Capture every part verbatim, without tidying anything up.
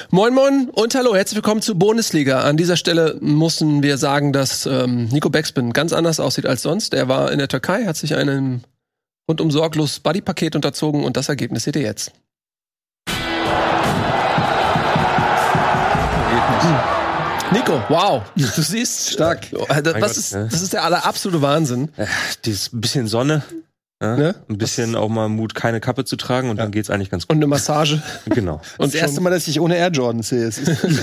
Moin Moin und hallo, herzlich willkommen zur Bundesliga. An dieser Stelle müssen wir sagen, dass ähm, Nico Backspin ganz anders aussieht als sonst. Er war in der Türkei, hat sich einem rundum sorglos Buddy-Paket unterzogen und das Ergebnis seht ihr jetzt. Nico, wow, du siehst stark. Was ist, das ist der aller absolute Wahnsinn. Ja, dieses bisschen Sonne. Ja, ne? Ein bisschen auch mal Mut, keine Kappe zu tragen und ja. Dann geht's eigentlich ganz gut. Und eine Massage. Genau. Und das erste Mal, dass ich ohne Air Jordans sehe.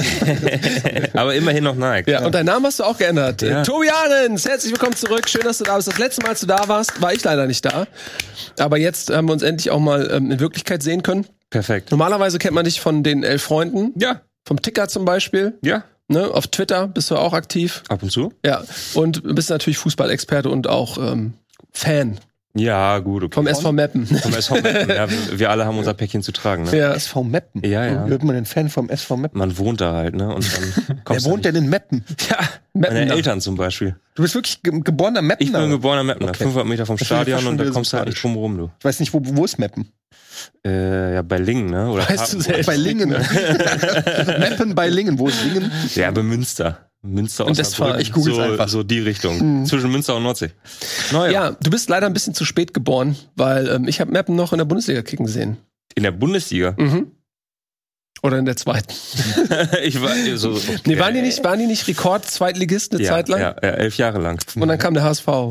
Aber immerhin noch Nike. Ja, ja, und deinen Namen hast du auch geändert. Ja. Tobi Ahrens, herzlich willkommen zurück. Schön, dass du da bist. Das letzte Mal, als du da warst, war ich leider nicht da. Aber jetzt haben wir uns endlich auch mal ähm, in Wirklichkeit sehen können. Perfekt. Normalerweise kennt man dich von den elf Freunden. Ja. Vom Ticker zum Beispiel. Ja. Ne, auf Twitter bist du auch aktiv. Ab und zu. Ja. Und bist natürlich Fußballexperte und auch ähm, Fan. Ja, gut, okay. Vom S V Meppen. Vom S V Meppen, ja. Wir, wir alle haben unser Päckchen zu tragen, ne? Ja. S V Meppen? Ja, ja. Wird man denn Fan vom S V Meppen? Man wohnt da halt, ne? Und dann Wer wohnt denn in Meppen? Ja, Meppen. Meine Eltern zum Beispiel. Du bist wirklich ge- geborener Meppener? Ich bin geborener Meppener. Okay. fünfhundert Meter vom Stadion und da kommst du halt nicht drum rum, du. Ich weiß nicht, wo, wo ist Meppen? Äh, ja, bei Lingen, ne? Oder weißt du selbst? Bei Lingen. Meppen bei Lingen. Wo ist Lingen? Ja, bei Münster. Münster und Osnabrück. Ich google so, einfach. So die Richtung. Mhm. Zwischen Münster und Nordsee. Naja. Ja, du bist leider ein bisschen zu spät geboren, weil ähm, ich habe Meppen noch in der Bundesliga kicken sehen. In der Bundesliga? Mhm. Oder in der zweiten. ich war so. Okay. Nee, waren die nicht, waren die nicht Rekord-Zweitligist eine ja, Zeit lang? Ja, ja, elf Jahre lang. Und dann kam der H S V.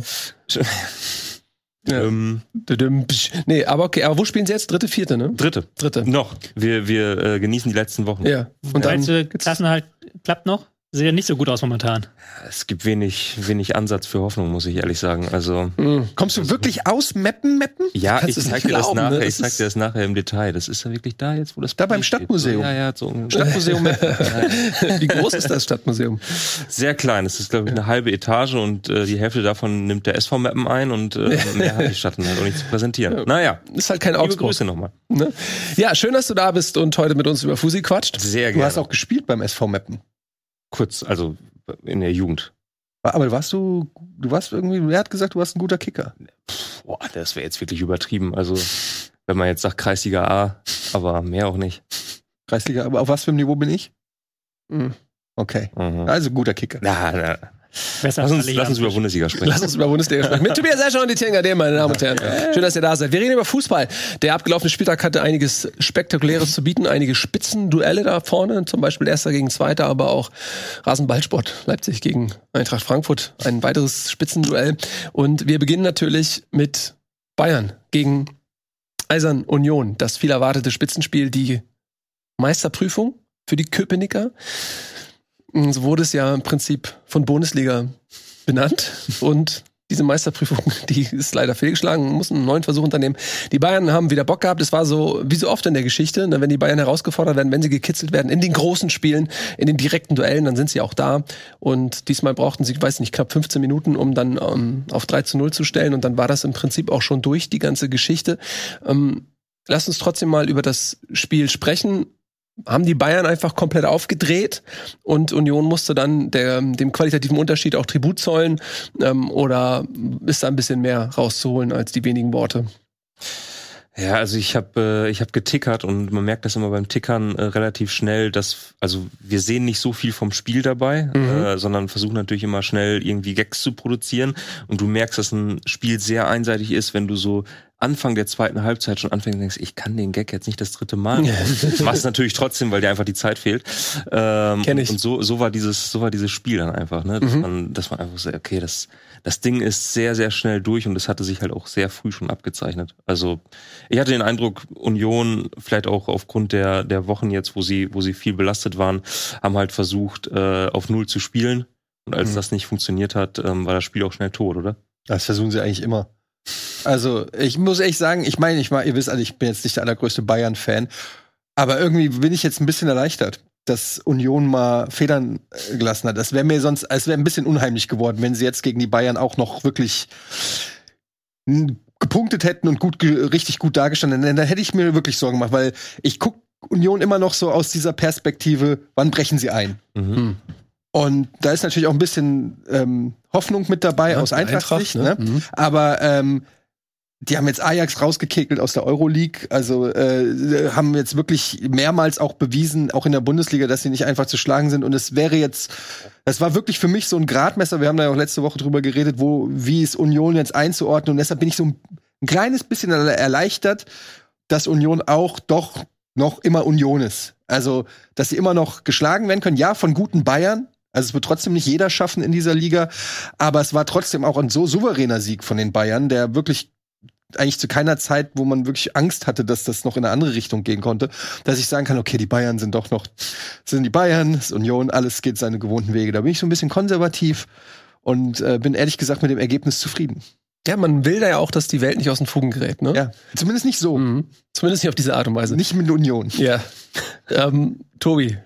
Ja. Ähm, nee, aber okay, aber wo spielen sie jetzt? Dritte, vierte, ne? Dritte. Dritte. Noch. Wir, wir äh, genießen die letzten Wochen. Ja. Und dann letzte Klassenhalt klappt noch? Sieht ja nicht so gut aus momentan. Es gibt wenig, wenig Ansatz für Hoffnung, muss ich ehrlich sagen. Also mhm. Kommst du wirklich aus Meppen, Meppen? Ja, ich zeig dir das nachher. Ne? Ich zeig dir das nachher im Detail. Das ist ja wirklich da jetzt, wo das da beim Stadtmuseum. Ja, ja, so ein Stadtmuseum Meppen. Wie groß ist das Stadtmuseum? Sehr klein. Es ist, glaube ich, eine halbe Etage und äh, die Hälfte davon nimmt der S V Meppen ein und äh, mehr hat die Stadt dann halt auch nicht zu präsentieren. Ja. Naja, ist halt kein Augsburg. Liebe Grüße nochmal. Ne? Ja, schön, dass du da bist und heute mit uns über Fusi quatscht. Sehr gerne. Du hast auch gespielt beim S V Meppen. Kurz, also in der Jugend. Aber warst du, du warst irgendwie, wer hat gesagt, du warst ein guter Kicker? Boah, das wäre jetzt wirklich übertrieben. Also, wenn man jetzt sagt Kreisliga A, aber mehr auch nicht. Kreisliga, aber auf was für einem Niveau bin ich? Mhm. Okay. Mhm. Also guter Kicker. Na, na. Besser lass uns, lass uns über Bundesliga sprechen. Lass uns über Bundesliga sprechen. Mit Tobias Escher und die Tenga, dem, meine Damen und Herren. Schön, dass ihr da seid. Wir reden über Fußball. Der abgelaufene Spieltag hatte einiges Spektakuläres zu bieten, einige Spitzenduelle da vorne, zum Beispiel Erster gegen Zweiter, aber auch Rasenballsport. Leipzig gegen Eintracht Frankfurt, ein weiteres Spitzenduell. Und wir beginnen natürlich mit Bayern gegen Eisern Union. Das viel erwartete Spitzenspiel, die Meisterprüfung für die Köpenicker. So wurde es ja im Prinzip von Bundesliga benannt und diese Meisterprüfung, die ist leider fehlgeschlagen, man muss einen neuen Versuch unternehmen. Die Bayern haben wieder Bock gehabt, es war so, wie so oft in der Geschichte, wenn die Bayern herausgefordert werden, wenn sie gekitzelt werden, in den großen Spielen, in den direkten Duellen, dann sind sie auch da und diesmal brauchten sie, ich weiß nicht, knapp fünfzehn Minuten, um dann um, auf drei zu null zu stellen und dann war das im Prinzip auch schon durch, die ganze Geschichte. Ähm, lass uns trotzdem mal über das Spiel sprechen. Haben die Bayern einfach komplett aufgedreht und Union musste dann der, dem qualitativen Unterschied auch Tribut zollen ähm, oder ist da ein bisschen mehr rauszuholen als die wenigen Worte? Ja, also ich habe äh, ich habe getickert und man merkt das immer beim Tickern äh, relativ schnell, dass also wir sehen nicht so viel vom Spiel dabei, mhm. äh, sondern versuchen natürlich immer schnell irgendwie Gags zu produzieren und du merkst, dass ein Spiel sehr einseitig ist, wenn du so Anfang der zweiten Halbzeit schon anfängst und denkst, ich kann den Gag jetzt nicht das dritte Mal machen. Machst natürlich trotzdem, weil dir einfach die Zeit fehlt. Ähm, Kenn ich. Und so so war dieses so war dieses Spiel dann einfach, ne, dass mhm. man dass man einfach so, okay, das das Ding ist sehr sehr schnell durch und es hatte sich halt auch sehr früh schon abgezeichnet. Also ich hatte den Eindruck, Union vielleicht auch aufgrund der der Wochen jetzt, wo sie wo sie viel belastet waren, haben halt versucht äh, auf Null zu spielen und als mhm. das nicht funktioniert hat, ähm, war das Spiel auch schnell tot, oder? Das versuchen sie eigentlich immer. Also, ich muss echt sagen, ich meine, ich meine, ihr wisst alle, ich bin jetzt nicht der allergrößte Bayern-Fan, aber irgendwie bin ich jetzt ein bisschen erleichtert, dass Union mal Federn gelassen hat. Das wäre mir sonst, es wäre ein bisschen unheimlich geworden, wenn sie jetzt gegen die Bayern auch noch wirklich gepunktet hätten und gut, richtig gut dargestanden hätten. Dann hätte ich mir wirklich Sorgen gemacht, weil ich gucke Union immer noch so aus dieser Perspektive, wann brechen sie ein? Mhm. Und da ist natürlich auch ein bisschen ähm, Hoffnung mit dabei, ja, aus Eintracht-Sicht. Ne? Ne? Mhm. Aber ähm, die haben jetzt Ajax rausgekickelt aus der Euroleague, also äh, haben jetzt wirklich mehrmals auch bewiesen, auch in der Bundesliga, dass sie nicht einfach zu schlagen sind. Und es wäre jetzt, das war wirklich für mich so ein Gradmesser. Wir haben da ja auch letzte Woche drüber geredet, wo wie ist Union jetzt einzuordnen. Und deshalb bin ich so ein, ein kleines bisschen erleichtert, dass Union auch doch noch immer Union ist. Also, dass sie immer noch geschlagen werden können. Ja, von guten Bayern. Also es wird trotzdem nicht jeder schaffen in dieser Liga. Aber es war trotzdem auch ein so souveräner Sieg von den Bayern, der wirklich eigentlich zu keiner Zeit, wo man wirklich Angst hatte, dass das noch in eine andere Richtung gehen konnte, dass ich sagen kann, okay, die Bayern sind doch noch, sind die Bayern, das Union, alles geht seine gewohnten Wege. Da bin ich so ein bisschen konservativ und äh, bin ehrlich gesagt mit dem Ergebnis zufrieden. Ja, man will da ja auch, dass die Welt nicht aus den Fugen gerät, ne? Ja, zumindest nicht so. Mhm. Zumindest nicht auf diese Art und Weise. Nicht mit Union. Ja. ähm, Tobi,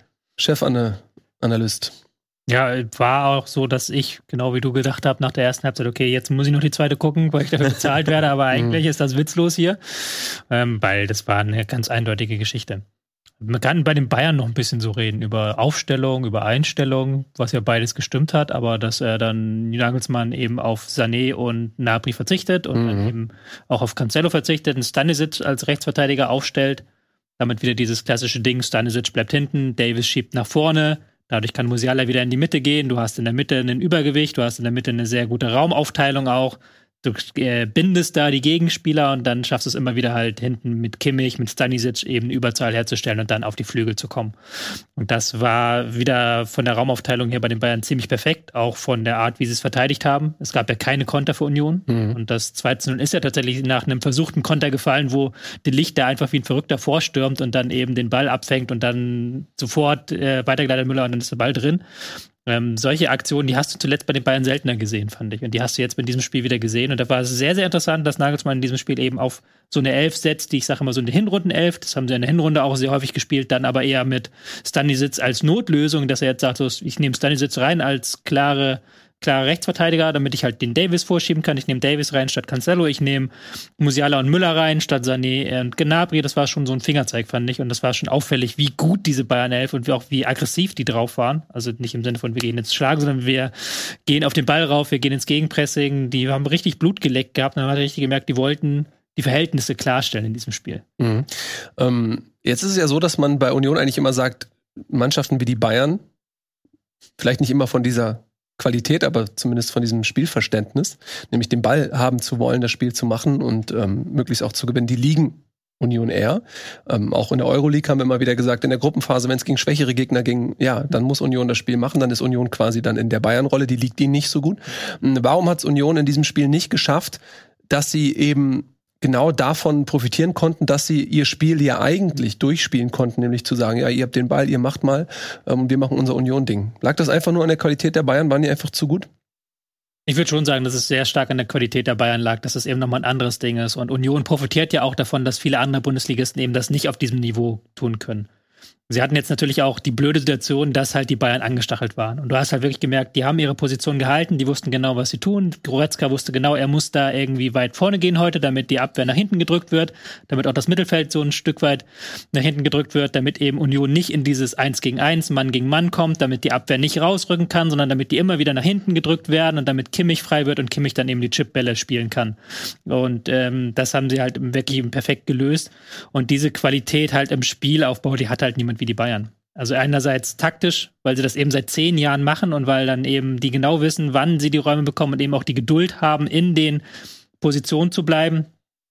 Chefanalyst. Ja, war auch so, dass ich, genau wie du gedacht habe, nach der ersten Halbzeit, okay, jetzt muss ich noch die zweite gucken, weil ich dafür bezahlt werde, aber eigentlich ist das witzlos hier, ähm, weil das war eine ganz eindeutige Geschichte. Man kann bei den Bayern noch ein bisschen so reden, über Aufstellung, über Einstellung, was ja beides gestimmt hat, aber dass er dann Nagelsmann eben auf Sané und Gnabry verzichtet und mhm. dann eben auch auf Cancelo verzichtet, und Stanisic als Rechtsverteidiger aufstellt, damit wieder dieses klassische Ding, Stanisic bleibt hinten, Davis schiebt nach vorne. Dadurch kann Musiala wieder in die Mitte gehen. Du hast in der Mitte ein Übergewicht, du hast in der Mitte eine sehr gute Raumaufteilung auch. Du äh, bindest da die Gegenspieler und dann schaffst du es immer wieder halt hinten mit Kimmich, mit Stanisic eben eine Überzahl herzustellen und dann auf die Flügel zu kommen. Und das war wieder von der Raumaufteilung her bei den Bayern ziemlich perfekt, auch von der Art, wie sie es verteidigt haben. Es gab ja keine Konter für Union. Mhm. Und das zwei zu null ist ja tatsächlich nach einem versuchten Konter gefallen, wo De Ligt da einfach wie ein Verrückter vorstürmt und dann eben den Ball abfängt und dann sofort äh, weitergeleitet Müller und dann ist der Ball drin. Ähm, solche Aktionen, die hast du zuletzt bei den Bayern seltener gesehen, fand ich. Und die hast du jetzt mit diesem Spiel wieder gesehen. Und da war es sehr, sehr interessant, dass Nagelsmann in diesem Spiel eben auf so eine Elf setzt, die ich sage immer so eine Hinrundenelf. Das haben sie in der Hinrunde auch sehr häufig gespielt, dann aber eher mit Stanisic als Notlösung, dass er jetzt sagt, so, ich nehme Stanisic rein als klare klare Rechtsverteidiger, damit ich halt den Davis vorschieben kann. Ich nehme Davis rein statt Cancelo. Ich nehme Musiala und Müller rein statt Sané und Gnabry. Das war schon so ein Fingerzeig, fand ich. Und das war schon auffällig, wie gut diese Bayern elf und wie auch wie aggressiv die drauf waren. Also nicht im Sinne von, wir gehen ins Schlagen, sondern wir gehen auf den Ball rauf, wir gehen ins Gegenpressing. Die haben richtig Blut geleckt gehabt. Und man hat richtig gemerkt, die wollten die Verhältnisse klarstellen in diesem Spiel. Mhm. Ähm, jetzt ist es ja so, dass man bei Union eigentlich immer sagt, Mannschaften wie die Bayern, vielleicht nicht immer von dieser Qualität, aber zumindest von diesem Spielverständnis, nämlich den Ball haben zu wollen, das Spiel zu machen und ähm, möglichst auch zu gewinnen, die liegen Union eher. Ähm, auch in der Euroleague haben wir immer wieder gesagt, in der Gruppenphase, wenn es gegen schwächere Gegner ging, ja, dann muss Union das Spiel machen, dann ist Union quasi dann in der Bayern-Rolle, die liegt ihnen nicht so gut. Warum hat es Union in diesem Spiel nicht geschafft, dass sie eben genau davon profitieren konnten, dass sie ihr Spiel ja eigentlich durchspielen konnten, nämlich zu sagen, ja, ihr habt den Ball, ihr macht mal und ähm, wir machen unser Union-Ding. Lag das einfach nur an der Qualität der Bayern? Waren die einfach zu gut? Ich würde schon sagen, dass es sehr stark an der Qualität der Bayern lag, dass es eben nochmal ein anderes Ding ist. Und Union profitiert ja auch davon, dass viele andere Bundesligisten eben das nicht auf diesem Niveau tun können. Sie hatten jetzt natürlich auch die blöde Situation, dass halt die Bayern angestachelt waren. Und du hast halt wirklich gemerkt, die haben ihre Position gehalten, die wussten genau, was sie tun. Goretzka wusste genau, er muss da irgendwie weit vorne gehen heute, damit die Abwehr nach hinten gedrückt wird, damit auch das Mittelfeld so ein Stück weit nach hinten gedrückt wird, damit eben Union nicht in dieses Eins gegen Eins, Mann gegen Mann kommt, damit die Abwehr nicht rausrücken kann, sondern damit die immer wieder nach hinten gedrückt werden und damit Kimmich frei wird und Kimmich dann eben die Chipbälle spielen kann. Und ähm, das haben sie halt wirklich perfekt gelöst. Und diese Qualität halt im Spielaufbau, die hat halt niemand wie die Bayern. Also einerseits taktisch, weil sie das eben seit zehn Jahren machen und weil dann eben die genau wissen, wann sie die Räume bekommen und eben auch die Geduld haben, in den Positionen zu bleiben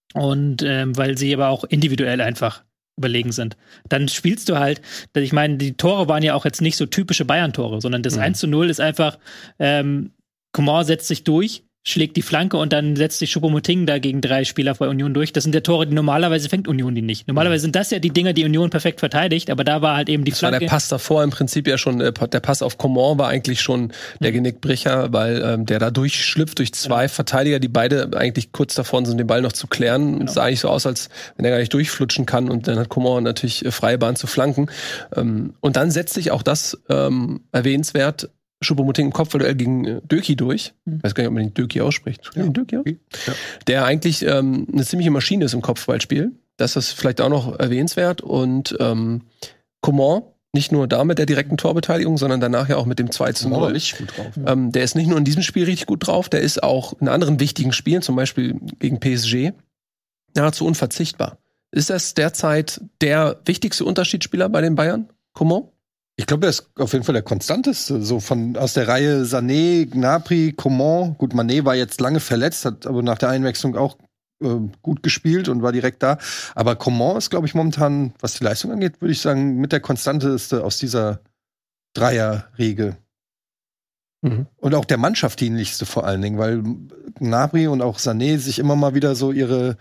und ähm, weil sie aber auch individuell einfach überlegen sind. Dann spielst du halt, ich meine, die Tore waren ja auch jetzt nicht so typische Bayern-Tore, sondern das mhm. eins zu null ist einfach, ähm, Coman setzt sich durch, schlägt die Flanke und dann setzt sich Choupo-Moting da gegen drei Spieler bei Union durch. Das sind ja Tore, die normalerweise fängt Union die nicht. Normalerweise sind das ja die Dinger, die Union perfekt verteidigt, aber da war halt eben die das Flanke. Das war der Pass davor im Prinzip ja schon, der Pass auf Coman war eigentlich schon der Genickbrecher, weil ähm, der da durchschlüpft durch zwei genau. Verteidiger, die beide eigentlich kurz davor sind, den Ball noch zu klären. Genau. Es sah eigentlich so aus, als wenn er gar nicht durchflutschen kann und dann hat Coman natürlich freie Bahn zu flanken. Ähm, und dann setzt sich auch das ähm, erwähnenswert Choupo-Moting im Kopfballduell gegen Döki durch. Ich weiß gar nicht, ob man den Döki ausspricht. Ja. Den Döki aus? Ja. Der eigentlich ähm, eine ziemliche Maschine ist im Kopfballspiel. Das ist vielleicht auch noch erwähnenswert. Und ähm, Coman, nicht nur da mit der direkten Torbeteiligung, sondern danach ja auch mit dem zwei zu null. Richtig gut drauf. Ja. Ähm, der ist nicht nur in diesem Spiel richtig gut drauf, der ist auch in anderen wichtigen Spielen, zum Beispiel gegen P S G, nahezu unverzichtbar. Ist das derzeit der wichtigste Unterschiedsspieler bei den Bayern, Coman? Ich glaube, er ist auf jeden Fall der konstanteste. So von aus der Reihe Sané, Gnabry, Coman. Gut, Mané war jetzt lange verletzt, hat aber nach der Einwechslung auch äh, gut gespielt und war direkt da. Aber Coman ist, glaube ich, momentan, was die Leistung angeht, würde ich sagen, mit der konstanteste aus dieser Dreierriege. Mhm. Und auch der Mannschaftsdienlichste vor allen Dingen, weil Gnabry und auch Sané sich immer mal wieder so ihre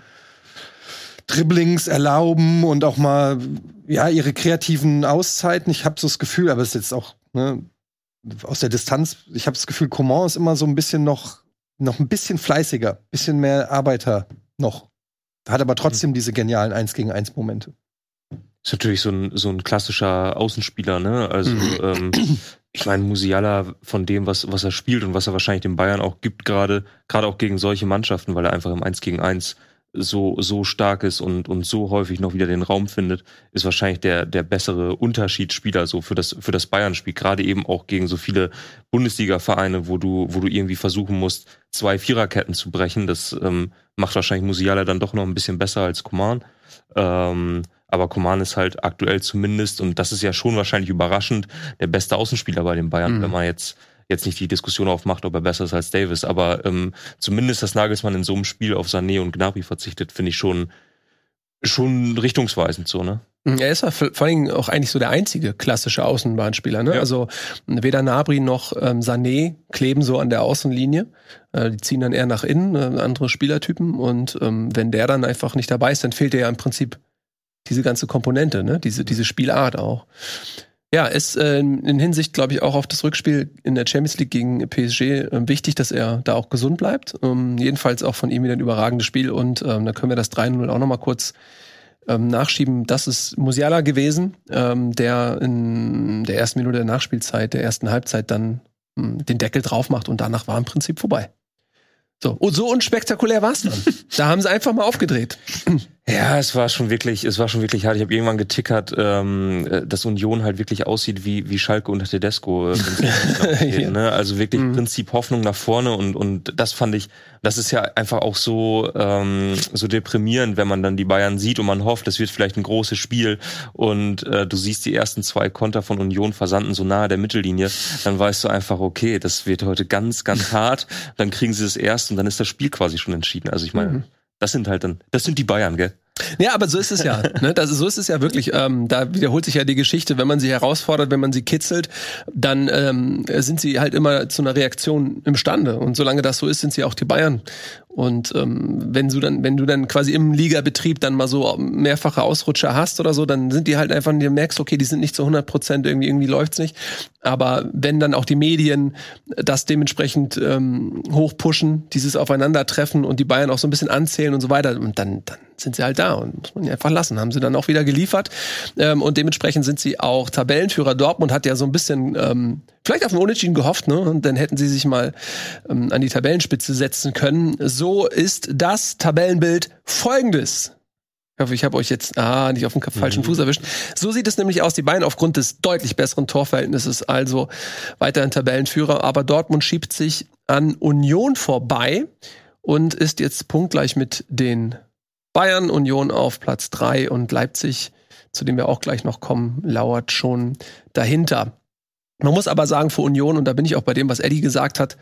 Dribblings erlauben und auch mal ja ihre kreativen Auszeiten. Ich habe so das Gefühl, aber es ist jetzt auch ne, aus der Distanz. Ich habe das Gefühl, Coman ist immer so ein bisschen noch noch ein bisschen fleißiger, bisschen mehr Arbeiter noch. Hat aber trotzdem mhm. diese genialen eins gegen eins Momente. Ist natürlich so ein so ein klassischer Außenspieler, ne? Also mhm. ähm, ich meine, Musiala von dem, was was er spielt und was er wahrscheinlich den Bayern auch gibt, gerade gerade auch gegen solche Mannschaften, weil er einfach im eins gegen eins so so stark ist und und so häufig noch wieder den Raum findet, ist wahrscheinlich der der bessere Unterschiedsspieler so für das für das Bayern-Spiel, gerade eben auch gegen so viele Bundesliga-Vereine, wo du wo du irgendwie versuchen musst, zwei Viererketten zu brechen. Das ähm, macht wahrscheinlich Musiala dann doch noch ein bisschen besser als Coman. Ähm, aber Coman ist halt aktuell zumindest, und das ist ja schon wahrscheinlich überraschend, der beste Außenspieler bei den Bayern, mhm. wenn man jetzt jetzt nicht die Diskussion aufmacht, ob er besser ist als Davis, aber ähm, zumindest, dass Nagelsmann in so einem Spiel auf Sané und Gnabry verzichtet, finde ich schon schon richtungsweisend so, ne? Er ist ja vor allen Dingen auch eigentlich so der einzige klassische Außenbahnspieler, ne? Ja. Also weder Gnabry noch ähm, Sané kleben so an der Außenlinie. Äh, die ziehen dann eher nach innen, äh, andere Spielertypen. Und ähm, wenn der dann einfach nicht dabei ist, dann fehlt dir ja im Prinzip diese ganze Komponente, ne? Diese, diese Spielart auch. Ja, ist äh, in Hinsicht, glaube ich, auch auf das Rückspiel in der Champions League gegen P S G äh, wichtig, dass er da auch gesund bleibt. Ähm, jedenfalls auch von ihm wieder ein überragendes Spiel. Und ähm, dann können wir das drei null auch noch mal kurz ähm, nachschieben. Das ist Musiala gewesen, ähm, der in der ersten Minute der Nachspielzeit, der ersten Halbzeit dann ähm, den Deckel drauf macht. Und danach war im Prinzip vorbei. So, und so unspektakulär war's dann. Da haben sie einfach mal aufgedreht. Ja, es war schon wirklich, es war schon wirklich hart. Ich habe irgendwann getickert, ähm, dass Union halt wirklich aussieht wie wie Schalke unter Tedesco. Äh, geht, ja. ne? Also wirklich mhm. Prinzip Hoffnung nach vorne und und das fand ich, das ist ja einfach auch so ähm, so deprimierend, wenn man dann die Bayern sieht und man hofft, das wird vielleicht ein großes Spiel und äh, du siehst die ersten zwei Konter von Union versanden so nahe der Mittellinie, dann weißt du einfach, okay, das wird heute ganz ganz hart. Dann kriegen sie das erste und dann ist das Spiel quasi schon entschieden. Also ich meine, mhm. das sind halt dann, das sind die Bayern, gell? Ja, aber so ist es ja. Ne? Das, so ist es ja wirklich. Ähm, da wiederholt sich ja die Geschichte. Wenn man sie herausfordert, wenn man sie kitzelt, dann ähm, sind sie halt immer zu einer Reaktion imstande. Und solange das so ist, sind sie auch die Bayern. Und ähm, wenn du dann, wenn du dann quasi im Ligabetrieb dann mal so mehrfache Ausrutscher hast oder so, dann sind die halt einfach, du merkst, okay, die sind nicht zu hundert Prozent, irgendwie, irgendwie läuft's nicht. Aber wenn dann auch die Medien das dementsprechend ähm, hochpushen, dieses Aufeinandertreffen und die Bayern auch so ein bisschen anzählen und so weiter, und dann, dann sind sie halt da und muss man die einfach lassen. Haben sie dann auch wieder geliefert. Ähm, und dementsprechend sind sie auch Tabellenführer. Dortmund hat ja so ein bisschen ähm, vielleicht auf den Unentschieden gehofft, ne? Und dann hätten sie sich mal ähm, an die Tabellenspitze setzen können. So ist das Tabellenbild folgendes. Ich hoffe, ich habe euch jetzt ah, nicht auf den falschen Fuß erwischt. So sieht es nämlich aus. Die Bayern aufgrund des deutlich besseren Torverhältnisses also weiterhin Tabellenführer. Aber Dortmund schiebt sich an Union vorbei und ist jetzt punktgleich mit den Bayern. Union auf Platz drei und Leipzig, zu dem wir auch gleich noch kommen, lauert schon dahinter. Man muss aber sagen, für Union, und da bin ich auch bei dem, was Eddie gesagt hat,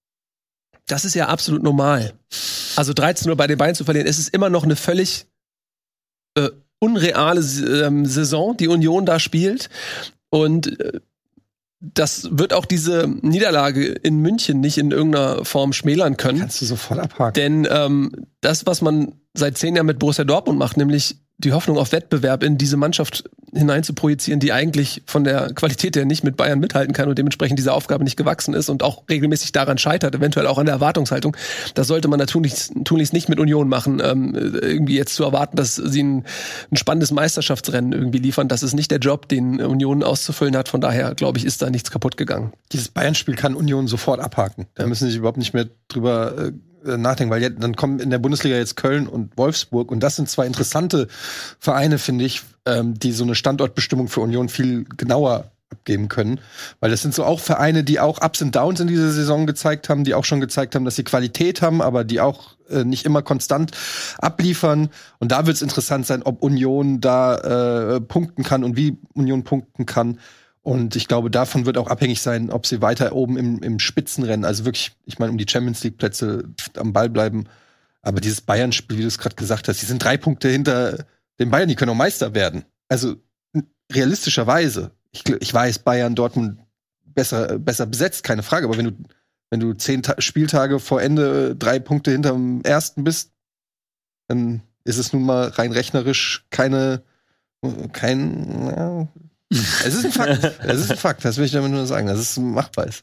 das ist ja absolut normal. Also dreizehn null bei den Bayern zu verlieren, es ist immer noch eine völlig äh, unreale äh, Saison, die Union da spielt. Und äh, das wird auch diese Niederlage in München nicht in irgendeiner Form schmälern können. Kannst du sofort abhaken. Denn ähm, das, was man seit zehn Jahren mit Borussia Dortmund macht, nämlich die Hoffnung auf Wettbewerb in diese Mannschaft hinein zu projizieren, die eigentlich von der Qualität her nicht mit Bayern mithalten kann und dementsprechend dieser Aufgabe nicht gewachsen ist und auch regelmäßig daran scheitert, eventuell auch an der Erwartungshaltung. Das sollte man natürlich tunlichst nicht mit Union machen, ähm, irgendwie jetzt zu erwarten, dass sie ein, ein spannendes Meisterschaftsrennen irgendwie liefern. Das ist nicht der Job, den Union auszufüllen hat. Von daher, glaube ich, ist da nichts kaputt gegangen. Dieses Bayern-Spiel kann Union sofort abhaken. Da müssen sie sich überhaupt nicht mehr drüber äh, nachdenken, weil jetzt, dann kommen in der Bundesliga jetzt Köln und Wolfsburg und das sind zwei interessante Vereine, finde ich, ähm, die so eine Standortbestimmung für Union viel genauer abgeben können. Weil das sind so auch Vereine, die auch Ups und Downs in dieser Saison gezeigt haben, die auch schon gezeigt haben, dass sie Qualität haben, aber die auch äh, nicht immer konstant abliefern. Und da wird es interessant sein, ob Union da äh, punkten kann und wie Union punkten kann. Und ich glaube, davon wird auch abhängig sein, ob sie weiter oben im, im Spitzenrennen, also wirklich, ich meine, um die Champions League Plätze am Ball bleiben. Aber dieses Bayern-Spiel, wie du es gerade gesagt hast, die sind drei Punkte hinter den Bayern, die können auch Meister werden. Also realistischerweise. Ich, ich weiß, Bayern, Dortmund besser, besser besetzt, keine Frage. Aber wenn du, wenn du zehn Ta- Spieltage vor Ende drei Punkte hinterm ersten bist, dann ist es nun mal rein rechnerisch keine, kein, ja, es ist ein Fakt. Es ist ein Fakt, das will ich damit nur sagen, dass es machbar ist.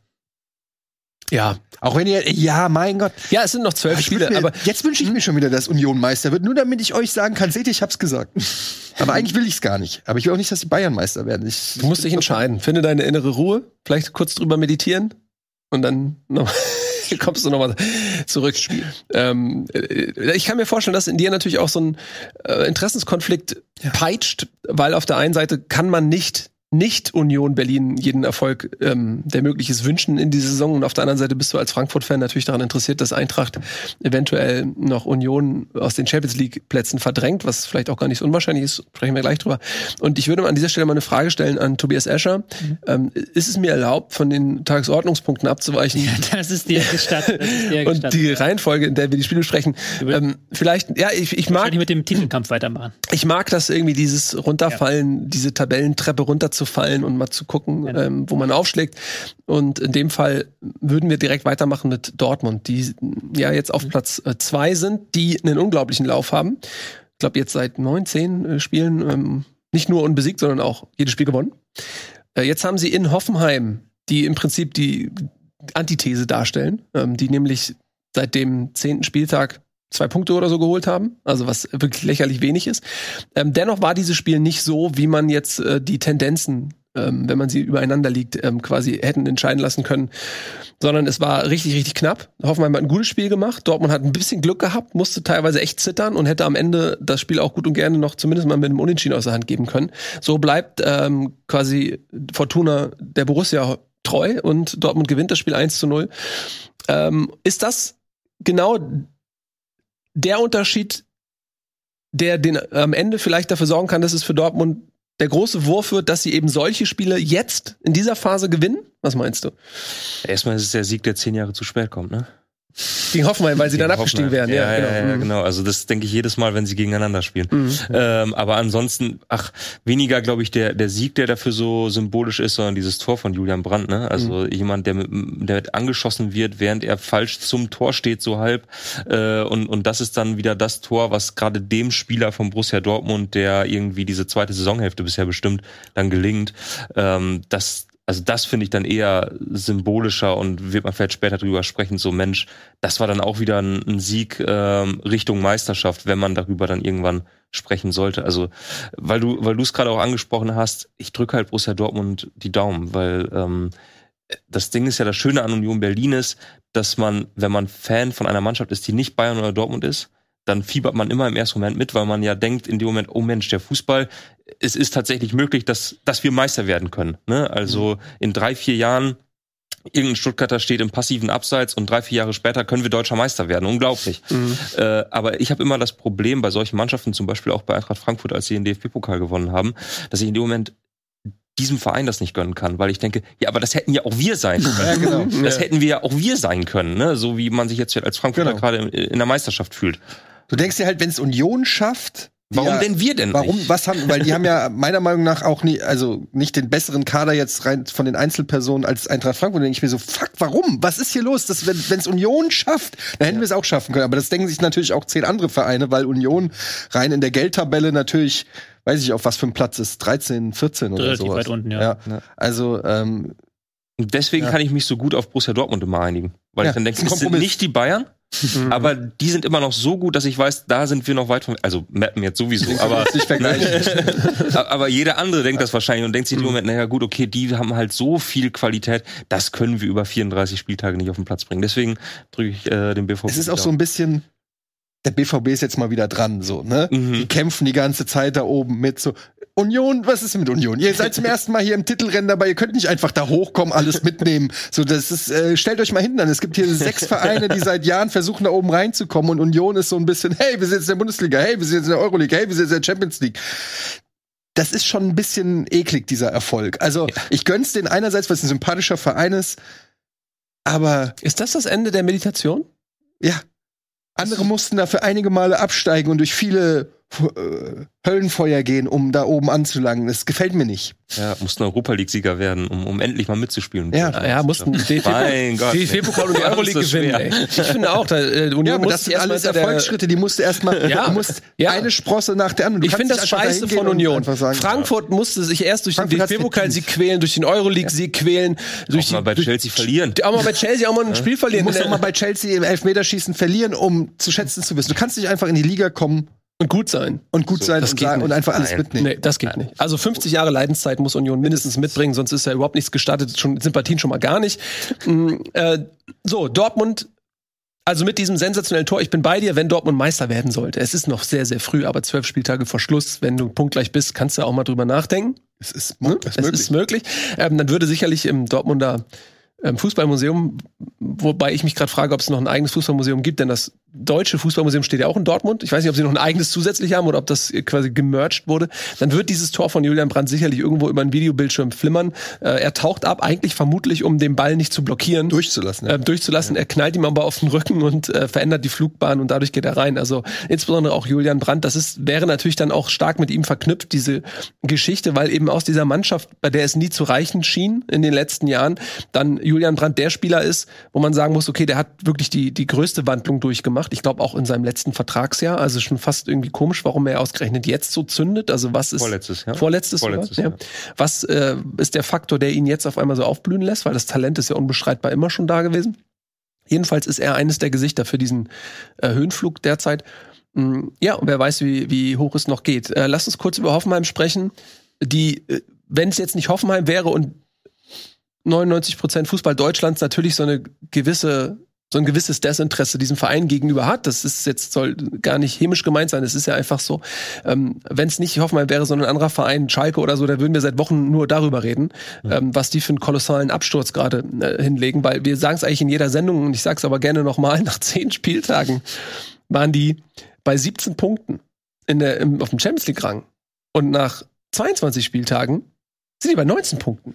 Ja. Auch wenn ihr, ja, mein Gott. Ja, es sind noch zwölf Spiele, mir, aber jetzt wünsche ich mir schon wieder, dass Union Meister wird, nur damit ich euch sagen kann, seht ihr, ich hab's gesagt. Aber eigentlich will ich's gar nicht. Aber ich will auch nicht, dass die Bayern Meister werden. Ich, du musst dich entscheiden. Finde deine innere Ruhe, vielleicht kurz drüber meditieren und dann noch kommst du nochmal zurück. Ähm, ich kann mir vorstellen, dass in dir natürlich auch so ein äh, Interessenskonflikt ja. peitscht, weil auf der einen Seite kann man nicht nicht Union Berlin jeden Erfolg, ähm, der möglich ist, wünschen in dieser Saison. Und auf der anderen Seite bist du als Frankfurt-Fan natürlich daran interessiert, dass Eintracht eventuell noch Union aus den Champions-League-Plätzen verdrängt, was vielleicht auch gar nicht so unwahrscheinlich ist. Sprechen wir gleich drüber. Und ich würde an dieser Stelle mal eine Frage stellen an Tobias Escher. Mhm. Ähm, ist es mir erlaubt, von den Tagesordnungspunkten abzuweichen? Ja, das ist dir gestattet. Das ist dir gestattet. Und die Reihenfolge, in der wir die Spiele besprechen. Ähm, vielleicht, ja, ich, ich mag... mit dem Titelkampf weitermachen. Ich mag das irgendwie, dieses Runterfallen, ja. diese Tabellentreppe runter zu fallen und mal zu gucken, ja. ähm, wo man aufschlägt. Und in dem Fall würden wir direkt weitermachen mit Dortmund, die ja jetzt auf Platz äh, zwei sind, die einen unglaublichen Lauf haben. Ich glaube, jetzt seit neun, zehn äh, Spielen ähm, nicht nur unbesiegt, sondern auch jedes Spiel gewonnen. Äh, jetzt haben sie in Hoffenheim, die im Prinzip die Antithese darstellen, ähm, die nämlich seit dem zehnten Spieltag zwei Punkte oder so geholt haben, also was wirklich lächerlich wenig ist. Ähm, dennoch war dieses Spiel nicht so, wie man jetzt äh, die Tendenzen, ähm, wenn man sie übereinander liegt, ähm, quasi hätten entscheiden lassen können, sondern es war richtig, richtig knapp. Hoffenheim hat ein gutes Spiel gemacht, Dortmund hat ein bisschen Glück gehabt, musste teilweise echt zittern und hätte am Ende das Spiel auch gut und gerne noch zumindest mal mit einem Unentschieden aus der Hand geben können. So bleibt ähm, quasi Fortuna der Borussia treu und Dortmund gewinnt das Spiel eins zu null. Ähm, ist das genau der Unterschied, der den am Ende vielleicht dafür sorgen kann, dass es für Dortmund der große Wurf wird, dass sie eben solche Spiele jetzt in dieser Phase gewinnen? Was meinst du? Erstmal ist es der Sieg, der zehn Jahre zu spät kommt, ne? Gegen Hoffenheim, weil sie gegen dann abgestiegen Hoffenheim. wären. Ja, Ja, ja, genau. ja, genau. Also das denke ich jedes Mal, wenn sie gegeneinander spielen. Mhm. Ähm, aber ansonsten, ach, weniger, glaube ich, der der Sieg, der dafür so symbolisch ist, sondern dieses Tor von Julian Brandt, ne? Also mhm. jemand, der mit, der angeschossen wird, während er falsch zum Tor steht, so halb. Äh, und und das ist dann wieder das Tor, was gerade dem Spieler von Borussia Dortmund, der irgendwie diese zweite Saisonhälfte bisher bestimmt, dann gelingt. Ähm, das Also das finde ich dann eher symbolischer und wird man vielleicht später drüber sprechen, so Mensch, das war dann auch wieder ein, ein Sieg ähm, Richtung Meisterschaft, wenn man darüber dann irgendwann sprechen sollte. Also weil du weil du es gerade auch angesprochen hast, ich drücke halt Borussia Dortmund die Daumen, weil ähm, das Ding ist ja, das Schöne an Union Berlin ist, dass man, wenn man Fan von einer Mannschaft ist, die nicht Bayern oder Dortmund ist, dann fiebert man immer im ersten Moment mit, weil man ja denkt in dem Moment, oh Mensch, der Fußball, es ist tatsächlich möglich, dass dass wir Meister werden können. Ne? Also in drei, vier Jahren, irgendein Stuttgarter steht im passiven Abseits und drei, vier Jahre später können wir deutscher Meister werden. Unglaublich. Mhm. Äh, aber ich habe immer das Problem bei solchen Mannschaften, zum Beispiel auch bei Eintracht Frankfurt, als sie den D F B-Pokal gewonnen haben, dass ich in dem Moment diesem Verein das nicht gönnen kann, weil ich denke, ja, aber das hätten ja auch wir sein können. Ja, genau. Das hätten wir ja auch wir sein können, ne? So wie man sich jetzt als Frankfurter genau. gerade in, in der Meisterschaft fühlt. Du denkst dir halt, wenn es Union schafft, warum ja, denn wir denn warum, nicht? Was haben, weil die haben ja meiner Meinung nach auch nie, also nicht den besseren Kader jetzt rein von den Einzelpersonen als Eintracht Frankfurt. Da denke ich mir so, fuck, warum? Was ist hier los? Das, wenn es Union schafft, dann hätten ja. wir es auch schaffen können. Aber das denken sich natürlich auch zehn andere Vereine, weil Union rein in der Geldtabelle natürlich, weiß ich auf was für ein Platz ist, dreizehn, vierzehn oder so. Relativ weit unten, ja. ja. ja. Also, ähm, und deswegen ja. kann ich mich so gut auf Borussia Dortmund immer einigen. Weil ja, ich dann denke, es sind nicht die Bayern, mhm. aber die sind immer noch so gut, dass ich weiß, da sind wir noch weit von, also Mappen jetzt sowieso, aber, aber jeder andere denkt das wahrscheinlich und denkt sich im Moment, naja gut, okay, die haben halt so viel Qualität, das können wir über vierunddreißig Spieltage nicht auf den Platz bringen. Deswegen drücke ich äh, den B V B. Es ist auch so ein bisschen, der B V B ist jetzt mal wieder dran, so, ne? Mhm. Die kämpfen die ganze Zeit da oben mit so, Union, was ist mit Union? Ihr seid zum ersten Mal hier im Titelrennen dabei, ihr könnt nicht einfach da hochkommen, alles mitnehmen. So, das ist, äh, stellt euch mal hinten an. Es gibt hier sechs Vereine, die seit Jahren versuchen, da oben reinzukommen und Union ist so ein bisschen, hey, wir sind jetzt in der Bundesliga, hey, wir sind jetzt in der Euroleague, hey, wir sind jetzt in der Champions League. Das ist schon ein bisschen eklig, dieser Erfolg. Also, ich gönn's denen einerseits, weil es ein sympathischer Verein ist, aber... Ist das das Ende der Meditation? Ja. Andere mussten dafür einige Male absteigen und durch viele äh, Höllenfeuer gehen, um da oben anzulangen. Das gefällt mir nicht. Ja, mussten Europa-League-Sieger werden, um, um endlich mal mitzuspielen. Ja, ja, mussten D F B-Pokal und die Euroleague gewinnen. Ey. Ich finde auch, da, äh, Union ja, aber muss das sind alles Erfolgsschritte, die musst du erstmal, ja, du musst ja. eine Sprosse nach der anderen. Du ich finde das scheiße von Union. Sagen, Frankfurt ja. musste sich erst durch Frankfurt den D F B-Pokal-Sieg quälen, durch den Euroleague-Sieg quälen. Durch auch mal bei durch, Chelsea verlieren. Auch mal bei Chelsea auch mal ein Spiel verlieren. Du musst auch mal bei Chelsea im Elfmeterschießen verlieren, um zu schätzen zu wissen. Du kannst nicht einfach in die Liga kommen und gut sein. Und gut so, sein und, sagen, und einfach alles Nein. mitnehmen. Nee, das geht nicht. Also fünfzig Jahre Leidenszeit muss Union mindestens mitbringen, sonst ist ja überhaupt nichts gestartet, schon Sympathien schon mal gar nicht. Mhm, äh, so, Dortmund, also mit diesem sensationellen Tor, ich bin bei dir, wenn Dortmund Meister werden sollte. Es ist noch sehr, sehr früh, aber zwölf Spieltage vor Schluss, wenn du punktgleich bist, kannst du auch mal drüber nachdenken. Es ist, hm? es es möglich. ist möglich. Ähm, dann würde sicherlich im Dortmunder ähm, Fußballmuseum, wobei ich mich gerade frage, ob es noch ein eigenes Fußballmuseum gibt, denn das deutsche Fußballmuseum steht ja auch in Dortmund. Ich weiß nicht, ob sie noch ein eigenes zusätzlich haben oder ob das quasi gemerged wurde. Dann wird dieses Tor von Julian Brandt sicherlich irgendwo über einen Videobildschirm flimmern. Äh, er taucht ab, eigentlich vermutlich, um den Ball nicht zu blockieren. Durchzulassen. Ja. Äh, durchzulassen. Ja. Er knallt ihm aber auf den Rücken und äh, verändert die Flugbahn und dadurch geht er rein. Also insbesondere auch Julian Brandt, das ist, wäre natürlich dann auch stark mit ihm verknüpft, diese Geschichte, weil eben aus dieser Mannschaft, bei der es nie zu reichen schien in den letzten Jahren, dann Julian Brandt der Spieler ist, wo man sagen muss, okay, der hat wirklich die, die größte Wandlung durchgemacht. Ich glaube auch in seinem letzten Vertragsjahr. Also schon fast irgendwie komisch, warum er ausgerechnet jetzt so zündet. Also was ist Vorletztes, ja. Vorletztes, Vorletztes ja. ja. Was äh, ist der Faktor, der ihn jetzt auf einmal so aufblühen lässt? Weil das Talent ist ja unbestreitbar immer schon da gewesen. Jedenfalls ist er eines der Gesichter für diesen äh, Höhenflug derzeit. Mm, ja, und wer weiß, wie, wie hoch es noch geht. Äh, lass uns kurz über Hoffenheim sprechen. Die, äh, wenn es jetzt nicht Hoffenheim wäre und neunundneunzig Prozent Fußball Deutschlands natürlich so eine gewisse, so ein gewisses Desinteresse diesem Verein gegenüber hat. Das ist jetzt, soll gar nicht hämisch gemeint sein. Es ist ja einfach so. Ähm, wenn es nicht Hoffenheim wäre, sondern ein anderer Verein, Schalke oder so, da würden wir seit Wochen nur darüber reden, mhm. ähm, was die für einen kolossalen Absturz gerade äh, hinlegen. Weil wir sagen es eigentlich in jeder Sendung und ich sage es aber gerne nochmal, nach zehn Spieltagen waren die bei siebzehn Punkten in der, im, auf dem Champions League Rang. Und nach zweiundzwanzig Spieltagen sind die bei neunzehn Punkten.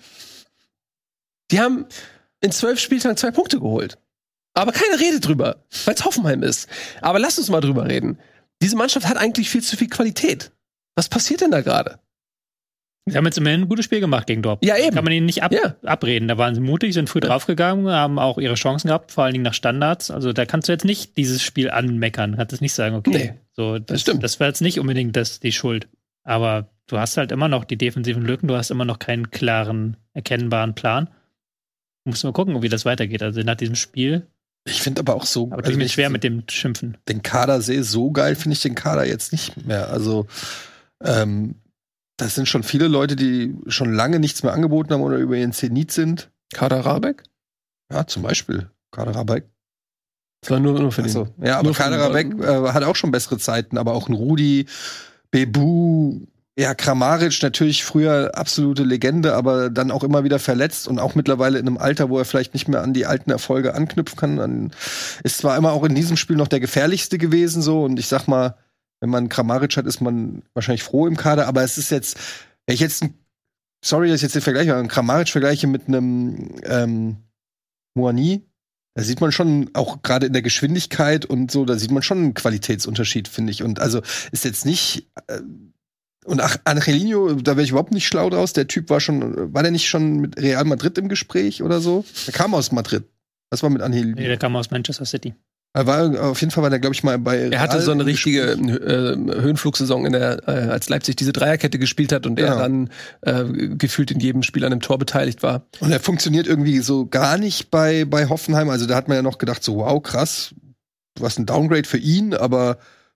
Die haben in zwölf Spieltagen zwei Punkte geholt. Aber keine Rede drüber, weil es Hoffenheim ist. Aber lasst uns mal drüber reden. Diese Mannschaft hat eigentlich viel zu viel Qualität. Was passiert denn da gerade? Sie haben jetzt immerhin ein gutes Spiel gemacht gegen Dortmund. Ja, eben. Kann man ihnen nicht ab- ja. abreden. Da waren sie mutig, sind früh ja. draufgegangen, haben auch ihre Chancen gehabt, vor allen Dingen nach Standards. Also da kannst du jetzt nicht dieses Spiel anmeckern. Kannst jetzt nicht sagen, okay, nee, so, das, das stimmt. Das war jetzt nicht unbedingt das, die Schuld. Aber du hast halt immer noch die defensiven Lücken, du hast immer noch keinen klaren, erkennbaren Plan. Muss mal gucken, wie das weitergeht. Also nach diesem Spiel. Ich finde aber auch so. Aber also ich schwer mit dem Schimpfen. Den Kader sehe, so geil finde ich den Kader jetzt nicht mehr. Also, ähm, das sind schon viele Leute, die schon lange nichts mehr angeboten haben oder über ihren Zenit sind. Kader Rabeck? Ja, zum Beispiel. Kader Rabeck. Das war nur, nur für den. So. Ja, aber Kader Rabeck äh, hat auch schon bessere Zeiten, aber auch ein Rudi, Bebu. Ja, Kramaric natürlich früher absolute Legende, aber dann auch immer wieder verletzt und auch mittlerweile in einem Alter, wo er vielleicht nicht mehr an die alten Erfolge anknüpfen kann. An, ist zwar immer auch in diesem Spiel noch der gefährlichste gewesen so und ich sag mal, wenn man Kramaric hat, ist man wahrscheinlich froh im Kader, aber es ist jetzt, wenn ich jetzt, sorry, dass ich jetzt den Vergleich mache, einen Kramaric vergleiche mit einem ähm, Moani, da sieht man schon, auch gerade in der Geschwindigkeit und so, da sieht man schon einen Qualitätsunterschied, finde ich. Und also ist jetzt nicht äh, Und ach, Angelino, da wäre ich überhaupt nicht schlau draus. Der Typ war schon, war der nicht schon mit Real Madrid im Gespräch oder so? Der kam aus Madrid. Was war mit Angelino? Nee, der kam aus Manchester City. Er war, auf jeden Fall war der, glaube ich, mal bei Real. Er hatte so eine richtige äh, Höhenflugsaison, in der, äh, als Leipzig diese Dreierkette gespielt hat und er ja. dann äh, gefühlt in jedem Spiel an einem Tor beteiligt war. Und er funktioniert irgendwie so gar nicht bei, bei Hoffenheim. Also da hat man ja noch gedacht, so wow, krass, was ein Downgrade für ihn, aber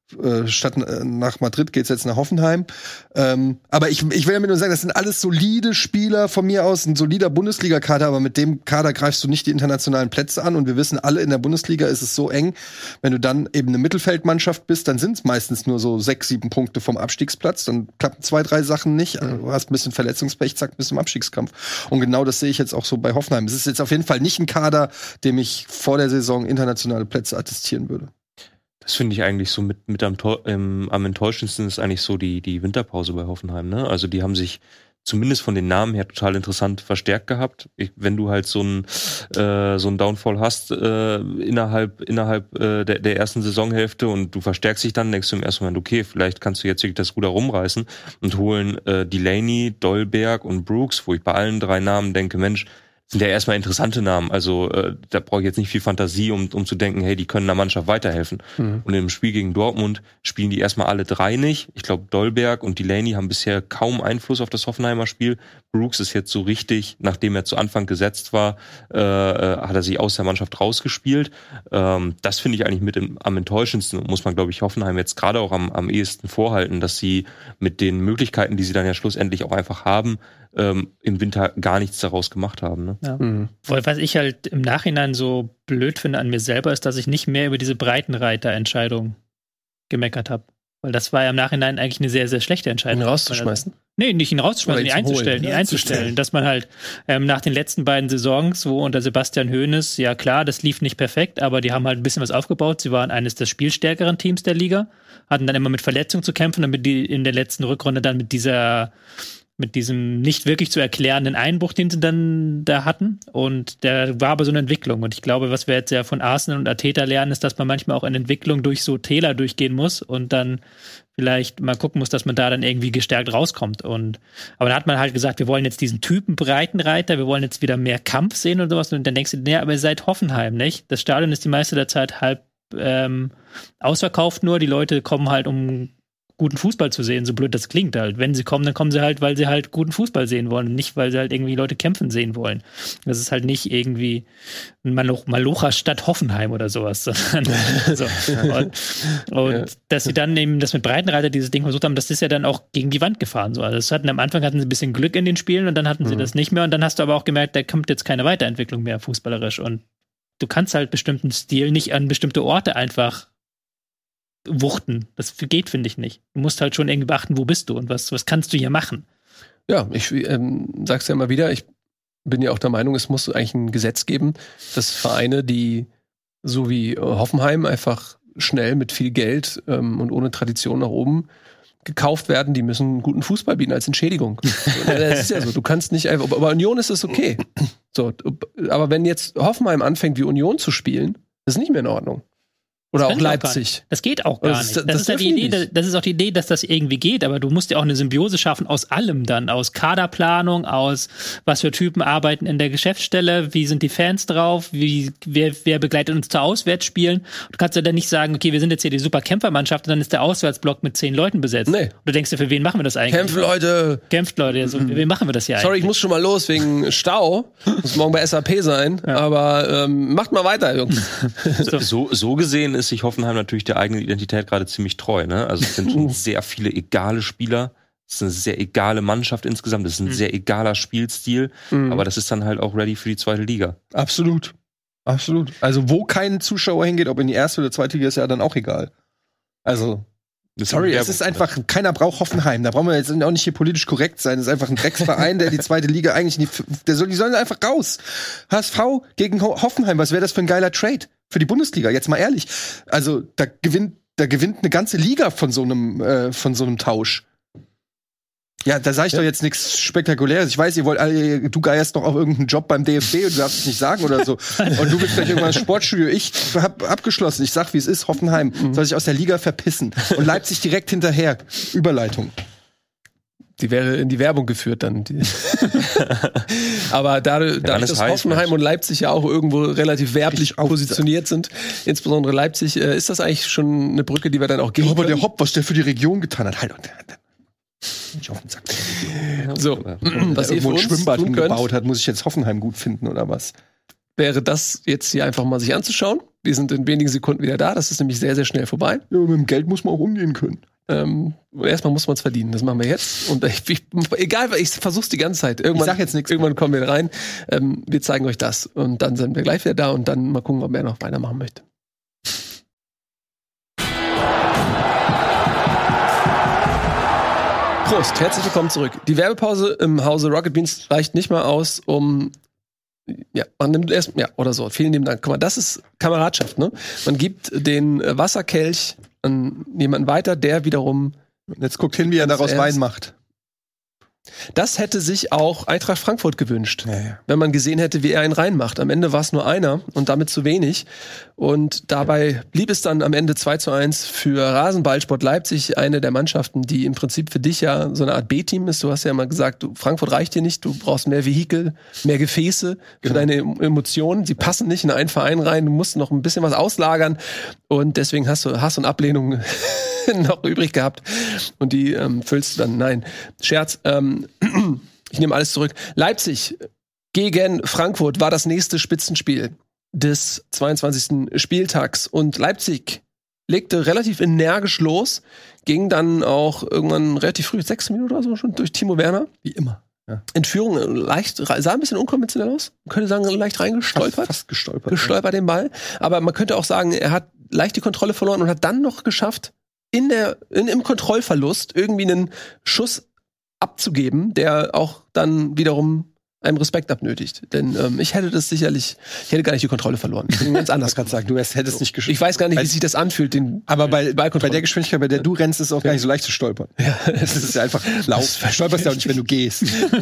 äh, statt äh, nach Madrid geht's jetzt nach Hoffenheim. Ähm, aber ich, ich will damit nur sagen, das sind alles solide Spieler von mir aus, ein solider Bundesliga-Kader, aber mit dem Kader greifst du nicht die internationalen Plätze an. Und wir wissen alle, in der Bundesliga ist es so eng, wenn du dann eben eine Mittelfeldmannschaft bist, dann sind es meistens nur so sechs, sieben Punkte vom Abstiegsplatz. Dann klappen zwei, drei Sachen nicht. Also, du hast ein bisschen Verletzungspech, zack, bist im Abstiegskampf. Und genau das sehe ich jetzt auch so bei Hoffenheim. Es ist jetzt auf jeden Fall nicht ein Kader, dem ich vor der Saison internationale Plätze attestieren würde. Das finde ich eigentlich so mit, mit am, ähm, am enttäuschendsten ist eigentlich so die, die Winterpause bei Hoffenheim, ne? Also die haben sich zumindest von den Namen her total interessant verstärkt gehabt. Ich, wenn du halt so ein äh, so ein Downfall hast äh, innerhalb innerhalb äh, der, der ersten Saisonhälfte und du verstärkst dich dann, denkst du im ersten Moment, okay, vielleicht kannst du jetzt wirklich das Ruder rumreißen und holen äh, Delaney, Dolberg und Brooks, wo ich bei allen drei Namen denke, Mensch, sind ja erstmal interessante Namen. Also äh, da brauche ich jetzt nicht viel Fantasie, um, um zu denken, hey, die können der Mannschaft weiterhelfen. Mhm. Und im Spiel gegen Dortmund spielen die erstmal alle drei nicht. Ich glaube, Dolberg und Delaney haben bisher kaum Einfluss auf das Hoffenheimer Spiel. Brooks ist jetzt so richtig, nachdem er zu Anfang gesetzt war, äh, hat er sich aus der Mannschaft rausgespielt. Ähm, das finde ich eigentlich mit im, am enttäuschendsten. Muss man, glaube ich, Hoffenheim jetzt gerade auch am, am ehesten vorhalten, dass sie mit den Möglichkeiten, die sie dann ja schlussendlich auch einfach haben, ähm, im Winter gar nichts daraus gemacht haben. Ne? Ja. Mhm. Was ich halt im Nachhinein so blöd finde an mir selber, ist, dass ich nicht mehr über diese Breitenreiter-Entscheidung gemeckert habe. Weil das war ja im Nachhinein eigentlich eine sehr, sehr schlechte Entscheidung. Ihn rauszuschmeißen? Nee, nicht ihn rauszuschmeißen, ihn einzustellen, ihn ja, einzustellen. Dass man halt ähm, nach den letzten beiden Saisons, wo unter Sebastian Hoeneß, ja klar, das lief nicht perfekt, aber die haben halt ein bisschen was aufgebaut. Sie waren eines der spielstärkeren Teams der Liga, hatten dann immer mit Verletzungen zu kämpfen, damit die in der letzten Rückrunde dann mit dieser mit diesem nicht wirklich zu erklärenden Einbruch, den sie dann da hatten. Und der war aber so eine Entwicklung. Und ich glaube, was wir jetzt ja von Arsenal und Arteta lernen, ist, dass man manchmal auch eine Entwicklung durch so Täler durchgehen muss und dann vielleicht mal gucken muss, dass man da dann irgendwie gestärkt rauskommt. Und aber da hat man halt gesagt, wir wollen jetzt diesen Typen Breitenreiter, wir wollen jetzt wieder mehr Kampf sehen und sowas. Und dann denkst du, naja, aber ihr seid Hoffenheim, nicht? Das Stadion ist die meiste der Zeit halb ähm, ausverkauft nur. Die Leute kommen halt, um guten Fußball zu sehen, so blöd das klingt halt. Wenn sie kommen, dann kommen sie halt, weil sie halt guten Fußball sehen wollen und nicht, weil sie halt irgendwie Leute kämpfen sehen wollen. Das ist halt nicht irgendwie ein Maloch- Malocher Stadt Hoffenheim oder sowas, sondern so. Und, und ja. Dass sie dann eben das mit Breitenreiter dieses Ding versucht haben, das ist ja dann auch gegen die Wand gefahren. So. Also das hatten, am Anfang hatten sie ein bisschen Glück in den Spielen und dann hatten sie mhm. das nicht mehr und dann hast du aber auch gemerkt, da kommt jetzt keine Weiterentwicklung mehr fußballerisch und du kannst halt bestimmten Stil nicht an bestimmte Orte einfach wuchten. Das geht, finde ich, nicht. Du musst halt schon irgendwie beachten, wo bist du und was, was kannst du hier machen. Ja, ich ähm, sag's ja immer wieder, ich bin ja auch der Meinung, es muss eigentlich ein Gesetz geben, dass Vereine, die so wie Hoffenheim einfach schnell mit viel Geld ähm, und ohne Tradition nach oben gekauft werden, die müssen guten Fußball bieten als Entschädigung. Das ist ja so, du kannst nicht einfach, aber Union ist es okay. So, aber wenn jetzt Hoffenheim anfängt, wie Union zu spielen, das ist nicht mehr in Ordnung. Oder auch Leipzig. Das geht auch gar nicht. Das, das, das ist ja die Idee, das, das ist auch die Idee, dass das irgendwie geht, aber du musst ja auch eine Symbiose schaffen aus allem dann, aus Kaderplanung, aus was für Typen arbeiten in der Geschäftsstelle, wie sind die Fans drauf, wie, wer, wer begleitet uns zu Auswärtsspielen. Du kannst ja dann nicht sagen, okay, wir sind jetzt hier die super Kämpfermannschaft und dann ist der Auswärtsblock mit zehn Leuten besetzt. Nee. Du denkst dir, für wen machen wir das eigentlich? Kämpft Leute! Kämpft Leute, also, für wen machen wir das hier eigentlich? Sorry, ich muss schon mal los wegen Stau. Muss morgen bei S A P sein, ja. aber ähm, macht mal weiter, Jungs. so, so gesehen ist sich Hoffenheim natürlich der eigenen Identität gerade ziemlich treu, ne? Also es sind schon sehr viele egale Spieler, es ist eine sehr egale Mannschaft insgesamt, es ist ein mhm. sehr egaler Spielstil, mhm. aber das ist dann halt auch ready für die zweite Liga. Absolut. Absolut. Also wo kein Zuschauer hingeht, ob in die erste oder zweite Liga, ist ja dann auch egal. Also sorry, es ist einfach, keiner braucht Hoffenheim. Da brauchen wir jetzt auch nicht hier politisch korrekt sein. Das ist einfach ein Drecksverein, der die zweite Liga eigentlich nicht, der soll, die sollen einfach raus. H S V gegen Ho- Hoffenheim, was wäre das für ein geiler Trade? Für die Bundesliga, jetzt mal ehrlich. Also, da gewinnt, da gewinnt eine ganze Liga von so einem, äh, von so einem Tausch. Ja, da sage ich ja. doch jetzt nichts Spektakuläres. Ich weiß, ihr wollt alle, du geierst doch auf irgendeinen Job beim D F B und du darfst es nicht sagen oder so. Und du bist vielleicht irgendwann ins Sportstudio. Ich hab abgeschlossen. Ich sag, wie es ist. Hoffenheim mhm. soll sich aus der Liga verpissen. Und Leipzig direkt hinterher. Überleitung. Die wäre in die Werbung geführt dann. Aber dadurch, dadurch dass Hoffenheim und Leipzig ja auch irgendwo relativ werblich positioniert sind, insbesondere Leipzig, äh, ist das eigentlich schon eine Brücke, die wir dann auch gehen können? Aber der Hopp, was der für die Region getan hat, halt und ich auf den Sack. So, was ihr für uns Schwimmbad tun gebaut hat, muss ich jetzt Hoffenheim gut finden oder was? wäre das jetzt hier einfach mal sich anzuschauen. Wir sind in wenigen Sekunden wieder da. Das ist nämlich sehr, sehr schnell vorbei. Ja, mit dem Geld muss man auch umgehen können. Ähm, erstmal muss man es verdienen. Das machen wir jetzt. Und ich, ich, egal, ich versuch's die ganze Zeit. Irgendwann, ich sag jetzt nichts. Irgendwann kommen wir rein. Ähm, wir zeigen euch das. Und dann sind wir gleich wieder da und dann mal gucken, ob er noch weitermachen möchte. Prost, herzlich willkommen zurück. Die Werbepause im Hause Rocket Beans reicht nicht mal aus, um ja, man nimmt erst, ja, oder so. Vielen lieben Dank. Guck mal, das ist Kameradschaft, ne? Man gibt den Wasserkelch an jemanden weiter, der wiederum. Jetzt guckt hin, wie er daraus Wein macht. Das hätte sich auch Eintracht Frankfurt gewünscht, ja, ja. wenn man gesehen hätte, wie er einen reinmacht. Am Ende war es nur einer und damit zu wenig. Und dabei blieb es dann am Ende zwei zu eins für Rasenballsport Leipzig, eine der Mannschaften, die im Prinzip für dich ja so eine Art B-Team ist. Du hast ja immer gesagt, du, Frankfurt reicht dir nicht, du brauchst mehr Vehikel, mehr Gefäße für genau. deine Emotionen. Sie passen nicht in einen Verein rein, du musst noch ein bisschen was auslagern. Und deswegen hast du Hass und Ablehnung noch übrig gehabt. Und die ähm, füllst du dann, nein, Scherz, ähm, ich nehme alles zurück. Leipzig gegen Frankfurt war das nächste Spitzenspiel des zweiundzwanzigsten Spieltags. Und Leipzig legte relativ energisch los, ging dann auch irgendwann relativ früh, sechs Minuten oder so schon, durch Timo Werner. Wie immer. Ja. Entführung leicht, sah ein bisschen unkonventionell aus. Man könnte sagen, leicht reingestolpert. Fast, fast gestolpert. Gestolpert ja. den Ball. Aber man könnte auch sagen, er hat leicht die Kontrolle verloren und hat dann noch geschafft, in der, in, im Kontrollverlust irgendwie einen Schuss abzugeben, der auch dann wiederum einem Respekt abnötigt. Denn ähm, ich hätte das sicherlich, ich hätte gar nicht die Kontrolle verloren. Ich bin ganz anders. Ich kann sagen, du hättest so. nicht geschafft. Ich weiß gar nicht, wie sich das anfühlt. Den aber bei, bei der Geschwindigkeit, bei der du rennst, ist es auch gar nicht so leicht zu stolpern. Ja, das ist ja einfach Lauf. Du stolperst ja auch nicht, wenn du gehst.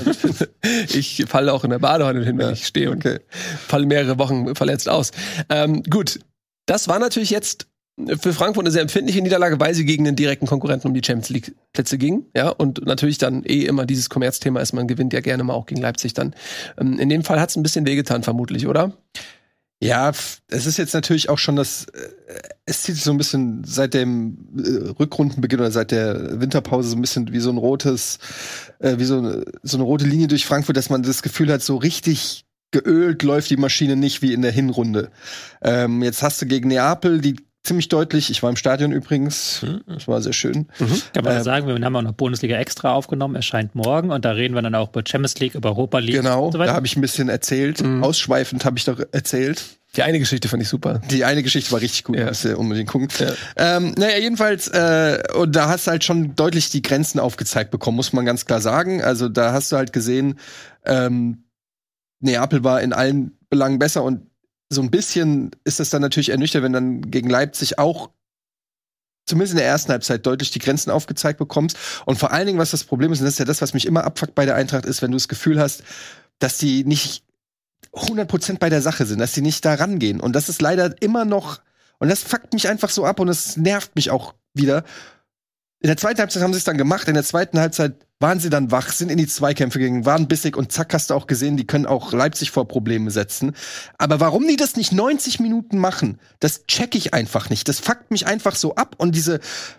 Ich falle auch in der Badewanne hin, wenn ja. ich stehe und okay. falle mehrere Wochen verletzt aus. Ähm, gut, das war natürlich jetzt für Frankfurt eine sehr empfindliche Niederlage, weil sie gegen den direkten Konkurrenten um die Champions League Plätze ging, ja, und natürlich dann eh immer dieses Kommerzthema ist, man gewinnt ja gerne mal auch gegen Leipzig dann. Ähm, in dem Fall hat's ein bisschen wehgetan, vermutlich, oder? Ja, es ist jetzt natürlich auch schon das, äh, es zieht sich so ein bisschen seit dem äh, Rückrundenbeginn oder seit der Winterpause so ein bisschen wie so ein rotes, äh, wie so eine, so eine rote Linie durch Frankfurt, dass man das Gefühl hat, so richtig geölt läuft die Maschine nicht wie in der Hinrunde. Ähm, jetzt hast du gegen Neapel die ziemlich deutlich. Ich war im Stadion übrigens. Das war sehr schön. Mhm. Kann man ähm, sagen, wir haben auch noch Bundesliga extra aufgenommen, erscheint morgen und da reden wir dann auch über Champions League, über Europa League. Genau, und so weiter. Da habe ich ein bisschen erzählt. Mhm. Ausschweifend habe ich doch erzählt. Die eine Geschichte fand ich super. Die eine Geschichte war richtig gut, ja. musst du unbedingt gucken. Ja. Ähm, naja, jedenfalls, äh, und da hast du halt schon deutlich die Grenzen aufgezeigt bekommen, muss man ganz klar sagen. Also da hast du halt gesehen, ähm, Neapel war in allen Belangen besser und so ein bisschen ist es dann natürlich ernüchternd, wenn dann gegen Leipzig auch zumindest in der ersten Halbzeit deutlich die Grenzen aufgezeigt bekommst. Und vor allen Dingen, was das Problem ist, und das ist ja das, was mich immer abfuckt bei der Eintracht, ist, wenn du das Gefühl hast, dass die nicht hundert Prozent bei der Sache sind, dass die nicht da rangehen. Und das ist leider immer noch, und das fuckt mich einfach so ab und das nervt mich auch wieder. In der zweiten Halbzeit haben sie es dann gemacht, in der zweiten Halbzeit waren sie dann wach, sind in die Zweikämpfe gegangen, waren bissig und zack, hast du auch gesehen, die können auch Leipzig vor Probleme setzen. Aber warum die das nicht neunzig Minuten machen, das check ich einfach nicht. Das fuckt mich einfach so ab und diese,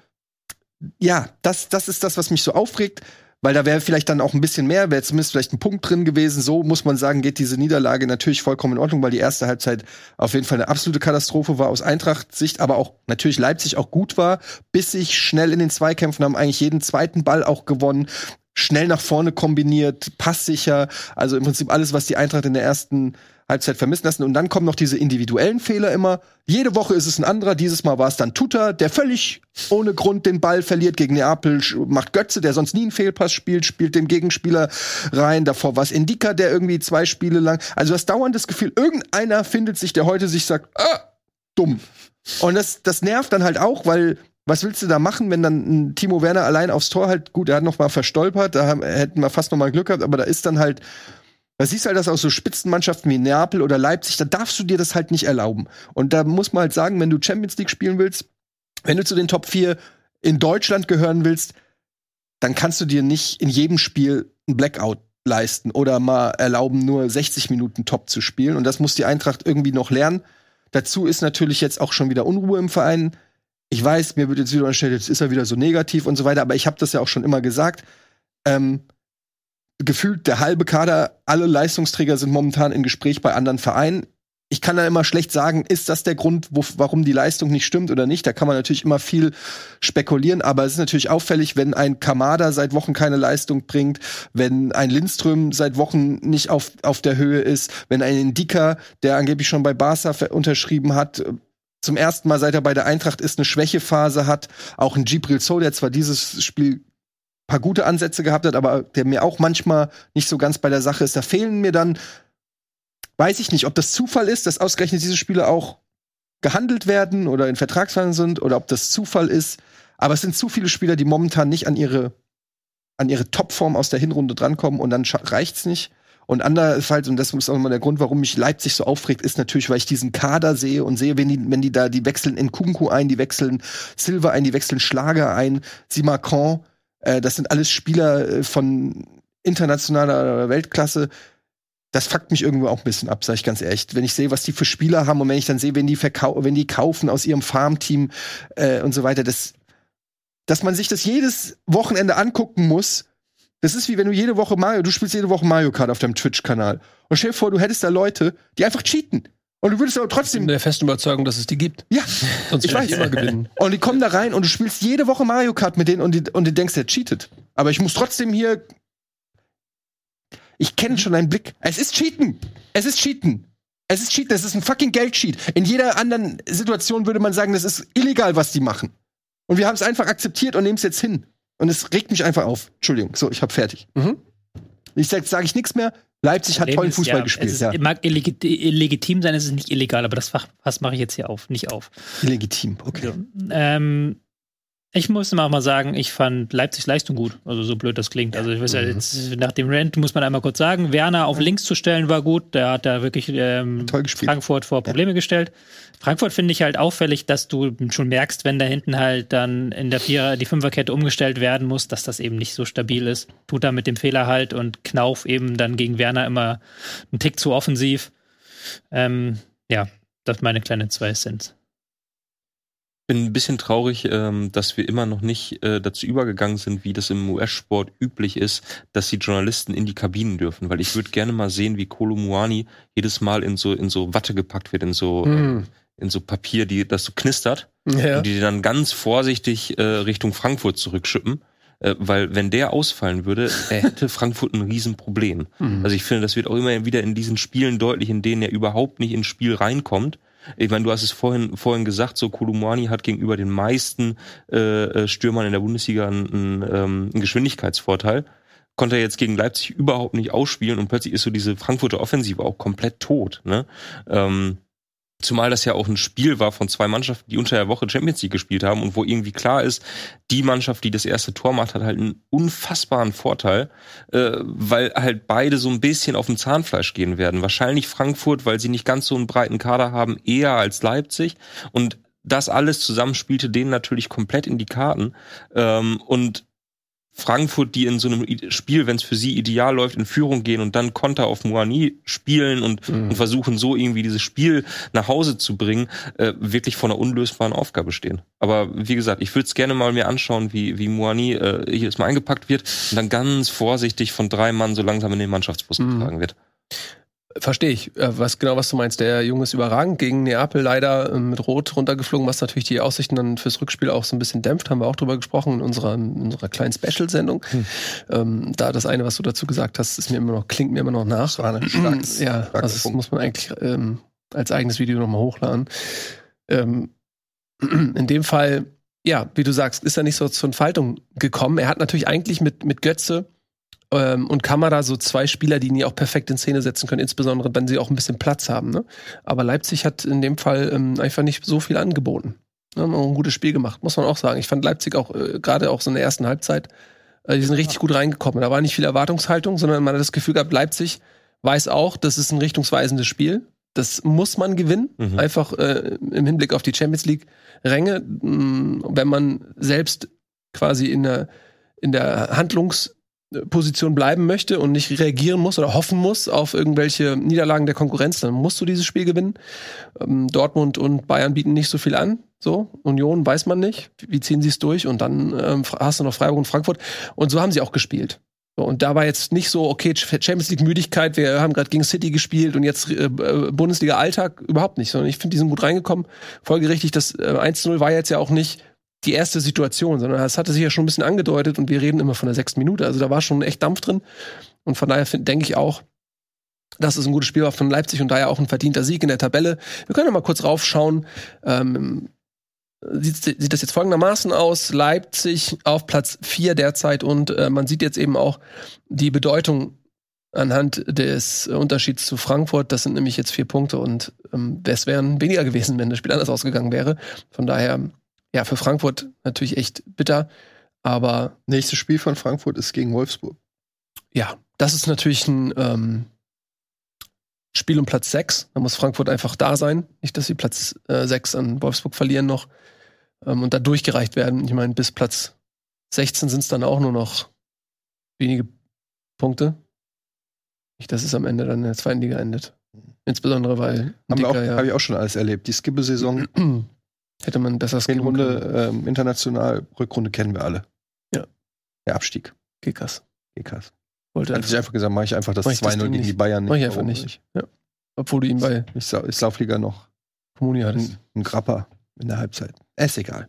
ja, das, das ist das, was mich so aufregt, weil da wäre vielleicht dann auch ein bisschen mehr, wäre zumindest vielleicht ein Punkt drin gewesen. So muss man sagen, geht diese Niederlage natürlich vollkommen in Ordnung, weil die erste Halbzeit auf jeden Fall eine absolute Katastrophe war aus Eintracht-Sicht, aber auch natürlich Leipzig auch gut war, bissig, schnell in den Zweikämpfen, haben eigentlich jeden zweiten Ball auch gewonnen, schnell nach vorne kombiniert, passsicher, also im Prinzip alles, was die Eintracht in der ersten Halbzeit vermissen lassen. Und dann kommen noch diese individuellen Fehler immer. Jede Woche ist es ein anderer. Dieses Mal war es dann Tuta, der völlig ohne Grund den Ball verliert gegen Neapel. Macht Götze, der sonst nie einen Fehlpass spielt, spielt den Gegenspieler rein. Davor war es Indika, der irgendwie zwei Spiele lang. Also das dauernde das Gefühl, irgendeiner findet sich, der heute sich sagt, ah, dumm. Und das, das nervt dann halt auch, weil was willst du da machen, wenn dann ein Timo Werner allein aufs Tor halt, gut, er hat noch mal verstolpert, da haben, hätten wir fast noch mal Glück gehabt, aber da ist dann halt, da siehst du halt, dass auch so Spitzenmannschaften wie Neapel oder Leipzig, da darfst du dir das halt nicht erlauben. Und da muss man halt sagen, wenn du Champions League spielen willst, wenn du zu den Top vier in Deutschland gehören willst, dann kannst du dir nicht in jedem Spiel ein Blackout leisten oder mal erlauben, nur sechzig Minuten Top zu spielen. Und das muss die Eintracht irgendwie noch lernen. Dazu ist natürlich jetzt auch schon wieder Unruhe im Verein. Ich weiß, mir wird jetzt wieder unterstellt, jetzt ist er wieder so negativ und so weiter, aber ich habe das ja auch schon immer gesagt. Ähm, gefühlt der halbe Kader, alle Leistungsträger sind momentan in Gespräch bei anderen Vereinen. ich kann da immer schlecht sagen, ist das der Grund, wo, warum die Leistung nicht stimmt oder nicht. Da kann man natürlich immer viel spekulieren, aber es ist natürlich auffällig, wenn ein Kamada seit Wochen keine Leistung bringt, wenn ein Lindström seit Wochen nicht auf, auf der Höhe ist, wenn ein Ndika, der angeblich schon bei Barca unterschrieben hat, zum ersten Mal, seit er bei der Eintracht ist, eine Schwächephase hat. Auch ein Djibril Sow, der zwar dieses Spiel paar gute Ansätze gehabt hat, aber der mir auch manchmal nicht so ganz bei der Sache ist. Da fehlen mir dann, weiß ich nicht, ob das Zufall ist, dass ausgerechnet diese Spieler auch gehandelt werden oder in Vertragsverhandlungen sind oder ob das Zufall ist. Aber es sind zu viele Spieler, die momentan nicht an ihre, an ihre Topform aus der Hinrunde drankommen und dann reicht's nicht. Und andererseits, und das ist auch immer der Grund, warum mich Leipzig so aufregt, ist natürlich, weil ich diesen Kader sehe und sehe, wenn die, wenn die da, die wechseln Nkunku ein, die wechseln Silva ein, die wechseln Schlager ein, Simakon. Das sind alles Spieler von internationaler Weltklasse. Das fuckt mich irgendwo auch ein bisschen ab, sag ich ganz ehrlich. Wenn ich sehe, was die für Spieler haben und wenn ich dann sehe, wenn die verkau- wenn die kaufen aus ihrem Farmteam äh, und so weiter, das, dass man sich das jedes Wochenende angucken muss, das ist wie wenn du jede Woche Mario, du spielst jede Woche Mario Kart auf deinem Twitch-Kanal. Und stell dir vor, du hättest da Leute, die einfach cheaten. Und du würdest aber trotzdem. In der festen Überzeugung, dass es die gibt. Ja, sonst ich weiß immer gewinnen. Und die kommen da rein und du spielst jede Woche Mario Kart mit denen und, die, und du denkst, der cheatet. Aber ich muss trotzdem hier. Ich kenne schon deinen Blick. Es ist Cheaten. Es ist Cheaten. Es ist Cheaten. Es ist ein fucking Geldcheat. In jeder anderen Situation würde man sagen, das ist illegal, was die machen. Und wir haben es einfach akzeptiert und nehmen es jetzt hin. Und es regt mich einfach auf. Entschuldigung. So, ich hab fertig. Mhm. Ich sag, sage ich nichts mehr. Leipzig hat tollen Fußball ja, gespielt. Es ja. mag illegit- illegitim sein, es ist nicht illegal, aber das Fach, was mache ich jetzt hier auf? Nicht auf. Illegitim, okay. So, ähm, ich muss auch mal sagen, ich fand Leipzigs Leistung gut. Also so blöd das klingt. Also ich weiß ja, jetzt, nach dem Rant muss man einmal kurz sagen, Werner auf links zu stellen war gut. Der hat da wirklich ähm, toll gespielt. Frankfurt vor Probleme ja. gestellt. Frankfurt finde ich halt auffällig, dass du schon merkst, wenn da hinten halt dann in der Vierer, die Fünferkette umgestellt werden muss, dass das eben nicht so stabil ist. Tut da mit dem Fehler halt und Knauf eben dann gegen Werner immer einen Tick zu offensiv. Ähm, ja, das meine kleine zwei Cents. Ich bin ein bisschen traurig, ähm, dass wir immer noch nicht äh, dazu übergegangen sind, wie das im U S-Sport üblich ist, dass die Journalisten in die Kabinen dürfen. Weil ich würde gerne mal sehen, wie Kolo Muani jedes Mal in so in so Watte gepackt wird, in so mm. äh, in so Papier, die das so knistert ja. und die dann ganz vorsichtig äh, Richtung Frankfurt zurückschippen. Äh, weil wenn der ausfallen würde, er hätte Frankfurt ein Riesenproblem. Mm. Also ich finde, das wird auch immer wieder in diesen Spielen deutlich, in denen er überhaupt nicht ins Spiel reinkommt. Ich meine, du hast es vorhin vorhin gesagt, so Kolo Muani hat gegenüber den meisten äh, Stürmern in der Bundesliga einen, einen, ähm, einen Geschwindigkeitsvorteil. Konnte er jetzt gegen Leipzig überhaupt nicht ausspielen und plötzlich ist so diese Frankfurter Offensive auch komplett tot. Ne? Ähm, Zumal das ja auch ein Spiel war von zwei Mannschaften, die unter der Woche Champions League gespielt haben und wo irgendwie klar ist, die Mannschaft, die das erste Tor macht, hat halt einen unfassbaren Vorteil, äh, weil halt beide so ein bisschen auf dem Zahnfleisch gehen werden. Wahrscheinlich Frankfurt, weil sie nicht ganz so einen breiten Kader haben, eher als Leipzig. Und das alles zusammen spielte denen natürlich komplett in die Karten. Ähm, und Frankfurt, die in so einem Spiel, wenn es für sie ideal läuft, in Führung gehen und dann Konter auf Muani spielen und, mhm. und versuchen so irgendwie dieses Spiel nach Hause zu bringen, äh, wirklich vor einer unlösbaren Aufgabe stehen. Aber wie gesagt, ich würde es gerne mal mir anschauen, wie, wie Muani äh, jedes Mal eingepackt wird und dann ganz vorsichtig von drei Mann so langsam in den Mannschaftsbus mhm. getragen wird. Verstehe ich, was genau was du meinst. Der Junge ist überragend, gegen Neapel leider mit Rot runtergeflogen, was natürlich die Aussichten dann fürs Rückspiel auch so ein bisschen dämpft. Haben wir auch drüber gesprochen in unserer, in unserer kleinen Special-Sendung. Hm. Ähm, da das eine, was du dazu gesagt hast, ist mir immer noch, klingt mir immer noch nach. Das war eine starkes, ja, starkes also das Punkt. Muss man eigentlich ähm, als eigenes Video nochmal hochladen. Ähm, in dem Fall, ja, wie du sagst, ist er nicht so zur Entfaltung gekommen. Er hat natürlich eigentlich mit, mit Götze und Kamada so zwei Spieler, die ihn ja auch perfekt in Szene setzen können, insbesondere wenn sie auch ein bisschen Platz haben. Ne? Aber Leipzig hat in dem Fall ähm, einfach nicht so viel angeboten. Ne? Haben auch ein gutes Spiel gemacht, muss man auch sagen. Ich fand Leipzig auch, äh, gerade auch so in der ersten Halbzeit, äh, die sind richtig gut reingekommen. Da war nicht viel Erwartungshaltung, sondern man hat das Gefühl gehabt, Leipzig weiß auch, das ist ein richtungsweisendes Spiel. Das muss man gewinnen, mhm. einfach äh, im Hinblick auf die Champions League-Ränge. Wenn man selbst quasi in der, in der Handlungs- Position bleiben möchte und nicht reagieren muss oder hoffen muss auf irgendwelche Niederlagen der Konkurrenz, dann musst du dieses Spiel gewinnen. Ähm, Dortmund und Bayern bieten nicht so viel an. So, Union weiß man nicht. Wie ziehen sie es durch? Und dann ähm, hast du noch Freiburg und Frankfurt. Und so haben sie auch gespielt. So, und da war jetzt nicht so, okay, Champions League Müdigkeit, wir haben gerade gegen City gespielt und jetzt äh, Bundesliga Alltag, überhaupt nicht, sondern ich finde, die sind gut reingekommen. Folgerichtig, das äh, eins zu null war jetzt ja auch nicht die erste Situation, sondern das hatte sich ja schon ein bisschen angedeutet und wir reden immer von der sechsten Minute, also da war schon echt Dampf drin und von daher denke ich auch, dass es ein gutes Spiel war von Leipzig und daher auch ein verdienter Sieg in der Tabelle. Wir können ja mal kurz raufschauen, ähm, Sieht, sieht das jetzt folgendermaßen aus. Leipzig auf Platz vier derzeit und äh, man sieht jetzt eben auch die Bedeutung anhand des Unterschieds zu Frankfurt. Das sind nämlich jetzt vier Punkte und ähm, es wären weniger gewesen, wenn das Spiel anders ausgegangen wäre. Von daher, ja, für Frankfurt natürlich echt bitter, aber nächstes Spiel von Frankfurt ist gegen Wolfsburg. Ja, das ist natürlich ein ähm, Spiel um Platz sechs. Da muss Frankfurt einfach da sein. Nicht, dass sie Platz äh, sechs an Wolfsburg verlieren noch. Und da durchgereicht werden. Ich meine, bis Platz sechzehn sind es dann auch nur noch wenige Punkte. Nicht, dass es am Ende dann in der zweiten Liga endet. Insbesondere, weil Haben wir auch, ja, habe ich auch schon alles erlebt. Die Skibbe-Saison hätte man besser skippen Hinrunde, ähm, international, Rückrunde kennen wir alle. Ja. Der Abstieg. Kickers. Kickers. Wollte Hätte ich einfach gesagt, mache ich einfach das mach ich zwei null das gegen nicht. die Bayern nicht. Mach ich einfach nicht. Ja. Obwohl du ihn bei Ich, sau ich Saufliga noch Kommuni hattest. ein, ein Grappa in der Halbzeit. Ist egal.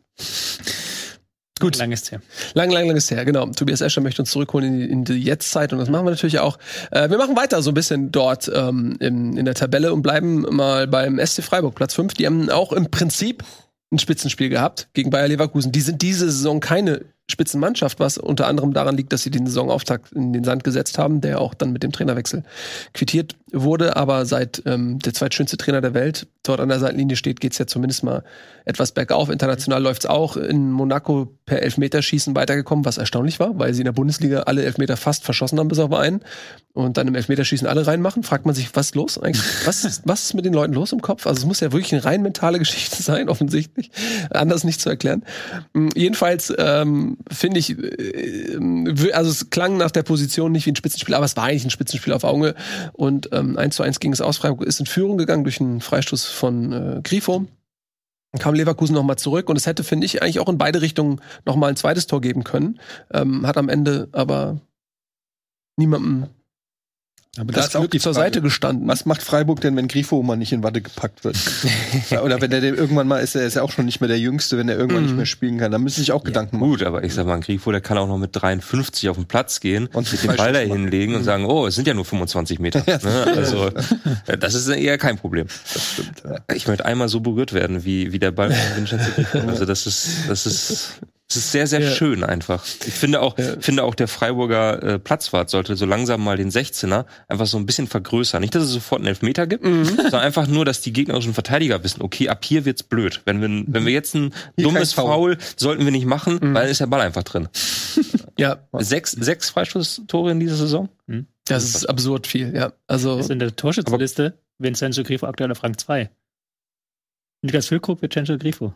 Gut. Lang ist her. Lang, lang, lang ist her, genau. Tobias Escher möchte uns zurückholen in die, in die Jetztzeit und das machen wir natürlich auch. Äh, wir machen weiter so ein bisschen dort ähm, in, in der Tabelle und bleiben mal beim S C Freiburg, Platz fünf. Die haben auch im Prinzip ein Spitzenspiel gehabt gegen Bayer Leverkusen. Die sind diese Saison keine Spitzenmannschaft, was unter anderem daran liegt, dass sie den Saisonauftakt in den Sand gesetzt haben, der auch dann mit dem Trainerwechsel quittiert wurde. Aber seit ähm, der zweitschönste Trainer der Welt dort an der Seitenlinie steht, geht's ja zumindest mal etwas bergauf. International läuft's auch. In Monaco per Elfmeterschießen weitergekommen, was erstaunlich war, weil sie in der Bundesliga alle Elfmeter fast verschossen haben, bis auf einen. Und dann im Elfmeterschießen alle reinmachen. Fragt man sich, was ist los eigentlich? Was ist, was ist mit den Leuten los im Kopf? Also es muss ja wirklich eine rein mentale Geschichte sein, offensichtlich. Anders nicht zu erklären. Jedenfalls ähm, finde ich, äh, also es klang nach der Position nicht wie ein Spitzenspiel, aber es war eigentlich ein Spitzenspiel auf Augenhöhe. Und ähm, eins zu eins ging es aus. Freiburg ist in Führung gegangen durch einen Freistoß von äh, Grifo. Dann kam Leverkusen nochmal zurück und es hätte, finde ich, eigentlich auch in beide Richtungen nochmal ein zweites Tor geben können. Ähm, hat am Ende aber niemandem Aber das ist auch Glück die zur Frage. Seite gestanden. Was macht Freiburg denn, wenn Grifo mal nicht in Watte gepackt wird? Oder wenn der irgendwann mal ist, er ist ja auch schon nicht mehr der Jüngste, wenn er irgendwann Mhm. nicht mehr spielen kann. Da müssen sich auch Gedanken machen. Gut, aber ich sag mal, ein Grifo, der kann auch noch mit dreiundfünfzig auf den Platz gehen Und mit dem Ball da Freischuss machen. hinlegen und sagen, oh, es sind ja nur fünfundzwanzig Meter. Ne? Also, äh, das ist eher kein Problem. Das stimmt, ja. Ich möchte einmal so berührt werden, wie, wie der Ball von Vincenzo Grifo. Also, das ist, das ist, das ist sehr, sehr Ja. schön einfach. Ich finde auch, Ja. finde auch der Freiburger äh, Platzwart sollte so langsam mal den sechzehner einfach so ein bisschen vergrößern. Nicht, dass es sofort einen Elfmeter gibt, sondern einfach nur, dass die gegnerischen Verteidiger wissen, okay, ab hier wird's blöd. Wenn wir, wenn wir jetzt ein Hier dummes kein Foul. Foul sollten wir nicht machen, weil dann ist der Ball einfach drin. Ja, Sechs, sechs Freistoßtore in dieser Saison? das ist absurd viel, ja. Also, Ist in der Torschützenliste Vincenzo Grifo aktuell auf Rang zwei. Niklas Füllkrug, Vincenzo Grifo.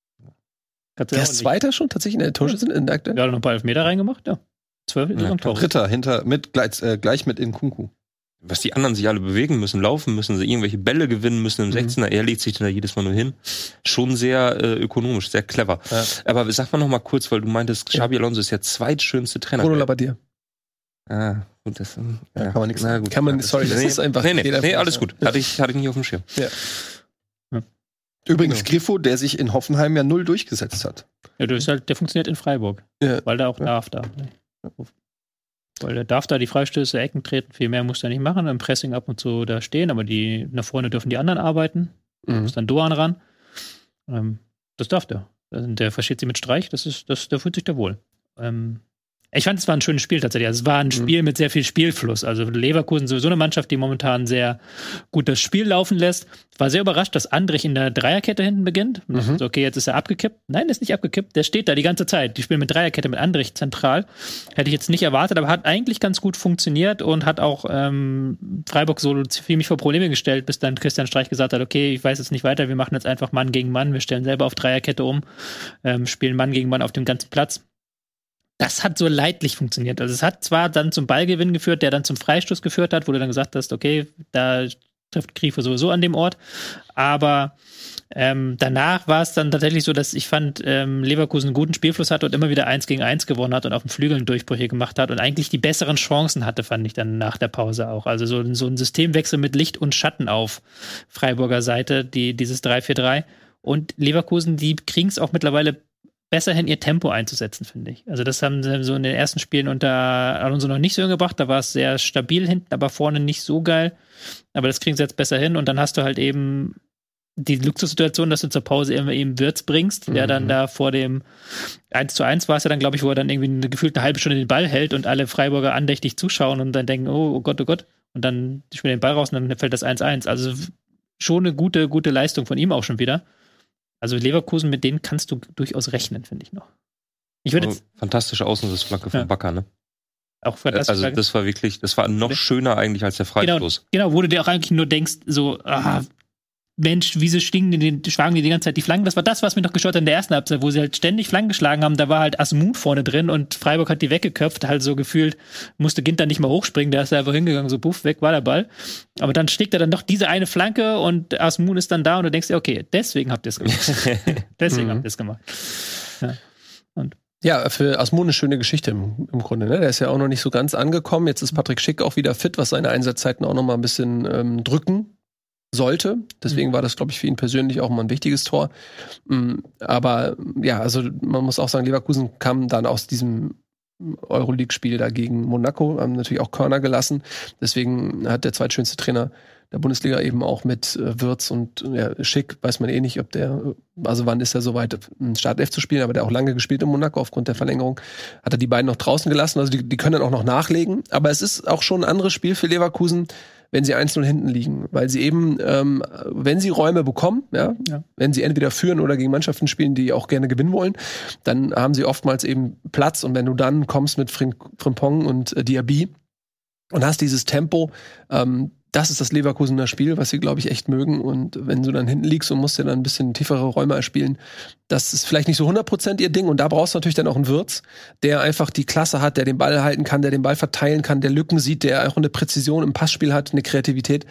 Kannst du der ja auch ist nicht. Zweiter schon tatsächlich in der Torschützen in der aktuellen? Ja, noch ein paar Elfmeter reingemacht, ja. Zwölf Ja, Saisontore. Dritter hinter, mit, gleich, äh, gleich mit Nkunku. Was die anderen sich alle bewegen müssen, laufen müssen, sie irgendwelche Bälle gewinnen müssen im Mhm. sechzehner, er legt sich dann da jedes Mal nur hin. Schon sehr äh, ökonomisch, sehr clever. Ja. Aber sag mal noch mal kurz, weil du meintest, Xabi Alonso ist ja zweitschönste Trainer. Bruno Labbadia. Ah, gut, das ähm, Ja, kann man nichts na gut. Kann man, sorry, das nee, ist einfach. Nee, nee, jeder- nee, alles gut. Hatte ich, hatte ich nicht auf dem Schirm. Übrigens Genau. Grifo, der sich in Hoffenheim ja null durchgesetzt hat. Ja, der, ist halt, der funktioniert in Freiburg. Ja. Weil der auch darf da. Weil der darf da die Freistöße, Ecken treten, viel mehr muss er nicht machen, im Pressing ab und zu da stehen, aber die nach vorne dürfen die anderen arbeiten. Da Mhm. muss dann Doan ran. Ähm, das darf der. Der versteht sie mit Streich, das ist, das, der fühlt sich da wohl. Ähm, ich fand, es war ein schönes Spiel tatsächlich. Also es war ein Spiel mit sehr viel Spielfluss. Also Leverkusen sowieso eine Mannschaft, die momentan sehr gut das Spiel laufen lässt. War sehr überrascht, dass Andrich in der Dreierkette hinten beginnt. Und dachte so, okay, jetzt ist er abgekippt. Nein, der ist nicht abgekippt. Der steht da die ganze Zeit. Die spielen mit Dreierkette mit Andrich zentral. Hätte ich jetzt nicht erwartet, aber hat eigentlich ganz gut funktioniert und hat auch ähm, Freiburg so ziemlich vor Probleme gestellt, bis dann Christian Streich gesagt hat, okay, ich weiß jetzt nicht weiter, wir machen jetzt einfach Mann gegen Mann. Wir stellen selber auf Dreierkette um, ähm, spielen Mann gegen Mann auf dem ganzen Platz. Das hat so leidlich funktioniert. Also es hat zwar dann zum Ballgewinn geführt, der dann zum Freistoß geführt hat, wo du dann gesagt hast, okay, da trifft Grifo sowieso an dem Ort. Aber ähm, danach war es dann tatsächlich so, dass ich fand, ähm, Leverkusen einen guten Spielfluss hatte und immer wieder eins gegen eins gewonnen hat und auf den Flügeln Durchbrüche gemacht hat und eigentlich die besseren Chancen hatte, fand ich dann nach der Pause auch. Also so, so ein Systemwechsel mit Licht und Schatten auf Freiburger Seite, die, dieses drei vier drei. Und Leverkusen, die kriegen es auch mittlerweile besser hin, ihr Tempo einzusetzen, finde ich. Also das haben sie so in den ersten Spielen unter Alonso noch nicht so hingebracht. Da war es sehr stabil hinten, aber vorne nicht so geil. Aber das kriegen sie jetzt besser hin. Und dann hast du halt eben die Luxussituation, dass du zur Pause immer eben Wirtz bringst, der mhm. dann da vor dem eins zu eins war es ja dann, glaube ich, wo er dann irgendwie eine, gefühlt eine halbe Stunde den Ball hält und alle Freiburger andächtig zuschauen und dann denken, oh, oh Gott, oh Gott. Und dann spielen den Ball raus und dann fällt das eins eins. Also schon eine gute, gute Leistung von ihm auch schon wieder. Also Leverkusen, mit denen kannst du durchaus rechnen, finde ich noch. Ich würde jetzt fantastische Außenrissflanke von ja. Bakker, ne? Auch fantastisch. Also das war wirklich, das war noch schöner eigentlich als der Freistoß. Genau, genau, wo du dir auch eigentlich nur denkst, so, ah, Mensch, wieso schlagen die, die, schlagen die die ganze Zeit die Flanken? Das war das, was mich noch gestört hat in der ersten Halbzeit, wo sie halt ständig Flanken geschlagen haben. Da war halt Asmun vorne drin und Freiburg hat die weggeköpft, halt so gefühlt, musste Ginter nicht mal hochspringen, der ist da einfach hingegangen, so puff, weg war der Ball. Aber dann schlägt er dann doch diese eine Flanke und Asmun ist dann da und du denkst dir, okay, deswegen habt ihr es gemacht. deswegen habt ihr es gemacht. Ja. Und Ja, für Asmun eine schöne Geschichte im, im Grunde. Ne? Der ist ja auch noch nicht so ganz angekommen. Jetzt ist Patrick Schick auch wieder fit, was seine Einsatzzeiten auch noch mal ein bisschen ähm, drücken sollte. Deswegen war das, glaube ich, für ihn persönlich auch mal ein wichtiges Tor. Aber ja, also man muss auch sagen, Leverkusen kam dann aus diesem Euroleague-Spiel da gegen Monaco, haben natürlich auch Körner gelassen. Deswegen hat der zweitschönste Trainer der Bundesliga eben auch mit äh, Wirtz und ja, Schick, weiß man eh nicht, ob der, also wann ist er soweit, ein Startelf zu spielen, aber der auch lange gespielt in Monaco aufgrund der Verlängerung, hat er die beiden noch draußen gelassen, also die, die können dann auch noch nachlegen, aber es ist auch schon ein anderes Spiel für Leverkusen, wenn sie eins null hinten liegen, weil sie eben, ähm, wenn sie Räume bekommen, ja, ja, wenn sie entweder führen oder gegen Mannschaften spielen, die auch gerne gewinnen wollen, dann haben sie oftmals eben Platz und wenn du dann kommst mit Frimpong und äh, Diaby und hast dieses Tempo, ähm, das ist das Leverkusener Spiel, was sie, glaube ich, echt mögen. Und wenn du dann hinten liegst und musst ja dann ein bisschen tiefere Räume erspielen, das ist vielleicht nicht so hundert Prozent ihr Ding. Und da brauchst du natürlich dann auch einen Wirtz, der einfach die Klasse hat, der den Ball halten kann, der den Ball verteilen kann, der Lücken sieht, der auch eine Präzision im Passspiel hat, eine Kreativität.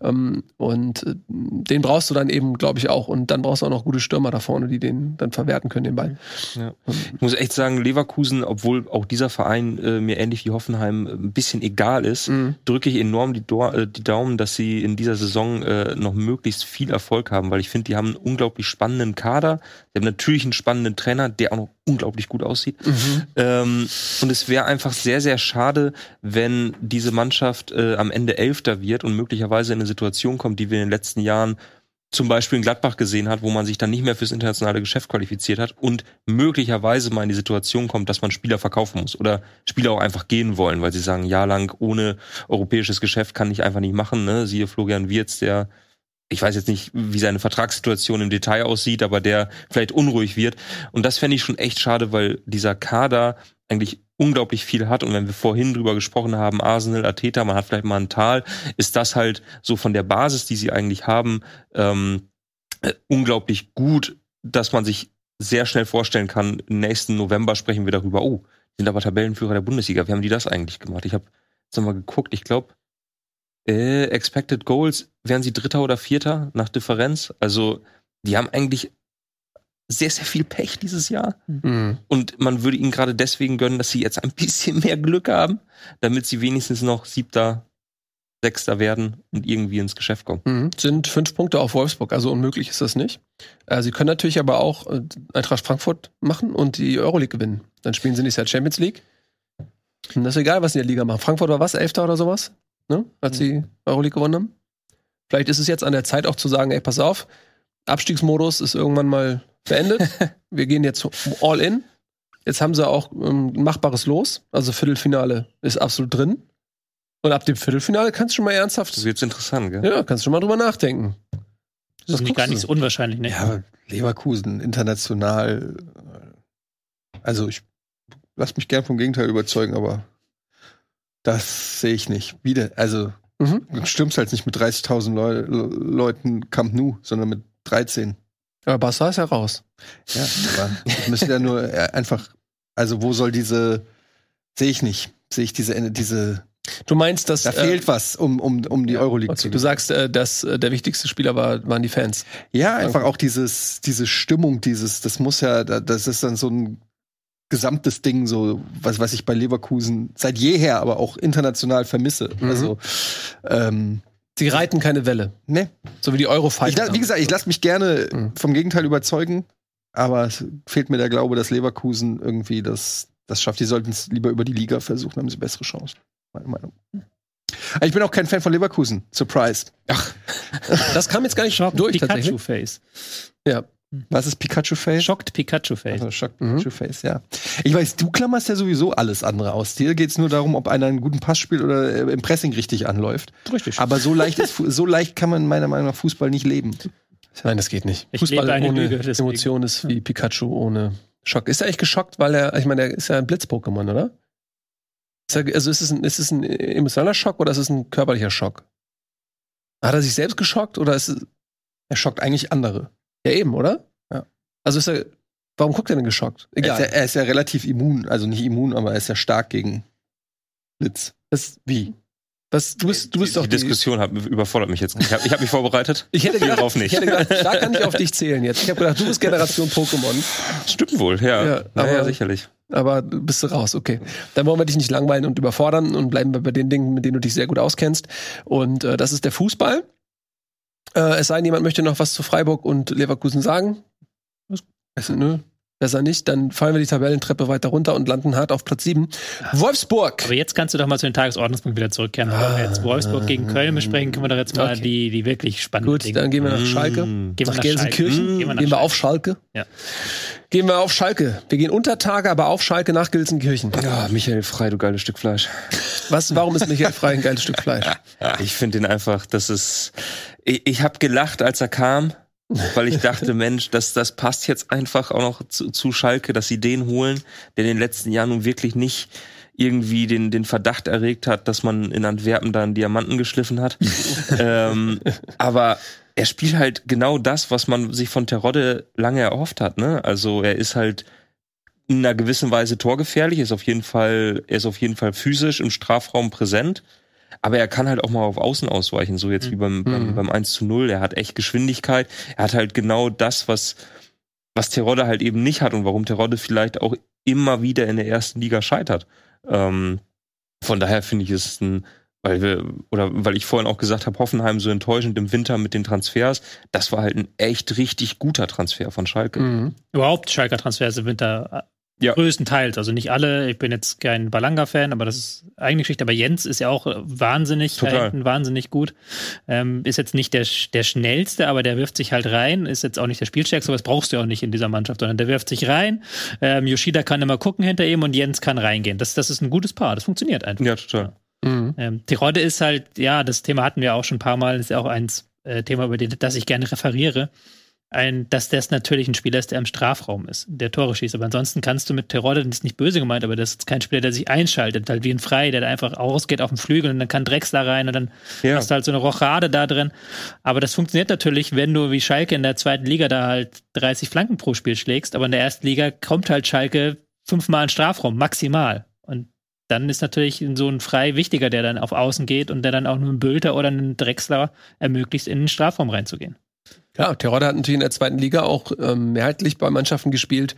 Und den brauchst du dann eben, glaube ich, auch. Und dann brauchst du auch noch gute Stürmer da vorne, die den dann verwerten können, den Ball. Ja. Ich muss echt sagen, Leverkusen, obwohl auch dieser Verein äh, mir ähnlich wie Hoffenheim ein bisschen egal ist, mhm. drücke ich enorm die, Do- äh, die Daumen, dass sie in dieser Saison äh, noch möglichst viel Erfolg haben, weil ich finde, die haben einen unglaublich spannenden Kader. Die haben natürlich einen spannenden Trainer, der auch noch unglaublich gut aussieht. Mhm. Ähm, und es wäre einfach sehr, sehr schade, wenn diese Mannschaft äh, am Ende Elfter wird und möglicherweise in eine Situation kommt, die wir in den letzten Jahren zum Beispiel in Gladbach gesehen hat, wo man sich dann nicht mehr fürs internationale Geschäft qualifiziert hat und möglicherweise mal in die Situation kommt, dass man Spieler verkaufen muss oder Spieler auch einfach gehen wollen, weil sie sagen, jahrelang ohne europäisches Geschäft kann ich einfach nicht machen. Ne? Siehe Florian Wirtz, der, ich weiß jetzt nicht, wie seine Vertragssituation im Detail aussieht, aber der vielleicht unruhig wird. Und das fände ich schon echt schade, weil dieser Kader eigentlich unglaublich viel hat. Und wenn wir vorhin drüber gesprochen haben, Arsenal, Arteta, man hat vielleicht mal ein Tal, ist das halt so von der Basis, die sie eigentlich haben, ähm, äh, unglaublich gut, dass man sich sehr schnell vorstellen kann, im nächsten November sprechen wir darüber, oh, sind aber Tabellenführer der Bundesliga. Wie haben die das eigentlich gemacht? Ich habe jetzt nochmal geguckt, ich glaube, äh, Expected Goals, wären sie Dritter oder Vierter nach Differenz? Also, die haben eigentlich sehr, sehr viel Pech dieses Jahr. Mhm. Und man würde ihnen gerade deswegen gönnen, dass sie jetzt ein bisschen mehr Glück haben, damit sie wenigstens noch Siebter, Sechster werden und irgendwie ins Geschäft kommen. Mhm. Sind fünf Punkte auf Wolfsburg, also unmöglich ist das nicht. Äh, sie können natürlich aber auch äh, Eintracht Frankfurt machen und die Euroleague gewinnen. Dann spielen sie nächstes Jahr Champions League. Und das ist egal, was sie in der Liga machen. Frankfurt war was? Elfter oder sowas? Ne? Als mhm. sie Euroleague gewonnen haben. Vielleicht ist es jetzt an der Zeit auch zu sagen, ey, pass auf, Abstiegsmodus ist irgendwann mal beendet. Wir gehen jetzt all in. Jetzt haben sie auch ähm, ein machbares Los. Also Viertelfinale ist absolut drin. Und ab dem Viertelfinale kannst du schon mal ernsthaft. Das wird interessant, gell? Ja, kannst du schon mal drüber nachdenken. Das ist gar nicht so unwahrscheinlich, ne? Ja, aber Leverkusen international. Also ich lass mich gern vom Gegenteil überzeugen, aber das sehe ich nicht. Wieder, also mhm. du stürmst halt nicht mit dreißigtausend Leu- Leuten Camp Nou, sondern mit dreizehn. Aber Barca ist ja raus. Ja, aber wir müssen ja nur einfach, also wo soll diese, sehe ich nicht, sehe ich diese, diese Du meinst, dass Da äh, fehlt was, um, um, um die Euroleague okay, zu du sagst, äh, dass äh, der wichtigste Spieler war, waren die Fans. Ja, einfach auch dieses, diese Stimmung, dieses, das muss ja, das ist dann so ein gesamtes Ding, so, was, was ich bei Leverkusen seit jeher, aber auch international vermisse. Mhm. Also, ähm, Sie reiten keine Welle. ne. So wie die Eurofighter. Ich, la- wie gesagt, ich lasse mich gerne Mhm. vom Gegenteil überzeugen, aber es fehlt mir der Glaube, dass Leverkusen irgendwie das, das schafft. Die sollten es lieber über die Liga versuchen, haben sie bessere Chancen. Meine Meinung. Aber ich bin auch kein Fan von Leverkusen. Surprise. Das kam jetzt gar nicht Schock durch, tatsächlich. Pikachu-Face. Ja. Was ist Pikachu-Face? Schockt Pikachu-Face. Also Schock Mhm. Pikachu-Face, ja. Ich weiß, du klammerst ja sowieso alles andere aus. Dir geht's nur darum, ob einer einen guten Pass spielt oder äh, im Pressing richtig anläuft. Richtig. Aber so leicht, ist, Fu- so leicht kann man meiner Meinung nach Fußball nicht leben. Nein, das geht nicht. Ich Fußball lebe eine ohne Lüge, deswegen. Emotion ist wie Pikachu ohne Schock. Ist er echt geschockt, weil er, ich meine, er ist ja ein Blitz-Pokémon, oder? Ist er, also ist es, ein, ist es ein emotionaler Schock oder ist es ein körperlicher Schock? Hat er sich selbst geschockt oder ist es. Er schockt eigentlich andere. Ja, eben, oder? Ja. Also ist er. Warum guckt er denn geschockt? Er ist, Egal. ja, er ist ja relativ immun, also nicht immun, aber er ist ja stark gegen Blitz. Das, wie? Was, du bist, du bist die, doch die Diskussion hat, überfordert mich jetzt. Ich habe ich hab mich vorbereitet. Ich hätte gedacht, Darauf nicht. ich hätte gedacht, da kann ich auf dich zählen jetzt. Ich habe gedacht, du bist Generation Pokémon, Stimmt wohl, ja. Ja, naja, aber- sicherlich. aber bist du raus, okay. Dann wollen wir dich nicht langweilen und überfordern und bleiben wir bei den Dingen, mit denen du dich sehr gut auskennst. Und äh, das ist der Fußball. Äh, es sei denn, jemand möchte noch was zu Freiburg und Leverkusen sagen. Also, nö, besser nicht. Dann fallen wir die Tabellentreppe weiter runter und landen hart auf Platz sieben. Wolfsburg. Aber jetzt kannst du doch mal zu den Tagesordnungspunkt wieder zurückkehren. Wenn wir jetzt Wolfsburg gegen Köln besprechen, können wir doch jetzt mal Okay. die, die wirklich spannenden Gut, Dinge. dann gehen wir nach Schalke. Mm. Gehen wir Nach nach Gelsenkirchen. Schalke. Gehen Gehen wir nach wir Schalke. auf Schalke. Ja. Gehen wir auf Schalke. Wir gehen unter Tage, aber auf Schalke nach Gelsenkirchen. Ja, Michael Frey, du geiles Stück Fleisch. Was, warum ist Michael Frey ein geiles Stück Fleisch? Ich finde ihn einfach, das ist. Ich, ich habe gelacht, als er kam, weil ich dachte, Mensch, das, das passt jetzt einfach auch noch zu, zu Schalke, dass sie den holen, der in den letzten Jahren nun wirklich nicht irgendwie den, den Verdacht erregt hat, dass man in Antwerpen da einen Diamanten geschliffen hat. ähm, aber er spielt halt genau das, was man sich von Terodde lange erhofft hat, ne? Also er ist halt in einer gewissen Weise torgefährlich, ist auf jeden Fall, er ist auf jeden Fall physisch im Strafraum präsent. Aber er kann halt auch mal auf Außen ausweichen, so jetzt wie beim, beim, Mhm. beim eins zu null. Er hat echt Geschwindigkeit. Er hat halt genau das, was, was Terodde halt eben nicht hat und warum Terodde vielleicht auch immer wieder in der ersten Liga scheitert. Ähm, von daher finde ich es ein, weil wir, oder weil ich vorhin auch gesagt habe, Hoffenheim so enttäuschend im Winter mit den Transfers. Das war halt ein echt richtig guter Transfer von Schalke. Mhm. Überhaupt Schalker Transfers im Winter äh, Ja. größtenteils. Also nicht alle. Ich bin jetzt kein Balanga-Fan, aber das ist eigene Geschichte. Aber Jens ist ja auch wahnsinnig, da Total. hinten wahnsinnig gut. Ähm, ist jetzt nicht der, der schnellste, aber der wirft sich halt rein. Ist jetzt auch nicht der spielstärkste, aber das brauchst du ja auch nicht in dieser Mannschaft, sondern der wirft sich rein. Ähm, Yoshida kann immer gucken hinter ihm und Jens kann reingehen. Das, das ist ein gutes Paar. Das funktioniert einfach. Ja, total. Mhm. Ähm, Terodde ist halt, ja, das Thema hatten wir auch schon ein paar Mal, ist ja auch ein äh, Thema, über das ich gerne referiere. Ein, dass das natürlich ein Spieler ist, der im Strafraum ist, der Tore schießt. Aber ansonsten kannst du mit Terodde, das ist nicht böse gemeint, aber das ist kein Spieler, der sich einschaltet, halt wie ein Frei, der da einfach ausgeht auf dem Flügel und dann kann Drexler rein und dann Ja. hast du halt so eine Rochade da drin. Aber das funktioniert natürlich, wenn du wie Schalke in der zweiten Liga da halt dreißig Flanken pro Spiel schlägst, aber in der ersten Liga kommt halt Schalke fünfmal in den Strafraum, maximal. Und dann ist natürlich so ein Frei wichtiger, der dann auf Außen geht und der dann auch nur einen Bülter oder einen Drexler ermöglicht, in den Strafraum reinzugehen. Ja, Terodde hat natürlich in der zweiten Liga auch ähm, mehrheitlich bei Mannschaften gespielt,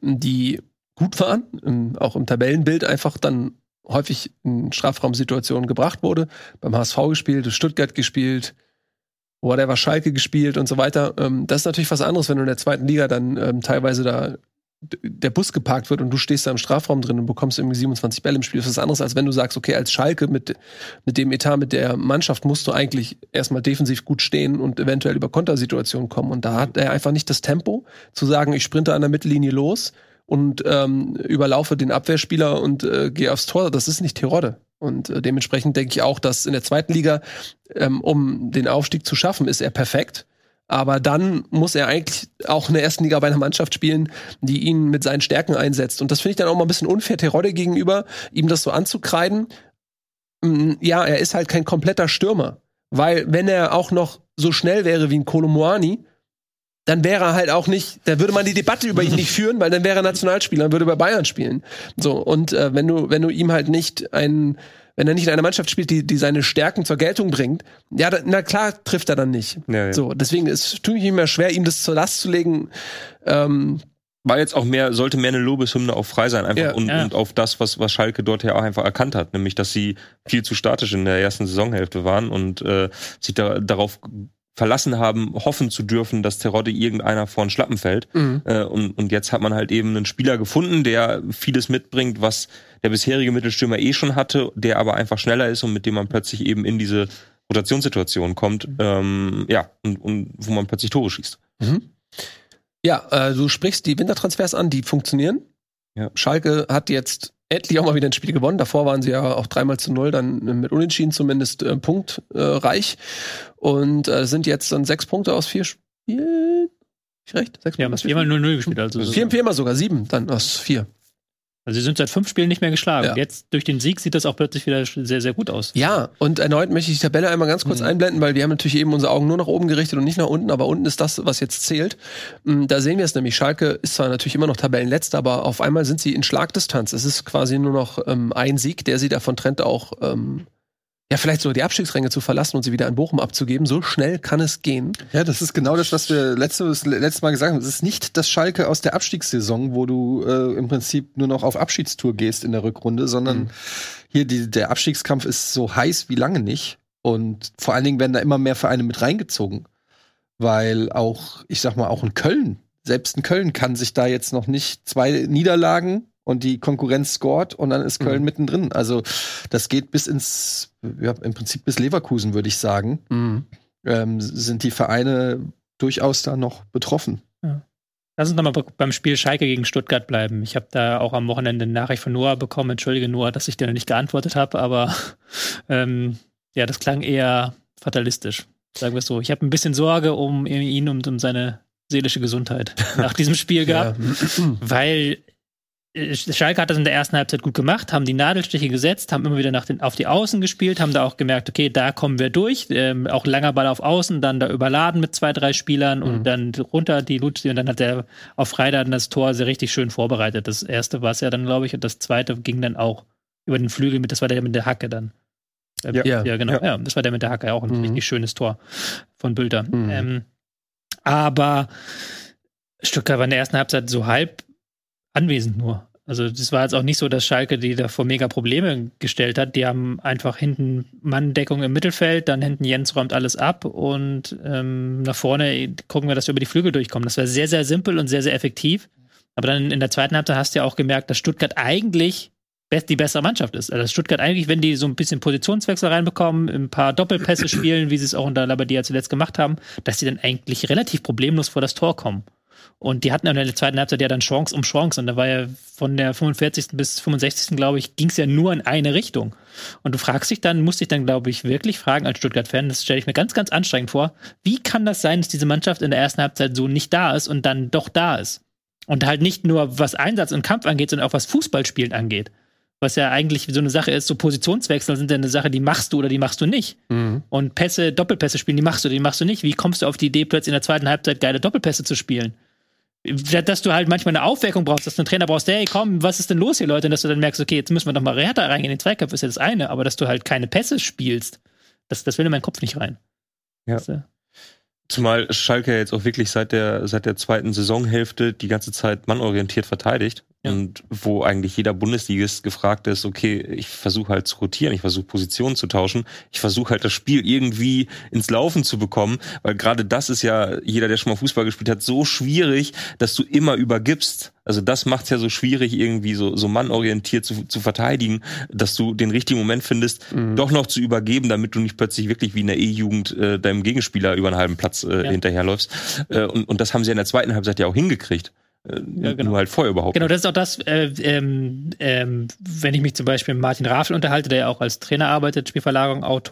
die gut waren, ähm, auch im Tabellenbild einfach dann häufig in Strafraumsituationen gebracht wurde. Beim H S V gespielt, Stuttgart gespielt, whatever, Schalke gespielt und so weiter. Ähm, das ist natürlich was anderes, wenn du in der zweiten Liga dann ähm, teilweise da d- der Bus geparkt wird und du stehst da im Strafraum drin und bekommst irgendwie siebenundzwanzig Bälle im Spiel. Das ist was anderes, als wenn du sagst, okay, als Schalke mit, mit dem Etat, mit der Mannschaft musst du eigentlich erstmal defensiv gut stehen und eventuell über Kontersituationen kommen. Und da hat er einfach nicht das Tempo, zu sagen, ich sprinte an der Mittellinie los und ähm, überlaufe den Abwehrspieler und äh, gehe aufs Tor. Das ist nicht Terodde. Und äh, dementsprechend denke ich auch, dass in der zweiten Liga, ähm, um den Aufstieg zu schaffen, ist er perfekt. Aber dann muss er eigentlich auch in der ersten Liga bei einer Mannschaft spielen, die ihn mit seinen Stärken einsetzt. Und das finde ich dann auch mal ein bisschen unfair Terodde gegenüber, ihm das so anzukreiden. Mm, Ja, er ist halt kein kompletter Stürmer. Weil wenn er auch noch so schnell wäre wie ein Kolo Muani, dann wäre er halt auch nicht, da würde man die Debatte über ihn nicht führen, weil dann wäre er Nationalspieler, dann würde er bei Bayern spielen. So, und äh, wenn du, wenn du ihm halt nicht einen Wenn er nicht in einer Mannschaft spielt, die, die seine Stärken zur Geltung bringt, ja, da, na klar trifft er dann nicht. Ja, ja. So, deswegen ist tue ich mir schwer, ihm das zur Last zu legen. Ähm, War jetzt auch mehr, sollte mehr eine Lobeshymne auf Frei sein, einfach ja, und, ja. und auf das, was, was Schalke dort ja auch einfach erkannt hat, nämlich, dass sie viel zu statisch in der ersten Saisonhälfte waren und äh, sich da, darauf verlassen haben, hoffen zu dürfen, dass Terodde irgendeiner vor den Schlappen fällt. Mhm. Äh, und, und jetzt hat man halt eben einen Spieler gefunden, der vieles mitbringt, was der bisherige Mittelstürmer eh schon hatte, der aber einfach schneller ist und mit dem man plötzlich eben in diese Rotationssituation kommt, mhm. ähm, ja, und, und wo man plötzlich Tore schießt. Mhm. Ja, äh, du sprichst die Wintertransfers an, die funktionieren. Ja. Schalke hat jetzt endlich auch mal wieder ein Spiel gewonnen. Davor waren sie ja auch dreimal zu null, dann mit Unentschieden zumindest äh, punktreich. Äh, und äh, sind jetzt dann sechs Punkte aus vier Spielen. Ich recht? Sechs ja, haben viermal null null gespielt. Also vier, viermal sogar, sieben dann aus vier. Also sie sind seit fünf Spielen nicht mehr geschlagen. Ja. Jetzt durch den Sieg sieht das auch plötzlich wieder sehr, sehr gut aus. Ja, und erneut möchte ich die Tabelle einmal ganz kurz mhm. einblenden, weil wir haben natürlich eben unsere Augen nur nach oben gerichtet und nicht nach unten, aber unten ist das, was jetzt zählt. Da sehen wir es nämlich, Schalke ist zwar natürlich immer noch Tabellenletzter, aber auf einmal sind sie in Schlagdistanz. Es ist quasi nur noch ähm, ein Sieg, der sie davon trennt, auch ähm, ja, vielleicht sogar die Abstiegsränge zu verlassen und sie wieder an Bochum abzugeben. So schnell kann es gehen. Ja, das ist genau das, was wir letztes, letztes Mal gesagt haben. Es ist nicht das Schalke aus der Abstiegssaison, wo du äh, im Prinzip nur noch auf Abschiedstour gehst in der Rückrunde, sondern mhm. hier die, der Abstiegskampf ist so heiß wie lange nicht. Und vor allen Dingen werden da immer mehr Vereine mit reingezogen. Weil auch, ich sag mal, auch in Köln, selbst in Köln kann sich da jetzt noch nicht zwei Niederlagen und die Konkurrenz scored und dann ist Köln mhm. mittendrin. Also das geht bis ins, ja, im Prinzip bis Leverkusen, würde ich sagen. Mhm. Ähm, sind die Vereine durchaus da noch betroffen. Ja. Lass uns nochmal beim Spiel Schalke gegen Stuttgart bleiben. Ich habe da auch am Wochenende eine Nachricht von Noah bekommen. Entschuldige Noah, dass ich dir noch nicht geantwortet habe, aber ähm, ja, das klang eher fatalistisch, sagen wir es so. Ich habe ein bisschen Sorge um ihn und um seine seelische Gesundheit nach diesem Spiel gehabt, ja. weil Schalke hat das in der ersten Halbzeit gut gemacht, haben die Nadelstiche gesetzt, haben immer wieder nach den, auf die Außen gespielt, haben da auch gemerkt, okay, da kommen wir durch, ähm, auch langer Ball auf Außen, dann da überladen mit zwei, drei Spielern und mhm. dann runter die Lutzi und dann hat der auf Freitag das Tor sehr richtig schön vorbereitet. Das erste war es ja dann, glaube ich, und das zweite ging dann auch über den Flügel mit, das war der mit der Hacke dann. Äh, ja. ja, genau, ja. ja, das war der mit der Hacke, auch ein mhm. richtig schönes Tor von Bülter. Mhm. Ähm, aber Stuttgart war in der ersten Halbzeit so halb anwesend nur. Also das war jetzt auch nicht so, dass Schalke die da vor mega Probleme gestellt hat. Die haben einfach hinten Manndeckung im Mittelfeld, dann hinten Jens räumt alles ab und ähm, nach vorne gucken wir, dass wir über die Flügel durchkommen. Das war sehr, sehr simpel und sehr, sehr effektiv. Aber dann in der zweiten Halbzeit hast du ja auch gemerkt, dass Stuttgart eigentlich die bessere Mannschaft ist. Also Stuttgart eigentlich, wenn die so ein bisschen Positionswechsel reinbekommen, ein paar Doppelpässe spielen, wie sie es auch unter Labadia zuletzt gemacht haben, dass sie dann eigentlich relativ problemlos vor das Tor kommen. Und die hatten in der zweiten Halbzeit ja dann Chance um Chance. Und da war ja von der fünfundvierzigsten bis fünfundsechzigsten glaube ich, ging es ja nur in eine Richtung. Und du fragst dich dann, musst dich dann, glaube ich, wirklich fragen als Stuttgart-Fan, das stelle ich mir ganz, ganz anstrengend vor, wie kann das sein, dass diese Mannschaft in der ersten Halbzeit so nicht da ist und dann doch da ist? Und halt nicht nur, was Einsatz und Kampf angeht, sondern auch was Fußballspielen angeht. Was ja eigentlich so eine Sache ist, so Positionswechsel sind ja eine Sache, die machst du oder die machst du nicht. Mhm. Und Pässe, Doppelpässe spielen, die machst du, die machst du nicht. Wie kommst du auf die Idee, plötzlich in der zweiten Halbzeit geile Doppelpässe zu spielen? Dass du halt manchmal eine Aufweckung brauchst, dass du einen Trainer brauchst, hey, komm, was ist denn los hier, Leute? Und dass du dann merkst, okay, jetzt müssen wir doch mal härter reingehen in den Zweikampf, ist ja das eine, aber dass du halt keine Pässe spielst, das, das will in meinen Kopf nicht rein. Ja. Das, äh Zumal Schalke jetzt auch wirklich seit der, seit der zweiten Saisonhälfte die ganze Zeit mannorientiert verteidigt. Ja. Und wo eigentlich jeder Bundesligist gefragt ist, okay, ich versuche halt zu rotieren, ich versuche Positionen zu tauschen, ich versuche halt das Spiel irgendwie ins Laufen zu bekommen, weil gerade das ist ja, jeder, der schon mal Fußball gespielt hat, so schwierig, dass du immer übergibst. Also das macht's ja so schwierig, irgendwie so, so mannorientiert zu, zu verteidigen, dass du den richtigen Moment findest, mhm. doch noch zu übergeben, damit du nicht plötzlich wirklich wie in der E-Jugend äh, deinem Gegenspieler über einen halben Platz äh, ja. hinterherläufst. Äh, und, und das haben sie in der zweiten Halbzeit ja auch hingekriegt. Ja, genau. Nur halt vorher überhaupt Genau, das ist auch das, äh, ähm, ähm, wenn ich mich zum Beispiel mit Martin Rafel unterhalte, der ja auch als Trainer arbeitet, Spielverlagerung, Autor,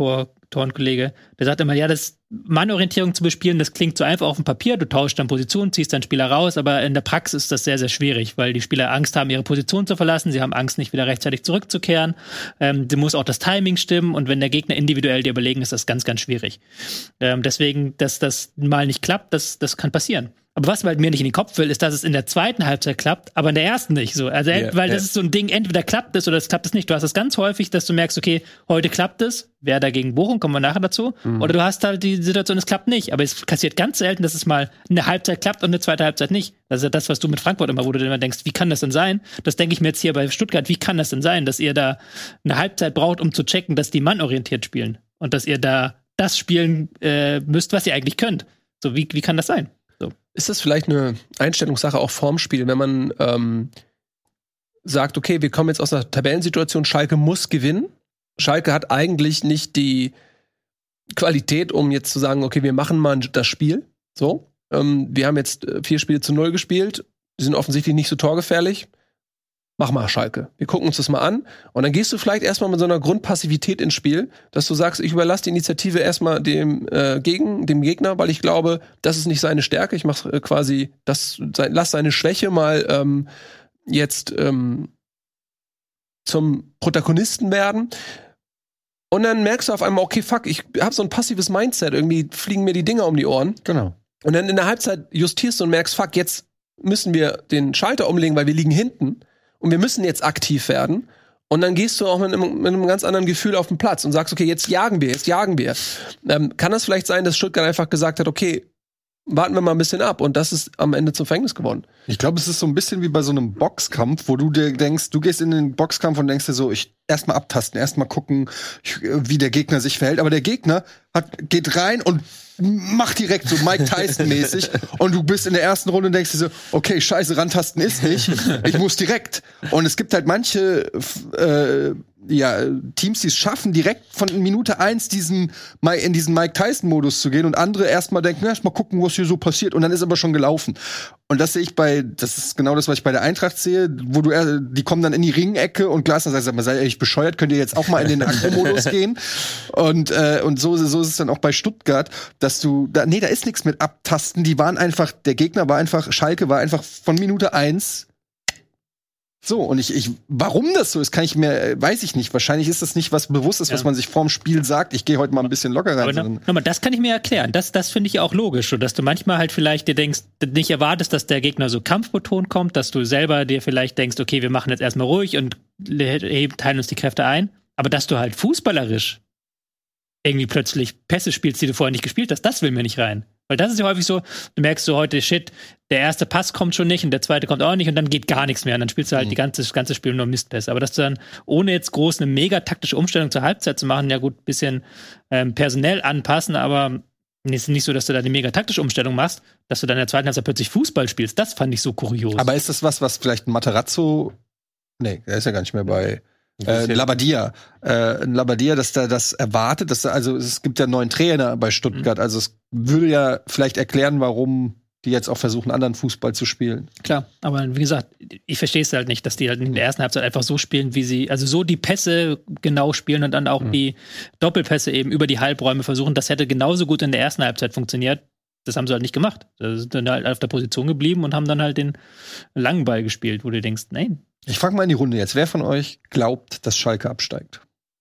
Torenkollege, der sagt immer, ja, das Mannorientierung zu bespielen, das klingt so einfach auf dem Papier, du tauschst dann Position, ziehst deinen Spieler raus, aber in der Praxis ist das sehr, sehr schwierig, weil die Spieler Angst haben, ihre Position zu verlassen, sie haben Angst, nicht wieder rechtzeitig zurückzukehren, ähm, da muss auch das Timing stimmen und wenn der Gegner individuell dir überlegen ist, das ganz, ganz schwierig. Ähm, deswegen, dass das mal nicht klappt, das, das kann passieren. Aber was halt mir nicht in den Kopf will, ist, dass es in der zweiten Halbzeit klappt, aber in der ersten nicht so. Also, yeah, weil das yeah. ist so ein Ding, entweder klappt es oder es klappt es nicht. Du hast es ganz häufig, dass du merkst, okay, heute klappt es, wer dagegen Bochum, kommen wir nachher dazu. Mhm. Oder du hast halt die Situation, es klappt nicht. Aber es passiert ganz selten, dass es mal eine Halbzeit klappt und eine zweite Halbzeit nicht. Das ist ja das, was du mit Frankfurt immer, wo du immer denkst, wie kann das denn sein? Das denke ich mir jetzt hier bei Stuttgart, wie kann das denn sein, dass ihr da eine Halbzeit braucht, um zu checken, dass die mannorientiert spielen und dass ihr da das spielen äh, müsst, was ihr eigentlich könnt. So, wie, wie kann das sein? So. Ist das vielleicht eine Einstellungssache auch vorm Spiel, wenn man ähm, sagt, okay, wir kommen jetzt aus einer Tabellensituation, Schalke muss gewinnen. Schalke hat eigentlich nicht die Qualität, um jetzt zu sagen, okay, wir machen mal das Spiel. So, ähm, wir haben jetzt vier Spiele zu null gespielt, die sind offensichtlich nicht so torgefährlich. Mach mal Schalke. Wir gucken uns das mal an. Und dann gehst du vielleicht erstmal mit so einer Grundpassivität ins Spiel, dass du sagst, ich überlasse die Initiative erstmal dem, äh, gegen, dem Gegner, weil ich glaube, das ist nicht seine Stärke. Ich mach äh, quasi, das, sein, lass seine Schwäche mal ähm, jetzt ähm, zum Protagonisten werden. Und dann merkst du auf einmal, okay, fuck, ich habe so ein passives Mindset. Irgendwie fliegen mir die Dinger um die Ohren. Genau. Und dann in der Halbzeit justierst du und merkst, fuck, jetzt müssen wir den Schalter umlegen, weil wir liegen hinten. Und wir müssen jetzt aktiv werden. Und dann gehst du auch mit einem, mit einem ganz anderen Gefühl auf den Platz und sagst, okay, jetzt jagen wir, jetzt jagen wir. Ähm, kann das vielleicht sein, dass Stuttgart einfach gesagt hat, okay, warten wir mal ein bisschen ab. Und das ist am Ende zum Verhängnis geworden. Ich glaube, es ist so ein bisschen wie bei so einem Boxkampf, wo du dir denkst, du gehst in den Boxkampf und denkst dir so, ich erstmal abtasten, erstmal gucken, wie der Gegner sich verhält. Aber der Gegner hat, geht rein und macht direkt so Mike Tyson-mäßig. Und du bist in der ersten Runde und denkst dir so, okay, scheiße, rantasten ist nicht. Ich muss direkt. Und es gibt halt manche äh, ja, Teams, die es schaffen, direkt von Minute eins diesen, in diesen Mike Tyson-Modus zu gehen und andere erstmal denken, erst mal gucken, was hier so passiert und dann ist aber schon gelaufen. Und das sehe ich bei, das ist genau das, was ich bei der Eintracht sehe, wo du, äh, die kommen dann in die Ringecke und Glasner sagt, sag mal, seid ihr echt bescheuert, könnt ihr jetzt auch mal in den Agro-Modus gehen? Und, äh, und so, so ist es dann auch bei Stuttgart, dass du, da, nee, da ist nichts mit Abtasten, die waren einfach, der Gegner war einfach, Schalke war einfach von Minute eins so, und ich, ich, warum das so ist, kann ich mir, weiß ich nicht. Wahrscheinlich ist das nicht was Bewusstes, ja. was man sich vorm Spiel sagt. Ich gehe heute mal ein bisschen lockerer rein. Aber na, na, das kann ich mir erklären. Das, das finde ich ja auch logisch. So, dass du manchmal halt vielleicht dir denkst, nicht erwartest, dass der Gegner so kampfbetont kommt, dass du selber dir vielleicht denkst, okay, wir machen jetzt erstmal ruhig und teilen uns die Kräfte ein. Aber dass du halt fußballerisch irgendwie plötzlich Pässe spielst, die du vorher nicht gespielt hast, das will mir nicht rein. Weil das ist ja häufig so, du merkst so heute, shit, der erste Pass kommt schon nicht und der zweite kommt auch nicht und dann geht gar nichts mehr und dann spielst du halt mhm. die ganze, das ganze Spiel nur Mistpässe. Aber dass du dann, ohne jetzt groß eine mega taktische Umstellung zur Halbzeit zu machen, ja gut, ein bisschen ähm, personell anpassen, aber es ist nicht so, dass du da eine mega taktische Umstellung machst, dass du dann in der zweiten Halbzeit plötzlich Fußball spielst. Das fand ich so kurios. Aber ist das was, was vielleicht ein Materazzo, nee, der ist ja gar nicht mehr bei Äh, Labadia, äh, Labadia, dass da das erwartet, dass da, also es gibt ja einen neuen Trainer bei Stuttgart, mhm. also es würde ja vielleicht erklären, warum die jetzt auch versuchen, anderen Fußball zu spielen. Klar, aber wie gesagt, ich verstehe es halt nicht, dass die halt in der ersten Halbzeit einfach so spielen, wie sie, also so die Pässe genau spielen und dann auch mhm. die Doppelpässe eben über die Halbräume versuchen. Das hätte genauso gut in der ersten Halbzeit funktioniert. Das haben sie halt nicht gemacht. Sie sind dann halt auf der Position geblieben und haben dann halt den langen Ball gespielt, wo du denkst, nein. Ich frage mal in die Runde jetzt. Wer von euch glaubt, dass Schalke absteigt?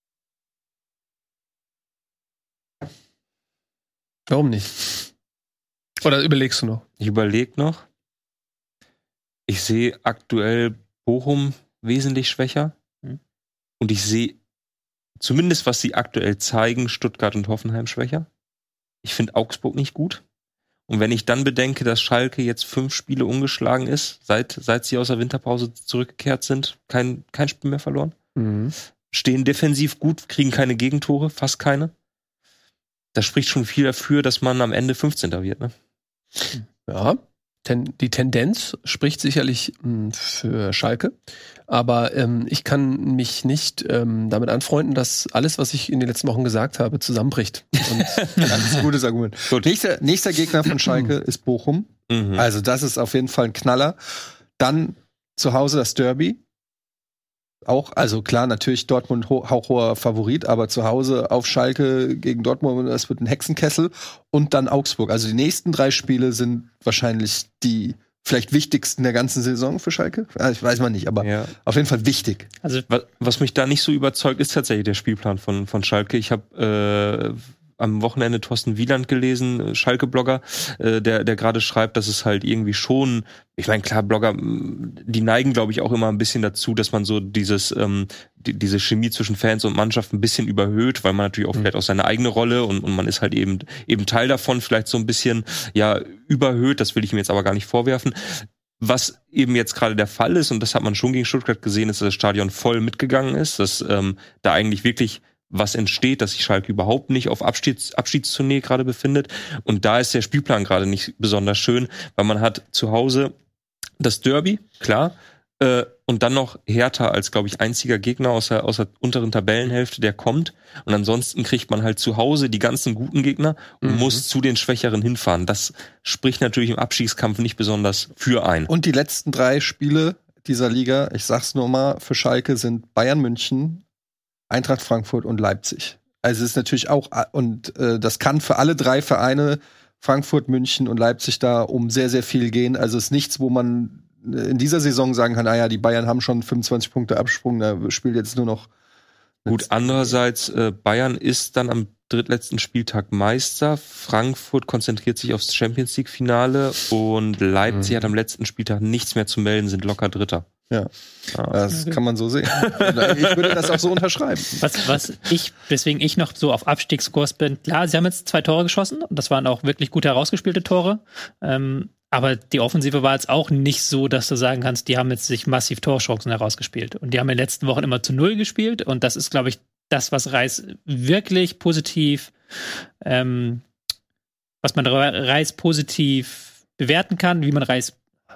Warum nicht? Oder überlegst du noch? Ich überlege noch. Ich sehe aktuell Bochum wesentlich schwächer. Hm. Und ich sehe, zumindest was sie aktuell zeigen, Stuttgart und Hoffenheim schwächer. Ich finde Augsburg nicht gut. Und wenn ich dann bedenke, dass Schalke jetzt fünf Spiele ungeschlagen ist, seit, seit sie aus der Winterpause zurückgekehrt sind, kein, kein Spiel mehr verloren, mhm. stehen defensiv gut, kriegen keine Gegentore, fast keine. Das spricht schon viel dafür, dass man am Ende fünfzehnter wird, ne? Ja, ten, die Tendenz spricht sicherlich mh, für Schalke, aber ähm, ich kann mich nicht ähm, damit anfreunden, dass alles, was ich in den letzten Wochen gesagt habe, zusammenbricht. Und das ist ein gutes Argument. Gut. Nächster, nächster Gegner von Schalke ist Bochum. Mhm. Also das ist auf jeden Fall ein Knaller. Dann zu Hause das Derby. auch, also klar, natürlich Dortmund ho- hauchhoher Favorit, aber zu Hause auf Schalke gegen Dortmund, das wird ein Hexenkessel und dann Augsburg. Also die nächsten drei Spiele sind wahrscheinlich die vielleicht wichtigsten der ganzen Saison für Schalke. Also ich weiß man nicht, aber Ja. auf jeden Fall wichtig. Also Was, was mich da nicht so überzeugt, ist tatsächlich der Spielplan von, von Schalke. Ich habe äh, am Wochenende Thorsten Wieland gelesen, Schalke-Blogger, äh, der, der gerade schreibt, dass es halt irgendwie schon, ich meine, klar, Blogger, die neigen, glaube ich, auch immer ein bisschen dazu, dass man so dieses, ähm, die, diese Chemie zwischen Fans und Mannschaft ein bisschen überhöht, weil man natürlich auch mhm. vielleicht auch seine eigene Rolle und, und man ist halt eben, eben Teil davon, vielleicht so ein bisschen, ja, überhöht, das will ich ihm jetzt aber gar nicht vorwerfen. Was eben jetzt gerade der Fall ist, und das hat man schon gegen Stuttgart gesehen, ist, dass das Stadion voll mitgegangen ist, dass ähm, da eigentlich wirklich was entsteht, dass sich Schalke überhaupt nicht auf Abschieds, Abschiedstournee gerade befindet. Und da ist der Spielplan gerade nicht besonders schön, weil man hat zu Hause das Derby, klar, äh, und dann noch Hertha als, glaube ich, einziger Gegner aus der, aus der unteren Tabellenhälfte, der kommt. Und ansonsten kriegt man halt zu Hause die ganzen guten Gegner und mhm. muss zu den Schwächeren hinfahren. Das spricht natürlich im Abstiegskampf nicht besonders für ein. Und die letzten drei Spiele dieser Liga, ich sag's nur mal, für Schalke sind Bayern München, Eintracht Frankfurt und Leipzig. Also es ist natürlich auch, und äh, das kann für alle drei Vereine, Frankfurt, München und Leipzig, da um sehr, sehr viel gehen. Also es ist nichts, wo man in dieser Saison sagen kann, ah ja, die Bayern haben schon fünfundzwanzig Punkte Absprung, da spielt jetzt nur noch. Gut, andererseits, äh, Bayern ist dann am drittletzten Spieltag Meister, Frankfurt konzentriert sich aufs Champions-League-Finale und Leipzig mhm. hat am letzten Spieltag nichts mehr zu melden, sind locker Dritter. Ja, das kann man so sehen. Ich würde das auch so unterschreiben. Was, was ich, deswegen ich noch so auf Abstiegskurs bin, klar, sie haben jetzt zwei Tore geschossen und das waren auch wirklich gut herausgespielte Tore. Ähm, aber die Offensive war jetzt auch nicht so, dass du sagen kannst, die haben jetzt sich massiv Torchancen herausgespielt. Und die haben in den letzten Wochen immer zu Null gespielt und das ist, glaube ich, das, was Reis wirklich positiv, ähm, was man Reis positiv bewerten kann, wie man Reis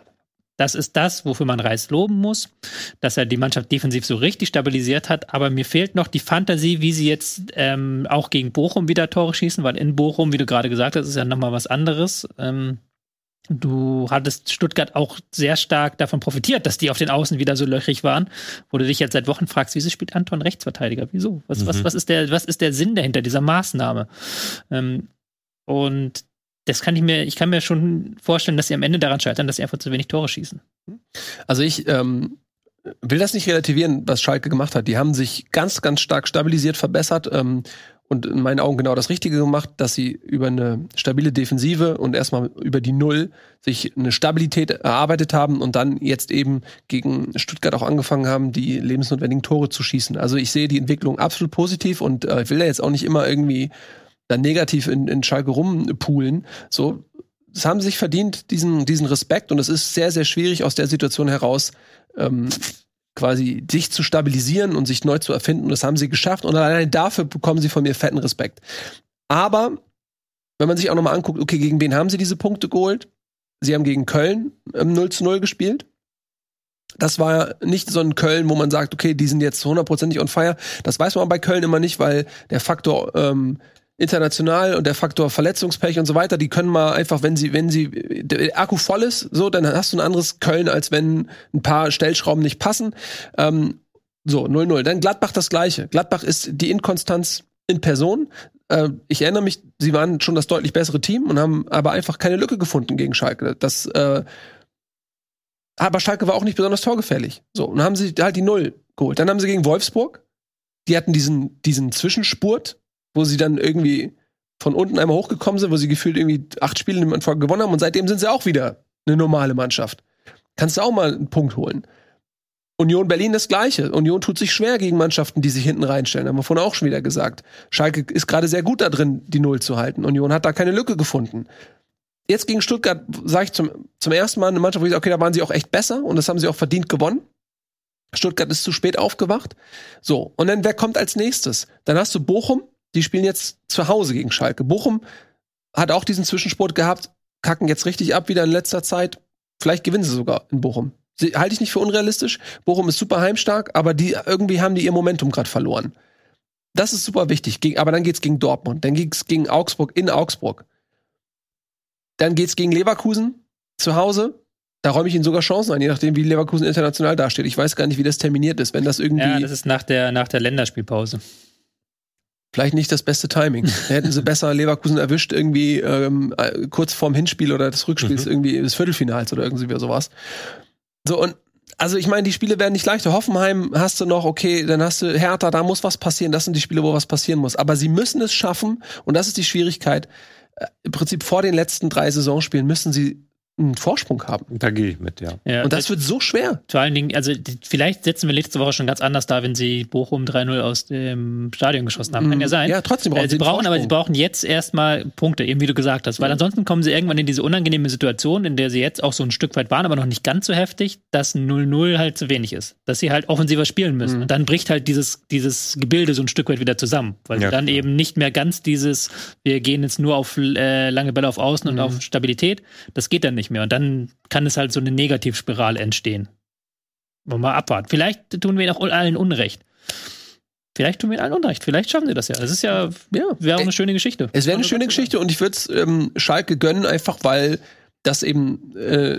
Das ist das, wofür man Reis loben muss, dass er die Mannschaft defensiv so richtig stabilisiert hat. Aber mir fehlt noch die Fantasie, wie sie jetzt ähm, auch gegen Bochum wieder Tore schießen, weil in Bochum, wie du gerade gesagt hast, ist ja nochmal was anderes. Ähm, du hattest Stuttgart auch sehr stark davon profitiert, dass die auf den Außen wieder so löchrig waren, wo du dich jetzt seit Wochen fragst, wieso spielt Anton Rechtsverteidiger? Wieso? Was, mhm. was, was, ist der, was ist der Sinn dahinter dieser Maßnahme? Ähm, und Das kann ich mir, ich kann mir schon vorstellen, dass sie am Ende daran scheitern, dass sie einfach zu wenig Tore schießen. Also ich ähm, will das nicht relativieren, was Schalke gemacht hat. Die haben sich ganz, ganz stark stabilisiert, verbessert ähm, und in meinen Augen genau das Richtige gemacht, dass sie über eine stabile Defensive und erstmal über die Null sich eine Stabilität erarbeitet haben und dann jetzt eben gegen Stuttgart auch angefangen haben, die lebensnotwendigen Tore zu schießen. Also ich sehe die Entwicklung absolut positiv und äh, ich will da jetzt auch nicht immer irgendwie dann negativ in, in Schalke rumpulen. So, das haben sie sich verdient, diesen, diesen Respekt. Und es ist sehr, sehr schwierig, aus der Situation heraus ähm, quasi sich zu stabilisieren und sich neu zu erfinden. Und das haben sie geschafft. Und allein dafür bekommen sie von mir fetten Respekt. Aber wenn man sich auch nochmal anguckt, okay, gegen wen haben sie diese Punkte geholt? Sie haben gegen Köln ähm, null zu null gespielt. Das war nicht so ein Köln, wo man sagt, okay, die sind jetzt hundertprozentig on fire. Das weiß man bei Köln immer nicht, weil der Faktor ähm, international und der Faktor Verletzungspech und so weiter, die können mal einfach, wenn sie, wenn sie, der Akku voll ist, so, dann hast du ein anderes Köln, als wenn ein paar Stellschrauben nicht passen. Ähm, so, null null. Dann Gladbach das Gleiche. Gladbach ist die Inkonstanz in Person. Äh, ich erinnere mich, sie waren schon das deutlich bessere Team und haben aber einfach keine Lücke gefunden gegen Schalke. Das, äh, aber Schalke war auch nicht besonders torgefährlich. So, und dann haben sie halt die Null geholt. Dann haben sie gegen Wolfsburg, die hatten diesen, diesen Zwischenspurt, wo sie dann irgendwie von unten einmal hochgekommen sind, wo sie gefühlt irgendwie acht Spiele im Anfang gewonnen haben und seitdem sind sie auch wieder eine normale Mannschaft. Kannst du auch mal einen Punkt holen. Union Berlin das Gleiche. Union tut sich schwer gegen Mannschaften, die sich hinten reinstellen. Haben wir vorhin auch schon wieder gesagt. Schalke ist gerade sehr gut da drin, die Null zu halten. Union hat da keine Lücke gefunden. Jetzt gegen Stuttgart sage ich zum, zum ersten Mal eine Mannschaft, wo ich sage, okay, da waren sie auch echt besser und das haben sie auch verdient gewonnen. Stuttgart ist zu spät aufgewacht. So, und dann wer kommt als nächstes? Dann hast du Bochum. Die spielen jetzt zu Hause gegen Schalke. Bochum hat auch diesen Zwischenspurt gehabt, kacken jetzt richtig ab wieder in letzter Zeit. Vielleicht gewinnen sie sogar in Bochum. Sie, halte ich nicht für unrealistisch. Bochum ist super heimstark, aber die irgendwie haben die ihr Momentum gerade verloren. Das ist super wichtig. Gegen, aber dann geht's gegen Dortmund, dann geht's gegen Augsburg in Augsburg. Dann geht's gegen Leverkusen zu Hause. Da räume ich ihnen sogar Chancen ein, je nachdem, wie Leverkusen international dasteht. Ich weiß gar nicht, wie das terminiert ist. Wenn das irgendwie. Ja, das ist nach der, nach der Länderspielpause. Vielleicht nicht das beste Timing. Da hätten sie besser Leverkusen erwischt, irgendwie ähm, kurz vorm Hinspiel oder des Rückspiels, mhm. irgendwie des Viertelfinals oder irgendwie sowas. So, und also ich meine, die Spiele werden nicht leichter. Hoffenheim hast du noch, okay, dann hast du Hertha, da muss was passieren. Das sind die Spiele, wo was passieren muss. Aber sie müssen es schaffen, und das ist die Schwierigkeit, äh, im Prinzip vor den letzten drei Saisonspielen müssen sie einen Vorsprung haben. Da gehe ich mit, ja. ja. Und das wird so schwer. Vor allen Dingen, also die, vielleicht setzen wir letzte Woche schon ganz anders da, wenn sie Bochum drei null aus dem Stadion geschossen haben. Kann ja sein. Ja, trotzdem brauchen äh, sie sie brauchen, aber sie brauchen jetzt erstmal Punkte, eben wie du gesagt hast. Weil mhm. ansonsten kommen sie irgendwann in diese unangenehme Situation, in der sie jetzt auch so ein Stück weit waren, aber noch nicht ganz so heftig, dass ein null null halt zu wenig ist. Dass sie halt offensiver spielen müssen. Mhm. Und dann bricht halt dieses, dieses Gebilde so ein Stück weit wieder zusammen. Weil ja, sie dann klar. eben nicht mehr ganz dieses, wir gehen jetzt nur auf äh, lange Bälle auf Außen mhm. und auf Stabilität. Das geht dann nicht mehr. Und dann kann es halt so eine Negativspirale entstehen. Wollen wir mal abwarten. Vielleicht tun wir ihnen auch allen Unrecht. Vielleicht tun wir ihnen allen Unrecht. Vielleicht schaffen sie das ja. Das ist ja, ja wäre auch eine schöne Geschichte. Es wäre eine schöne Geschichte und ich würde es ähm, Schalke gönnen, einfach weil das eben äh,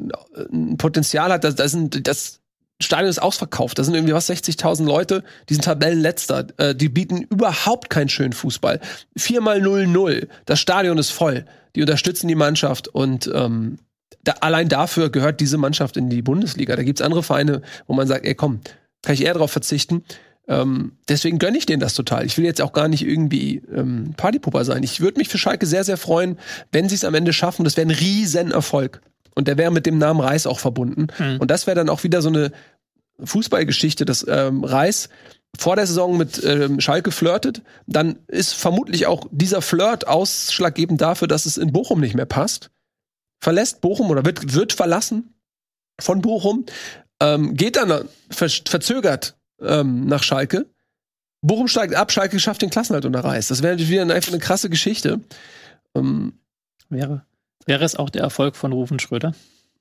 ein Potenzial hat. Das, das, sind, das Stadion ist ausverkauft. Da sind irgendwie was sechzigtausend Leute, die sind Tabellenletzter. Äh, die bieten überhaupt keinen schönen Fußball. Viermal null null. Das Stadion ist voll. Die unterstützen die Mannschaft und ähm, Da, allein dafür gehört diese Mannschaft in die Bundesliga. Da gibt's andere Vereine, wo man sagt, ey komm, kann ich eher drauf verzichten. Ähm, deswegen gönne ich denen das total. Ich will jetzt auch gar nicht irgendwie ähm, Partypupper sein. Ich würde mich für Schalke sehr, sehr freuen, wenn sie es am Ende schaffen. Das wäre ein Riesenerfolg. Und der wäre mit dem Namen Reis auch verbunden. Mhm. Und das wäre dann auch wieder so eine Fußballgeschichte, dass ähm, Reis vor der Saison mit ähm, Schalke flirtet. Dann ist vermutlich auch dieser Flirt ausschlaggebend dafür, dass es in Bochum nicht mehr passt. Verlässt Bochum oder wird, wird verlassen von Bochum, ähm, geht dann ver- verzögert ähm, nach Schalke. Bochum steigt ab, Schalke schafft den Klassenerhalt unter Reis. Das wäre natürlich wieder eine, einfach eine krasse Geschichte. Ähm, wäre, wäre es auch der Erfolg von Rufen Schröder?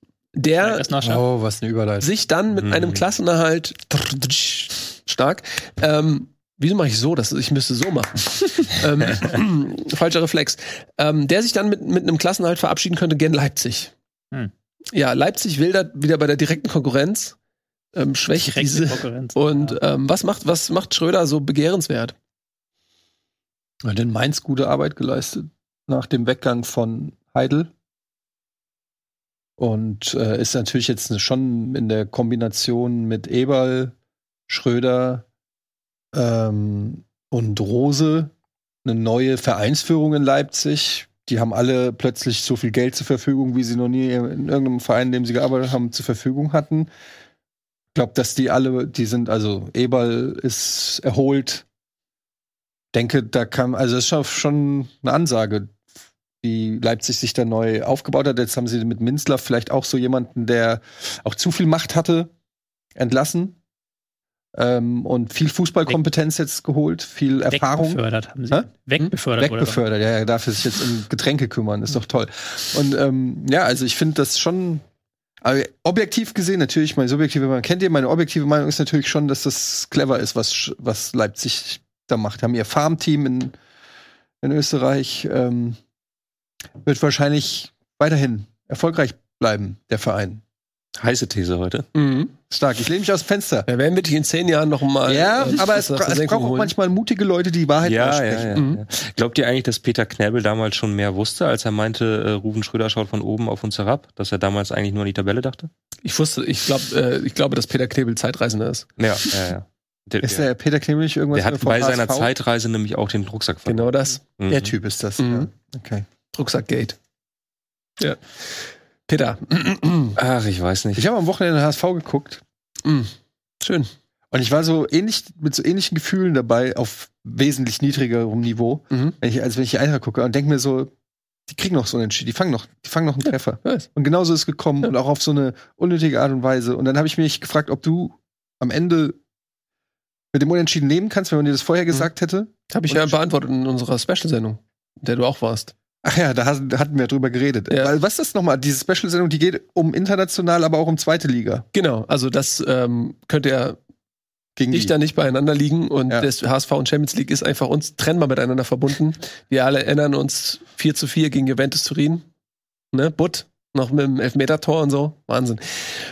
Der oh, was eine Überleitung. sich dann mit mhm. einem Klassenerhalt stark ähm, Wieso mache ich so? Das, ich müsste so machen. ähm, falscher Reflex. Ähm, der sich dann mit, mit einem Klassenerhalt verabschieden könnte gegen Leipzig. Hm. Ja, Leipzig will da wieder bei der direkten Konkurrenz. Ähm, schwächt diese. Konkurrenz. Und ja. ähm, was macht, was macht Schröder so begehrenswert? Er hat in Mainz gute Arbeit geleistet. Nach dem Weggang von Heidel. Und äh, ist natürlich jetzt schon in der Kombination mit Eberl, Schröder, Ähm, und Rose, eine neue Vereinsführung in Leipzig. Die haben alle plötzlich so viel Geld zur Verfügung, wie sie noch nie in irgendeinem Verein, in dem sie gearbeitet haben, zur Verfügung hatten. Ich glaube, dass die alle, die sind, also Eberl ist erholt. Denke, da kam, also das ist schon eine Ansage, wie Leipzig sich da neu aufgebaut hat. Jetzt haben sie mit Minzler vielleicht auch so jemanden, der auch zu viel Macht hatte, entlassen. Ähm, und viel Fußballkompetenz jetzt geholt, viel Erfahrung. Wegbefördert haben sie. Hä? Wegbefördert. Wegbefördert, ja, er darf sich jetzt um Getränke kümmern, ist doch toll. Und ähm, ja, also ich finde das schon, also objektiv gesehen, natürlich, meine subjektive Meinung kennt ihr, meine objektive Meinung ist natürlich schon, dass das clever ist, was, was Leipzig da macht. Haben ihr Farmteam in, in Österreich, ähm, wird wahrscheinlich weiterhin erfolgreich bleiben, der Verein. Heiße These heute. Mhm. Stark. Ich lehne mich aus dem Fenster. Ja, werden wir dich in zehn Jahren noch mal. Ja, äh, aber es, es braucht auch manchmal mutige Leute, die Wahrheit ja, aussprechen. Ja, ja, mhm. ja. Glaubt ihr eigentlich, dass Peter Knäbel damals schon mehr wusste, als er meinte, äh, Ruven Schröder schaut von oben auf uns herab? Dass er damals eigentlich nur an die Tabelle dachte? Ich wusste, ich glaube, äh, ich glaube, dass Peter Knäbel Zeitreisender ist. Ja, ja, ja. Der, ist der Peter Knäbel nicht irgendwas? Der hat bei seiner Zeitreise nämlich auch den Rucksack verloren. Genau das. Mhm. Der Typ ist das. Mhm. Ja. Okay. Rucksackgate. Ja. Peter. Ach, ich weiß nicht. Ich habe am Wochenende H S V geguckt. Mm. Schön. Und ich war so ähnlich, mit so ähnlichen Gefühlen dabei, auf wesentlich niedrigerem Niveau, mhm. wenn ich, als wenn ich die Eintracht gucke und denke mir so, die kriegen noch so einen Entschied, die fangen noch, die fangen noch einen Treffer. Ja, und genauso ist es gekommen ja. und auch auf so eine unnötige Art und Weise. Und dann habe ich mich gefragt, ob du am Ende mit dem Unentschieden leben kannst, wenn man dir das vorher gesagt mhm. hätte. Habe ich und ja beantwortet in unserer Special-Sendung, in der du auch warst. Ach ja, da hatten wir drüber geredet. Ja. Was ist das nochmal? Diese Special-Sendung, die geht um international, aber auch um zweite Liga. Genau, also das ähm, könnte ja gegen dichter nicht beieinander liegen und ja. das H S V und Champions League ist einfach uns trennbar miteinander verbunden. Wir alle erinnern uns vier zu vier gegen Juventus Turin. Ne, Butt, Noch mit dem Elfmeter-Tor und so. Wahnsinn.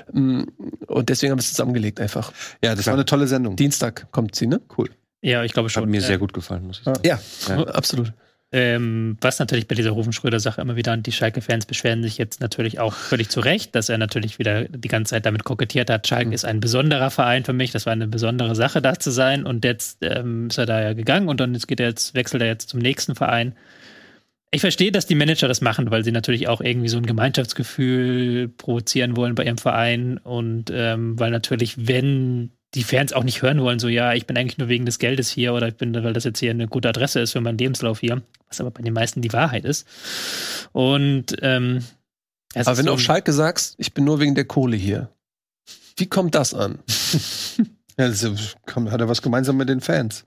Und deswegen haben wir es zusammengelegt einfach. Ja, das Klar. war eine tolle Sendung. Dienstag kommt sie, ne? Cool. Ja, ich glaube schon. Hat mir ja. sehr gut gefallen, muss ich sagen. Ja, ja. absolut. Ähm, was natürlich bei dieser Rufen-Schröder-Sache immer wieder, und die Schalke-Fans beschweren sich jetzt natürlich auch völlig zu Recht, dass er natürlich wieder die ganze Zeit damit kokettiert hat, Schalke mhm. ist ein besonderer Verein für mich, das war eine besondere Sache, da zu sein, und jetzt ähm, ist er da ja gegangen und dann jetzt geht er jetzt, wechselt er jetzt zum nächsten Verein. Ich verstehe, dass die Manager das machen, weil sie natürlich auch irgendwie so ein Gemeinschaftsgefühl provozieren wollen bei ihrem Verein und ähm, weil natürlich, wenn die Fans auch nicht hören wollen, so, ja, ich bin eigentlich nur wegen des Geldes hier oder ich bin, weil das jetzt hier eine gute Adresse ist für meinen Lebenslauf hier, was aber bei den meisten die Wahrheit ist. Und ähm, aber wenn so du auf Schalke sagst, ich bin nur wegen der Kohle hier, wie kommt das an? Ja, das hat er was gemeinsam mit den Fans.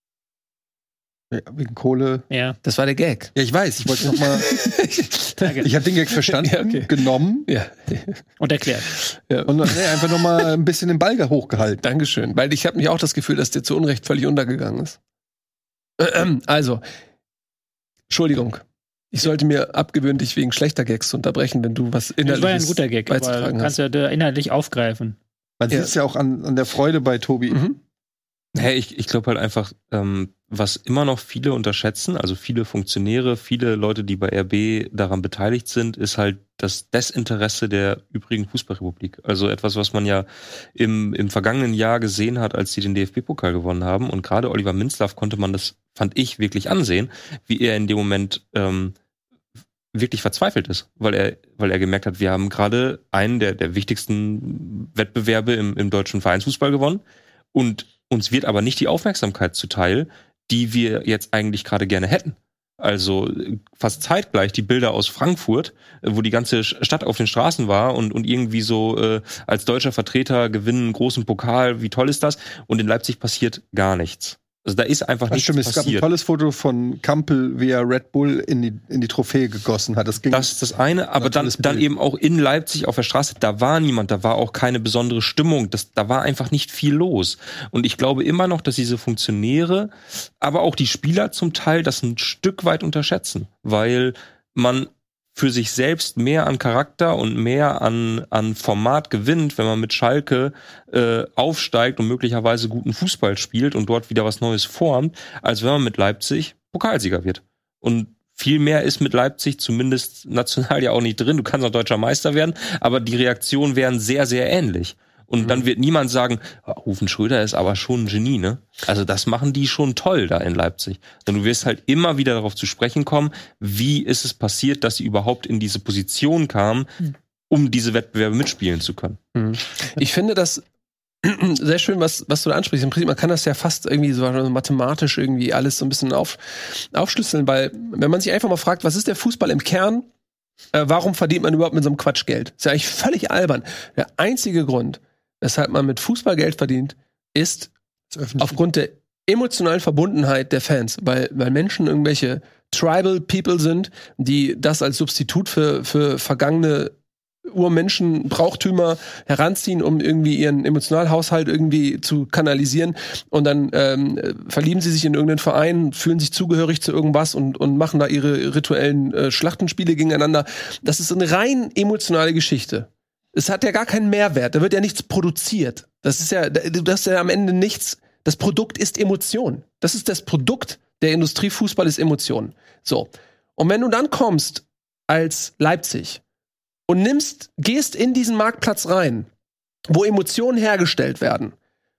Ja, wegen Kohle. Ja. Das war der Gag. Ja, ich weiß, ich wollte noch mal ich habe den Gag verstanden, ja, okay. genommen ja. und erklärt. Ja. Und nee, einfach noch mal ein bisschen den Ball hochgehalten. Dankeschön, weil ich habe mich auch das Gefühl, dass der zu Unrecht völlig untergegangen ist. Also, Entschuldigung. Ich sollte mir abgewöhnen, dich wegen schlechter Gags zu unterbrechen, wenn du was inhaltliches Das war ja ein guter Gag, aber du kannst ja da inhaltlich aufgreifen. Man ja. sieht es ja auch an, an der Freude bei Tobi. Mhm. Hey, ich, ich glaube halt einfach, ähm, was immer noch viele unterschätzen, also viele Funktionäre, viele Leute, die bei R B daran beteiligt sind, ist halt das Desinteresse der übrigen Fußballrepublik. Also etwas, was man ja im, im vergangenen Jahr gesehen hat, als sie den D F B-Pokal gewonnen haben. Und gerade Oliver Minzlaff konnte man das, fand ich, wirklich ansehen, wie er in dem Moment ähm, wirklich verzweifelt ist, weil er, weil er gemerkt hat, wir haben gerade einen der, der wichtigsten Wettbewerbe im, im deutschen Vereinsfußball gewonnen und uns wird aber nicht die Aufmerksamkeit zuteil, die wir jetzt eigentlich gerade gerne hätten. Also fast zeitgleich die Bilder aus Frankfurt, wo die ganze Stadt auf den Straßen war und, und irgendwie so äh, als deutscher Vertreter gewinnen einen großen Pokal, wie toll ist das? Und in Leipzig passiert gar nichts. Also da ist einfach das nichts stimmt, passiert. Es gab ein tolles Foto von Kampel, wie er Red Bull in die, in die Trophäe gegossen hat. Das, ging das ist das eine, aber dann, dann eben auch in Leipzig auf der Straße, da war niemand, da war auch keine besondere Stimmung, das, da war einfach nicht viel los. Und ich glaube immer noch, dass diese Funktionäre, aber auch die Spieler zum Teil das ein Stück weit unterschätzen, weil man für sich selbst mehr an Charakter und mehr an, an Format gewinnt, wenn man mit Schalke äh, aufsteigt und möglicherweise guten Fußball spielt und dort wieder was Neues formt, als wenn man mit Leipzig Pokalsieger wird. Und viel mehr ist mit Leipzig zumindest national ja auch nicht drin. Du kannst auch deutscher Meister werden, aber die Reaktionen wären sehr, sehr ähnlich. Und mhm. dann wird niemand sagen, oh, Rufen Schröder ist aber schon ein Genie, ne? Also das machen die schon toll da in Leipzig. Denn du wirst halt immer wieder darauf zu sprechen kommen, wie ist es passiert, dass sie überhaupt in diese Position kamen, um diese Wettbewerbe mitspielen zu können. Mhm. Ich finde das sehr schön, was, was du da ansprichst. Im Prinzip, man kann das ja fast irgendwie so mathematisch irgendwie alles so ein bisschen auf, aufschlüsseln, weil wenn man sich einfach mal fragt, was ist der Fußball im Kern? Äh, warum verdient man überhaupt mit so einem Quatsch Geld? Ist ja eigentlich völlig albern. Der einzige Grund, weshalb man mit Fußball Geld verdient, ist aufgrund der emotionalen Verbundenheit der Fans, weil, weil Menschen irgendwelche Tribal People sind, die das als Substitut für, für vergangene Urmenschen, Brauchtümer heranziehen, um irgendwie ihren Emotionalhaushalt irgendwie zu kanalisieren und dann ähm, verlieben sie sich in irgendeinen Verein, fühlen sich zugehörig zu irgendwas und, und machen da ihre rituellen äh, Schlachtenspiele gegeneinander. Das ist eine rein emotionale Geschichte. Es hat ja gar keinen Mehrwert, da wird ja nichts produziert. Das ist ja, du hast ja am Ende nichts, das Produkt ist Emotion. Das ist das Produkt der Industrie, Fußball ist Emotion. So. Und wenn du dann kommst als Leipzig und nimmst, gehst in diesen Marktplatz rein, wo Emotionen hergestellt werden,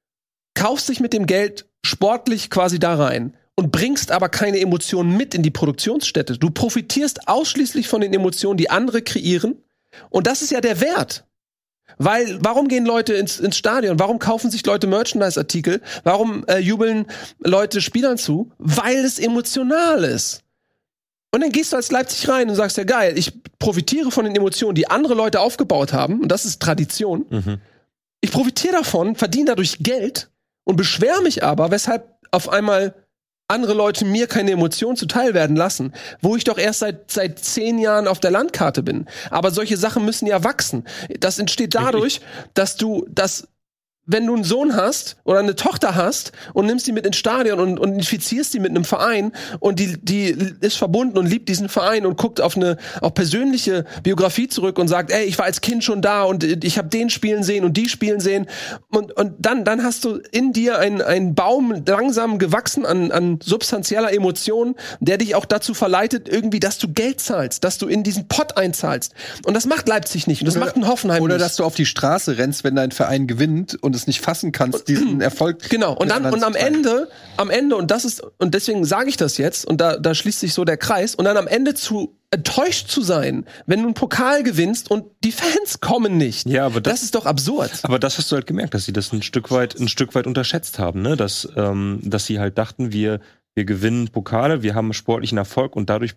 kaufst dich mit dem Geld sportlich quasi da rein und bringst aber keine Emotionen mit in die Produktionsstätte. Du profitierst ausschließlich von den Emotionen, die andere kreieren. Und das ist ja der Wert. Weil, warum gehen Leute ins, ins Stadion? Warum kaufen sich Leute Merchandise-Artikel? Warum äh, jubeln Leute Spielern zu? Weil es emotional ist. Und dann gehst du als Leipzig rein und sagst, ja geil, ich profitiere von den Emotionen, die andere Leute aufgebaut haben. Und das ist Tradition. Mhm. Ich profitiere davon, verdiene dadurch Geld und beschwere mich aber, weshalb auf einmal andere Leute mir keine Emotionen zuteil werden lassen, wo ich doch erst seit seit zehn Jahren auf der Landkarte bin. Aber solche Sachen müssen ja wachsen. Das entsteht dadurch, dass du, dass wenn du einen Sohn hast oder eine Tochter hast und nimmst die mit ins Stadion und, und infizierst die mit einem Verein und die, die ist verbunden und liebt diesen Verein und guckt auf eine auch persönliche Biografie zurück und sagt, ey, ich war als Kind schon da und ich habe den spielen sehen und die spielen sehen und, und dann, dann hast du in dir einen, einen Baum langsam gewachsen an, an substanzieller Emotion, der dich auch dazu verleitet, irgendwie, dass du Geld zahlst, dass du in diesen Pott einzahlst. Und das macht Leipzig nicht und das oder, macht ein Hoffenheim oder nicht. Oder dass du auf die Straße rennst, wenn dein Verein gewinnt und es nicht fassen kannst, diesen Erfolg. Genau, und dann und am Ende, am Ende, und das ist, und deswegen sage ich das jetzt, und da, da schließt sich so der Kreis, und dann am Ende zu enttäuscht zu sein, wenn du einen Pokal gewinnst und die Fans kommen nicht. Ja, aber das, das ist doch absurd. Aber das hast du halt gemerkt, dass sie das ein Stück weit, ein Stück weit unterschätzt haben, ne? Dass, ähm, dass sie halt dachten, wir, wir gewinnen Pokale, wir haben sportlichen Erfolg und dadurch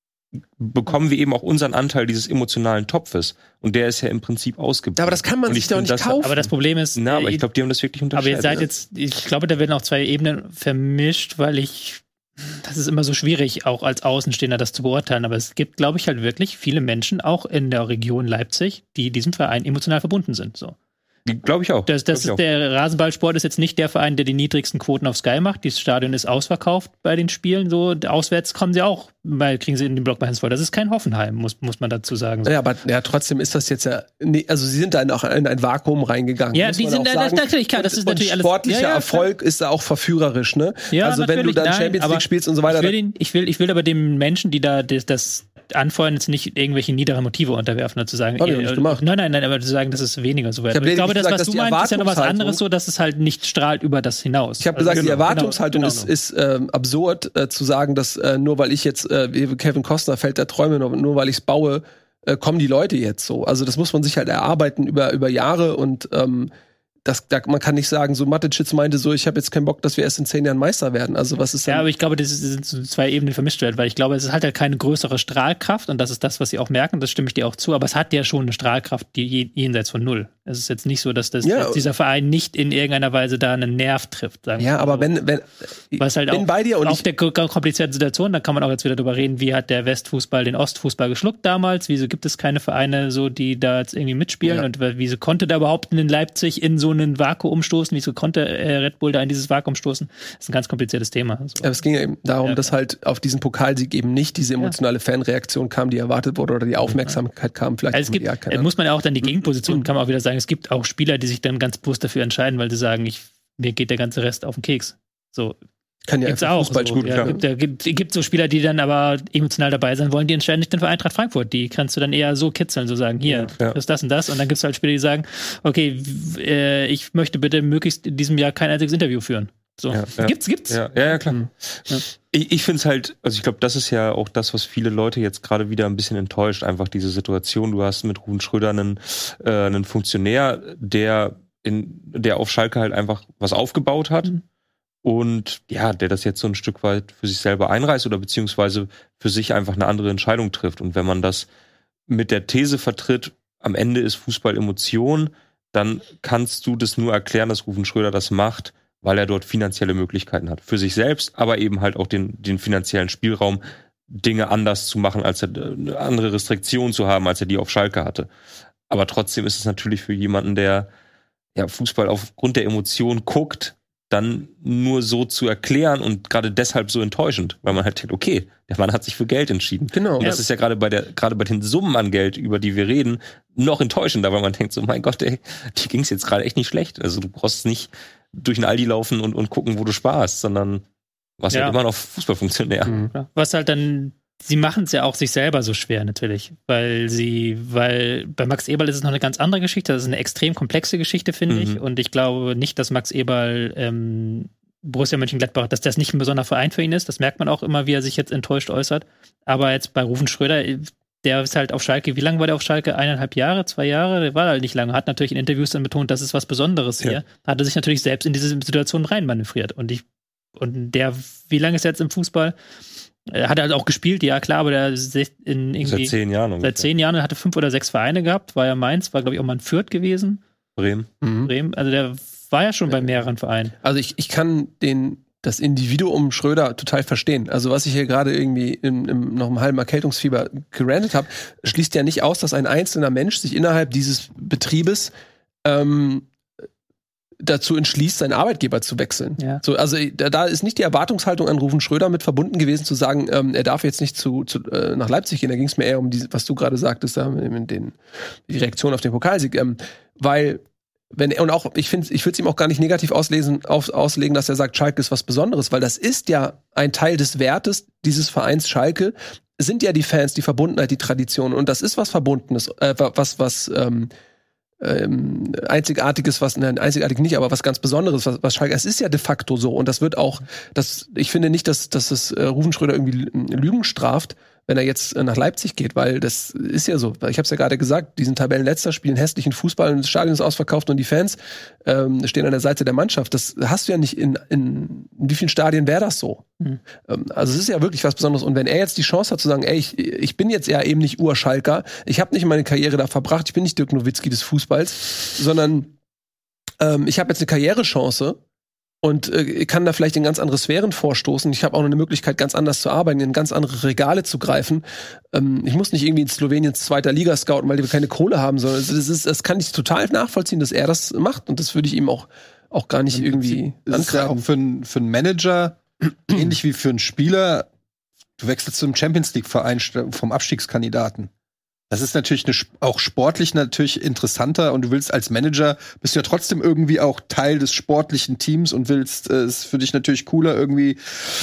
bekommen wir eben auch unseren Anteil dieses emotionalen Topfes. Und der ist ja im Prinzip ausgebaut. Aber das kann man sich doch nicht kaufen. Aber das Problem ist... Na, aber ich glaube, die haben das wirklich unterschätzt. Aber ihr seid jetzt... Ich glaube, da werden auch zwei Ebenen vermischt, weil ich... Das ist immer so schwierig, auch als Außenstehender das zu beurteilen. Aber es gibt, glaube ich, halt wirklich viele Menschen, auch in der Region Leipzig, die diesem Verein emotional verbunden sind. So. Glaube ich auch. Das, das ist auch. Der Rasenballsport ist jetzt nicht der Verein, der die niedrigsten Quoten auf Sky macht. Dieses Stadion ist ausverkauft bei den Spielen. So auswärts kommen sie auch, weil kriegen sie in den Block meistens voll. Das ist kein Hoffenheim, muss, muss man dazu sagen. So. Ja, aber ja, trotzdem ist das jetzt ja, nee, also sie sind da auch in ein Vakuum reingegangen. Ja, die sind da, das, natürlich klar. Das ist und, natürlich und alles. sportlicher ja, ja, Erfolg ist da auch verführerisch, ne? Ja, also wenn du dann nein, Champions League spielst und so weiter. Ich will, ihn, ich will, ich will aber den Menschen, die da das, das anfeuern, jetzt nicht irgendwelche niederen Motive unterwerfen und zu sagen, hab ich nicht gemacht. nein, nein, nein, aber zu sagen, das ist weniger so wert. Ich, ich glaube, das, gesagt, was du meinst, ist ja noch was anderes, so dass es halt nicht strahlt über das hinaus. Ich habe also, gesagt, genau, die Erwartungshaltung genau, ist, genau. ist ähm, absurd, äh, zu sagen, dass äh, nur weil ich jetzt äh, Kevin Costner Feld der Träume, nur, nur weil ich es baue, äh, kommen die Leute jetzt so. Also das muss man sich halt erarbeiten über über Jahre und ähm, das, da, man kann nicht sagen, so Mateschitz meinte so, ich habe jetzt keinen Bock, dass wir erst in zehn Jahren Meister werden. Also was ist denn? Ja, aber ich glaube, das sind so zwei Ebenen vermischt werden, weil ich glaube, es hat ja keine größere Strahlkraft und das ist das, was sie auch merken, das stimme ich dir auch zu, aber es hat ja schon eine Strahlkraft, die jenseits von null. Es ist jetzt nicht so, dass das, ja. dass dieser Verein nicht in irgendeiner Weise da einen Nerv trifft. Sagen ja, wir aber so. wenn, wenn, Was halt bin auch bei dir und auf ich, der komplizierten Situation, da kann man auch jetzt wieder drüber reden, wie hat der Westfußball den Ostfußball geschluckt damals, wieso gibt es keine Vereine so, die da jetzt irgendwie mitspielen ja. und wieso konnte da überhaupt in Leipzig in so einen Vakuum stoßen, wieso konnte äh, Red Bull da in dieses Vakuum stoßen? Das ist ein ganz kompliziertes Thema. So. aber es ging ja eben darum, Ja. dass halt auf diesen Pokalsieg eben nicht diese emotionale Fanreaktion kam, die erwartet wurde oder die Aufmerksamkeit kam. Vielleicht Also es gibt, ja, keine äh, Ahnung. muss man ja auch dann die Gegenposition, kann man auch wieder sagen, es gibt auch Spieler, die sich dann ganz bewusst dafür entscheiden, weil sie sagen, ich, mir geht der ganze Rest auf den Keks. So, kann ja gibt's einfach auch. Fußball So. spielen. Ja, klar. gibt, ja, gibt, gibt so Spieler, die dann aber emotional dabei sein wollen, die entscheiden sich dann für Eintracht Frankfurt. Die kannst du dann eher so kitzeln, so sagen, hier, Ja. das ist das und das. Und dann gibt es halt Spieler, die sagen, okay, w- äh, ich möchte bitte möglichst in diesem Jahr kein einziges Interview führen. So. Ja, ja. Gibt's, gibt's. Ja, ja, ja klar. Mhm. Ja. Ich, ich finde es halt, also ich glaube, das ist ja auch das, was viele Leute jetzt gerade wieder ein bisschen enttäuscht, einfach diese Situation. Du hast mit Ruven Schröder einen, äh, einen Funktionär, der in, der auf Schalke halt einfach was aufgebaut hat. Mhm. Und ja, der das jetzt so ein Stück weit für sich selber einreißt oder beziehungsweise für sich einfach eine andere Entscheidung trifft. Und wenn man das mit der These vertritt, am Ende ist Fußball Emotion, dann kannst du das nur erklären, dass Ruven Schröder das macht, weil er dort finanzielle Möglichkeiten hat. Für sich selbst, aber eben halt auch den, den finanziellen Spielraum, Dinge anders zu machen, als er eine andere Restriktion zu haben, als er die auf Schalke hatte. Aber trotzdem ist es natürlich für jemanden, der ja Fußball aufgrund der Emotion guckt, dann nur so zu erklären und gerade deshalb so enttäuschend, weil man halt denkt, okay, der Mann hat sich für Geld entschieden. Genau. Und das ist ja gerade bei der, gerade bei den Summen an Geld, über die wir reden, noch enttäuschender, weil man denkt so, mein Gott, ey, die ging's jetzt gerade echt nicht schlecht. Also du brauchst nicht durch den Aldi laufen und, und gucken, wo du sparst, sondern warst Ja. halt immer noch Fußballfunktionär. Mhm. Ja. Was halt dann, sie machen es ja auch sich selber so schwer natürlich, weil sie, weil bei Max Eberl ist es noch eine ganz andere Geschichte, das ist eine extrem komplexe Geschichte, finde Mhm. ich, und ich glaube nicht, dass Max Eberl ähm, Borussia Mönchengladbach, dass das nicht ein besonderer Verein für ihn ist, das merkt man auch immer, wie er sich jetzt enttäuscht äußert, aber jetzt bei Ruven Schröder, der ist halt auf Schalke, wie lange war der auf Schalke? Eineinhalb Jahre, zwei Jahre? Der war halt nicht lange, hat natürlich in Interviews dann betont, das ist was Besonderes hier, Ja. hat er sich natürlich selbst in diese Situation reinmanövriert und ich, und der, wie lange ist er jetzt im Fußball? Er hat halt auch gespielt, ja klar, aber der ist in irgendwie Seit zehn Jahren ungefähr. seit zehn Jahren, er hatte fünf oder sechs Vereine gehabt, war ja Mainz, war glaube ich auch mal ein Fürth gewesen, Bremen. Mhm. Bremen, also der war ja schon bei mehreren Vereinen. Also ich, ich kann den, das Individuum Schröder total verstehen. Also was ich hier gerade irgendwie im, im noch im halben Erkältungsfieber gerantet habe, schließt ja nicht aus, dass ein einzelner Mensch sich innerhalb dieses Betriebes ähm, dazu entschließt, seinen Arbeitgeber zu wechseln. Ja. So, also da, da ist nicht die Erwartungshaltung an Ruven Schröder mit verbunden gewesen, zu sagen, ähm, er darf jetzt nicht zu, zu äh, nach Leipzig gehen. Da ging es mir eher um die, was du gerade sagtest, da mit den, die Reaktion auf den Pokalsieg. Ähm, weil, wenn und auch, ich finde, ich würde es ihm auch gar nicht negativ auslesen, auf, auslegen, dass er sagt, Schalke ist was Besonderes, weil das ist ja ein Teil des Wertes dieses Vereins Schalke, sind ja die Fans, die Verbundenheit, die Tradition. Und das ist was Verbundenes, äh, was, was, ähm, Ähm, einzigartiges, was, nein, einzigartig nicht, aber was ganz Besonderes, was, was Schalke, es ist ja de facto so und das wird auch, das, ich finde nicht, dass, dass es äh, Ruven Schröder irgendwie Lügen straft, wenn er jetzt äh, nach Leipzig geht, weil das ist ja so, ich habe es ja gerade gesagt, diesen Tabellenletzter spielen hässlichen Fußball und das Stadion ist ausverkauft und die Fans ähm, stehen an der Seite der Mannschaft. Das hast du ja nicht in, in, in wie vielen Stadien wäre das so? Mhm. Ähm, also es ist ja wirklich was Besonderes und wenn er jetzt die Chance hat zu sagen, ey, ich, ich bin jetzt ja eben nicht Ur-Schalker, ich habe nicht meine Karriere da verbracht, ich bin nicht Dirk Nowitzki des Fußballs, sondern ähm, ich habe jetzt eine Karrierechance und äh, kann da vielleicht in ganz andere Sphären vorstoßen. Ich habe auch noch eine Möglichkeit, ganz anders zu arbeiten, in ganz andere Regale zu greifen. Ähm, ich muss nicht irgendwie in Sloweniens zweiter Liga scouten, weil die keine Kohle haben, sondern das, ist, das kann ich total nachvollziehen, dass er das macht. Und das würde ich ihm auch, auch gar nicht irgendwie ankreiden. Das ist ja auch für einen für einen Manager, ähnlich wie für einen Spieler, du wechselst zum Champions-League-Verein vom Abstiegskandidaten. Das ist natürlich eine, auch sportlich natürlich interessanter und du willst als Manager, bist du ja trotzdem irgendwie auch Teil des sportlichen Teams und willst, es äh, ist für dich natürlich cooler, irgendwie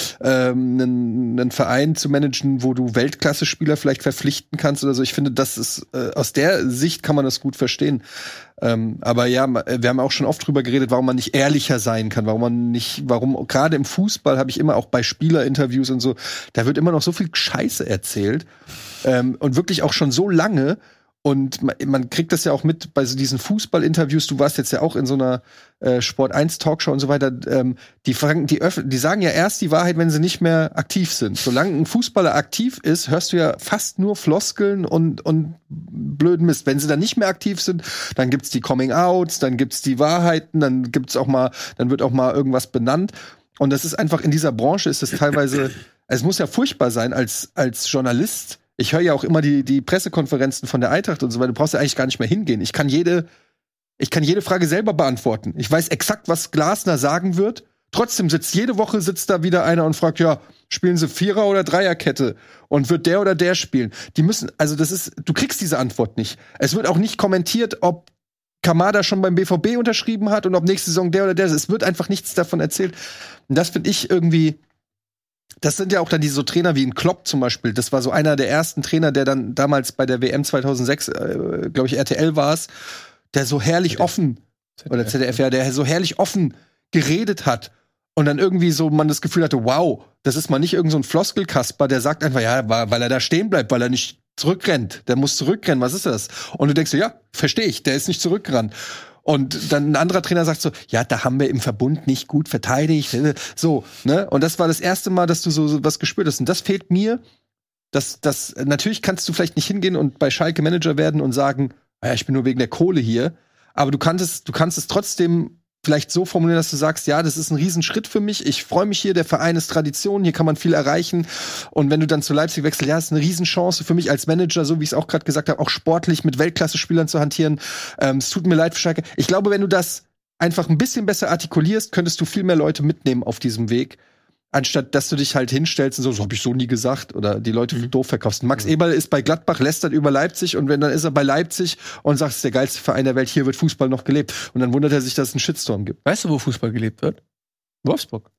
ähm, einen, einen Verein zu managen, wo du Weltklasse-Spieler vielleicht verpflichten kannst oder so. Ich finde, das ist, äh, aus der Sicht kann man das gut verstehen. Ähm, aber ja, wir haben auch schon oft drüber geredet, warum man nicht ehrlicher sein kann, warum man nicht, warum, gerade im Fußball habe ich immer auch bei Spielerinterviews und so, da wird immer noch so viel Scheiße erzählt. Ähm, und wirklich auch schon so lange. Und man, man kriegt das ja auch mit bei so diesen Fußballinterviews. Du warst jetzt ja auch in so einer äh, Sport eins Talkshow und so weiter. Ähm, die, fragen, die, öff- die sagen ja erst die Wahrheit, wenn sie nicht mehr aktiv sind. Solange ein Fußballer aktiv ist, hörst du ja fast nur Floskeln und, und blöden Mist. Wenn sie dann nicht mehr aktiv sind, dann gibt's die Coming-Outs, dann gibt's die Wahrheiten, dann gibt's auch mal, dann wird auch mal irgendwas benannt. Und das ist einfach, in dieser Branche ist es teilweise, es muss ja furchtbar sein als, als Journalist. Ich höre ja auch immer die, die Pressekonferenzen von der Eintracht und so weiter. Du brauchst ja eigentlich gar nicht mehr hingehen. Ich kann jede, ich kann jede Frage selber beantworten. Ich weiß exakt, was Glasner sagen wird. Trotzdem sitzt jede Woche sitzt da wieder einer und fragt, ja, spielen sie Vierer- oder Dreierkette? Und wird der oder der spielen? Die müssen, also das ist, du kriegst diese Antwort nicht. Es wird auch nicht kommentiert, ob Kamada schon beim B V B unterschrieben hat und ob nächste Saison der oder der ist. Es wird einfach nichts davon erzählt. Und das finde ich irgendwie, das sind ja auch dann diese so Trainer wie ein Klopp zum Beispiel. Das war so einer der ersten Trainer, der dann damals bei der W M zweitausendsechs, äh, glaube ich, R T L war es, der so herrlich Z D F. offen, Z D F. Oder Z D F, ja, der so herrlich offen geredet hat. Und dann irgendwie so man das Gefühl hatte, wow, das ist mal nicht irgend so ein Floskelkasper, der sagt einfach, ja, weil er da stehen bleibt, weil er nicht zurückrennt. Der muss zurückrennen, was ist das? Und du denkst so, ja, verstehe ich, der ist nicht zurückgerannt. Und dann ein anderer Trainer sagt so, ja, da haben wir im Verbund nicht gut verteidigt. So, ne? Und das war das erste Mal, dass du so, so was gespürt hast. Und das fehlt mir. Das, das, natürlich kannst du vielleicht nicht hingehen und bei Schalke Manager werden und sagen, ja, ich bin nur wegen der Kohle hier. Aber du kannst es, du kannst es trotzdem vielleicht so formulieren, dass du sagst, ja, das ist ein Riesenschritt für mich. Ich freue mich hier, der Verein ist Tradition, hier kann man viel erreichen. Und wenn du dann zu Leipzig wechselst, ja, ist eine Riesenchance für mich als Manager, so wie ich es auch gerade gesagt habe, auch sportlich mit Weltklasse-Spielern zu hantieren. Ähm, es tut mir leid für Schalke. Ich glaube, wenn du das einfach ein bisschen besser artikulierst, könntest du viel mehr Leute mitnehmen auf diesem Weg, anstatt dass du dich halt hinstellst und so, so habe ich so nie gesagt, oder die Leute mhm. doof verkaufst. Max mhm. Eberl ist bei Gladbach, lästert über Leipzig, und wenn dann ist er bei Leipzig und sagt, es ist der geilste Verein der Welt, hier wird Fußball noch gelebt. Und dann wundert er sich, dass es einen Shitstorm gibt. Weißt du, wo Fußball gelebt wird? Wolfsburg.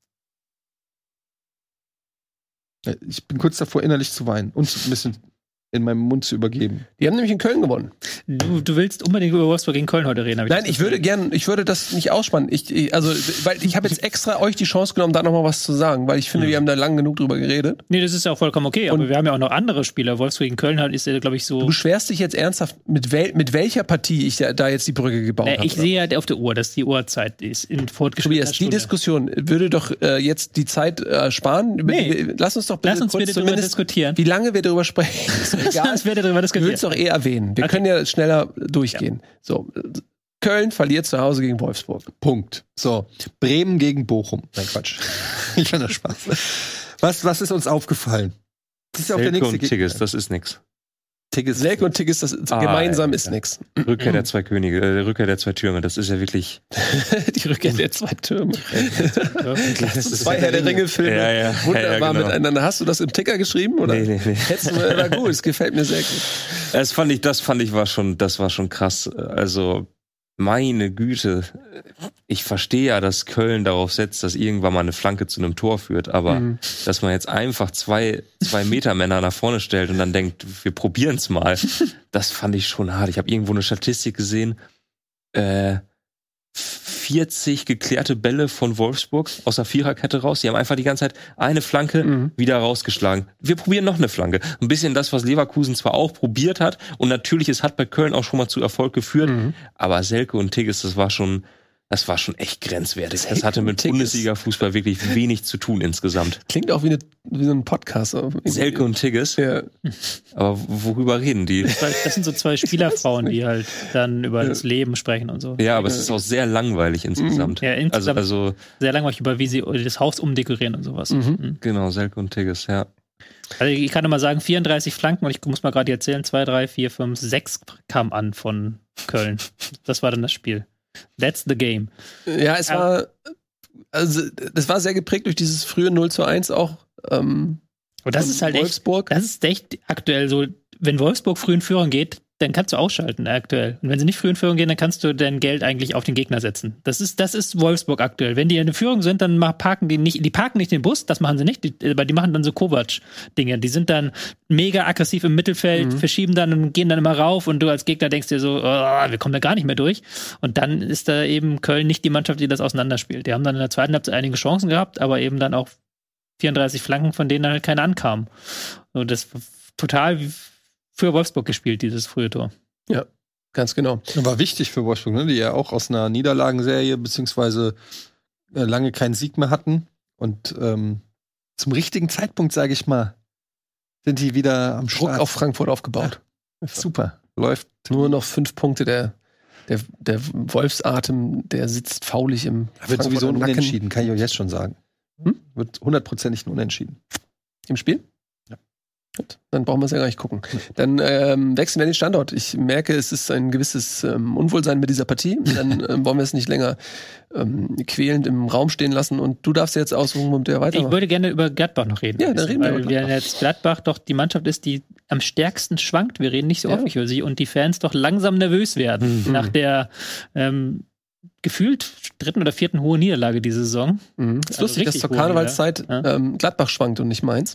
Ich bin kurz davor, innerlich zu weinen und ein bisschen in meinem Mund zu übergeben. Die haben nämlich in Köln gewonnen. Du, du willst unbedingt über Wolfsburg gegen Köln heute reden. Ich Nein, ich würde gern, ich würde das nicht ausspannen. Ich, ich, also, weil ich habe jetzt extra euch die Chance genommen, da noch mal was zu sagen, weil ich finde, mhm. wir haben da lang genug drüber geredet. Nee, das ist ja auch vollkommen okay, und aber wir haben ja auch noch andere Spieler. Wolfsburg gegen Köln halt ist ja, glaube ich, so. Du beschwerst dich jetzt ernsthaft, mit, wel, mit welcher Partie ich da jetzt die Brücke gebaut äh, habe. Ich sehe halt auf der Uhr, dass die Uhrzeit ist in fortgeschrittener Tobias, Stunde. Die Diskussion würde doch äh, jetzt die Zeit äh, sparen. Nee. Die, lass uns doch bitte lass uns kurz bitte darüber diskutieren. Wie lange wir darüber sprechen. Ist egal. Lass uns bitte darüber diskutieren. Ich will es doch eh erwähnen. Wir okay. können ja schneller durchgehen. Ja. So, Köln verliert zu Hause gegen Wolfsburg. Punkt. So, Bremen gegen Bochum. Nein, Quatsch. Ich fand das Spaß. Was, was ist uns aufgefallen? Das ist ja auch der nächste Tigges, das ist nix. Tigges. Selke und Tigges, das Ah, gemeinsam ja, ist ja. nix. Rückkehr der zwei Könige, äh, Rückkehr der zwei Türme, das ist ja wirklich. Die Rückkehr der zwei Türme. Das ist Zwei Herr der Ringe-Filme. Ja, ja. Wunderbar Ja, ja, genau. miteinander. Hast du das im Ticker geschrieben? Oder? Nee, nee, nee. Hättest du, war gut, es gefällt mir sehr gut. Das fand ich, das fand ich war schon, das war schon krass. Also, meine Güte. Ich verstehe ja, dass Köln darauf setzt, dass irgendwann mal eine Flanke zu einem Tor führt, aber Mhm. dass man jetzt einfach zwei, zwei Meter Männer nach vorne stellt und dann denkt, wir probieren's mal, das fand ich schon hart. Ich habe irgendwo eine Statistik gesehen, äh, vierzig geklärte Bälle von Wolfsburg aus der Viererkette raus. Die haben einfach die ganze Zeit eine Flanke Mhm. wieder rausgeschlagen. Wir probieren noch eine Flanke. Ein bisschen das, was Leverkusen zwar auch probiert hat und natürlich, es hat bei Köln auch schon mal zu Erfolg geführt, Mhm. aber Selke und Tigges, das war schon, das war schon echt grenzwertig. Selke Das hatte und mit Tigges. Bundesliga-Fußball wirklich wenig zu tun insgesamt. Klingt auch wie, eine, wie so ein Podcast. Selke und Tigges, Ja. aber worüber reden die? Das sind so zwei Spielerfrauen, die halt dann über das Leben sprechen und so. Ja, aber es ist auch sehr langweilig insgesamt. Ja, insgesamt Also, also sehr langweilig, über wie sie das Haus umdekorieren und sowas. Mhm. Mhm. genau, Selke und Tigges, ja. Also ich kann nur mal sagen, vierunddreißig Flanken und ich muss mal gerade erzählen, zwei, drei, vier, fünf, sechs kamen an von Köln. Das war dann das Spiel. That's the game. Ja, es war, also, das war sehr geprägt durch dieses frühe null zu eins auch. Ähm, Und das von ist halt echt, Wolfsburg. das ist echt aktuell so, wenn Wolfsburg früh in Führung geht, dann kannst du ausschalten aktuell. Und wenn sie nicht früh in Führung gehen, dann kannst du dein Geld eigentlich auf den Gegner setzen. Das ist, das ist Wolfsburg aktuell. Wenn die in der Führung sind, dann mach- parken die nicht, die parken nicht den Bus, das machen sie nicht, die, aber die machen dann so Kovac-Dinge. Die sind dann mega aggressiv im Mittelfeld, Mhm. verschieben dann und gehen dann immer rauf und du als Gegner denkst dir so, oh, wir kommen da gar nicht mehr durch. Und dann ist da eben Köln nicht die Mannschaft, die das auseinanderspielt. Die haben dann in der zweiten Halbzeit einige Chancen gehabt, aber eben dann auch vierunddreißig Flanken, von denen dann halt keine ankamen. Und das war total für Wolfsburg gespielt, dieses frühe Tor. Ja, ganz genau. War wichtig für Wolfsburg, ne? Die ja auch aus einer Niederlagenserie beziehungsweise äh, lange keinen Sieg mehr hatten. Und ähm, zum richtigen Zeitpunkt, sage ich mal, sind die wieder am Druck Start. auf Frankfurt aufgebaut. Super. Läuft. Nur noch fünf Punkte. Der, der, der Wolfsatem, der sitzt faulig im Wird sowieso ein Frankfurter Nacken. Unentschieden, kann ich euch jetzt schon sagen. Hm? Wird hundertprozentig ein Unentschieden. Im Spiel? Ja. Gut, dann brauchen wir es ja gar nicht gucken. Dann ähm, wechseln wir den Standort. Ich merke, es ist ein gewisses ähm, Unwohlsein mit dieser Partie. Dann ähm, wollen wir es nicht länger ähm, quälend im Raum stehen lassen. Und du darfst jetzt aussuchen, womit der Ich weitermacht. würde gerne über Gladbach noch reden. Ja, dann reden wir weil über wir Gladbach. jetzt Gladbach doch die Mannschaft ist, die am stärksten schwankt. Wir reden nicht so Ja. häufig über sie und die Fans doch langsam nervös werden Mhm. nach der ähm, gefühlt dritten oder vierten hohen Niederlage diese Saison. Mhm. Es ist Also lustig, dass richtig zur hohe Karnevalszeit Liga. ähm, Gladbach schwankt und nicht Mainz.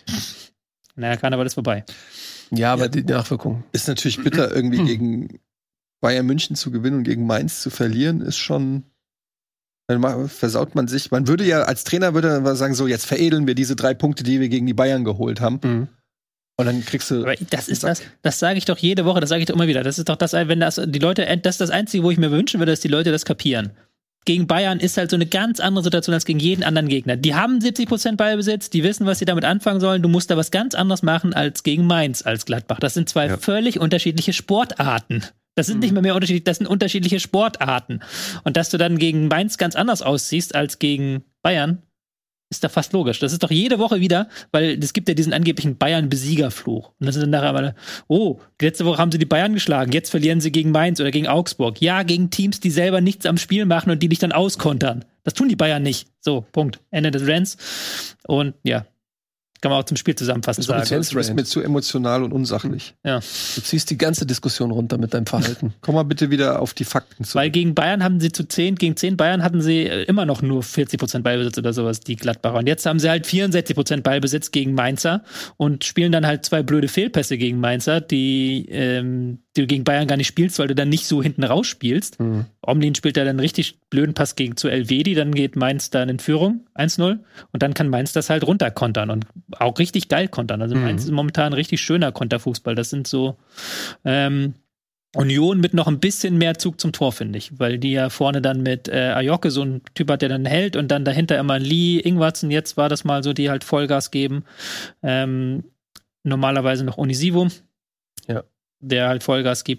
Naja, Karneval ist vorbei. Ja, aber Ja. die Nachwirkung. Ist natürlich bitter, irgendwie gegen Bayern München zu gewinnen und gegen Mainz zu verlieren, ist schon. Dann ma- versaut man sich. Man würde ja als Trainer würde man sagen, so jetzt veredeln wir diese drei Punkte, die wir gegen die Bayern geholt haben. Mhm. Und dann kriegst du. Aber das ist das, das sage ich doch jede Woche, das sage ich doch immer wieder. Das ist doch das, wenn das die Leute, das ist das Einzige, wo ich mir wünschen würde, dass die Leute das kapieren. Gegen Bayern ist halt so eine ganz andere Situation als gegen jeden anderen Gegner. Die haben siebzig Prozent Ballbesitz, die wissen, was sie damit anfangen sollen. Du musst da was ganz anderes machen als gegen Mainz, als Gladbach. Das sind zwei Ja. völlig unterschiedliche Sportarten. Das sind nicht mehr mehr unterschiedlich, das sind unterschiedliche Sportarten. Und dass du dann gegen Mainz ganz anders aussiehst als gegen Bayern, ist da fast logisch. Das ist doch jede Woche wieder, weil es gibt ja diesen angeblichen Bayern-Besiegerfluch. Und das ist dann nachher mal, oh, letzte Woche haben sie die Bayern geschlagen, jetzt verlieren sie gegen Mainz oder gegen Augsburg. Ja, gegen Teams, die selber nichts am Spiel machen und die dich dann auskontern. Das tun die Bayern nicht. So, Punkt. Ende des Rants. Und ja, kann man auch zum Spiel zusammenfassend Das ist sagen. so Du bist mir zu emotional und unsachlich. Ja. Du ziehst die ganze Diskussion runter mit deinem Verhalten. Komm mal bitte wieder auf die Fakten zu. Weil gegen Bayern haben sie zu zehn, gegen zehn Bayern hatten sie äh, immer noch nur vierzig Prozent Ballbesitz oder sowas, die Gladbacher. Und jetzt haben sie halt vierundsechzig Prozent Ballbesitz gegen Mainzer und spielen dann halt zwei blöde Fehlpässe gegen Mainzer, die, ähm, die du gegen Bayern gar nicht spielst, weil du dann nicht so hinten raus spielst. Mhm. Omlin spielt da dann einen richtig blöden Pass gegen zu Elvedi, dann geht Mainz dann in Führung, eins null, und dann kann Mainz das halt runterkontern und auch richtig geil kontern. Also Mhm. Mainz ist momentan ein richtig schöner Konterfußball. Das sind so ähm, Union mit noch ein bisschen mehr Zug zum Tor, finde ich, weil die ja vorne dann mit äh, Ayoke so ein Typ hat, der dann hält und dann dahinter immer Lee, Ingwarzen, jetzt war das mal so, die halt Vollgas geben. Ähm, normalerweise noch Onisivo, Ja. der halt Vollgas gibt.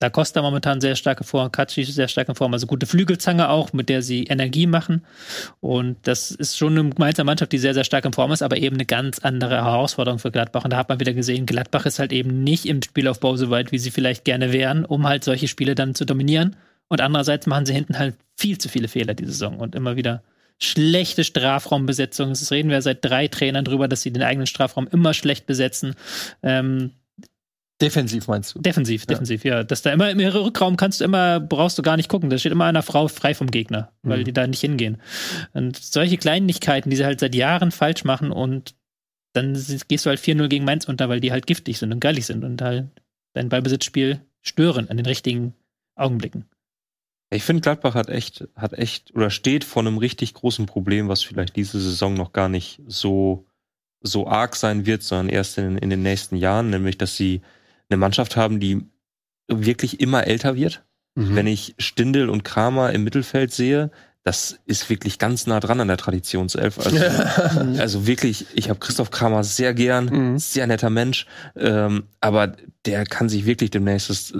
Da Costa momentan sehr starke Form, Katschi sehr starke Form, also gute Flügelzange auch, mit der sie Energie machen. Und das ist schon eine Mainzer Mannschaft, die sehr, sehr stark in Form ist, aber eben eine ganz andere Herausforderung für Gladbach. Und da hat man wieder gesehen, Gladbach ist halt eben nicht im Spielaufbau so weit, wie sie vielleicht gerne wären, um halt solche Spiele dann zu dominieren. Und andererseits machen sie hinten halt viel zu viele Fehler die Saison und immer wieder schlechte Strafraumbesetzung. Das reden wir seit drei Trainern drüber, dass sie den eigenen Strafraum immer schlecht besetzen. Ähm, Defensiv meinst du? Defensiv, defensiv, ja. ja. Dass da immer im Rückraum kannst du immer, brauchst du gar nicht gucken. Da steht immer einer Frau frei vom Gegner, weil mhm. die da nicht hingehen. Und solche Kleinigkeiten, die sie halt seit Jahren falsch machen und dann gehst du halt vier null gegen Mainz unter, weil die halt giftig sind und geilig sind und halt dein Ballbesitzspiel stören an den richtigen Augenblicken. Ich finde, Gladbach hat echt, hat echt oder steht vor einem richtig großen Problem, was vielleicht diese Saison noch gar nicht so, so arg sein wird, sondern erst in, in den nächsten Jahren, nämlich, dass sie eine Mannschaft haben, die wirklich immer älter wird. Mhm. Wenn ich Stindl und Kramer im Mittelfeld sehe, das ist wirklich ganz nah dran an der Traditionself. Also, also wirklich, ich habe Christoph Kramer sehr gern, mhm. sehr netter Mensch, ähm, aber der kann sich wirklich demnächst das, äh,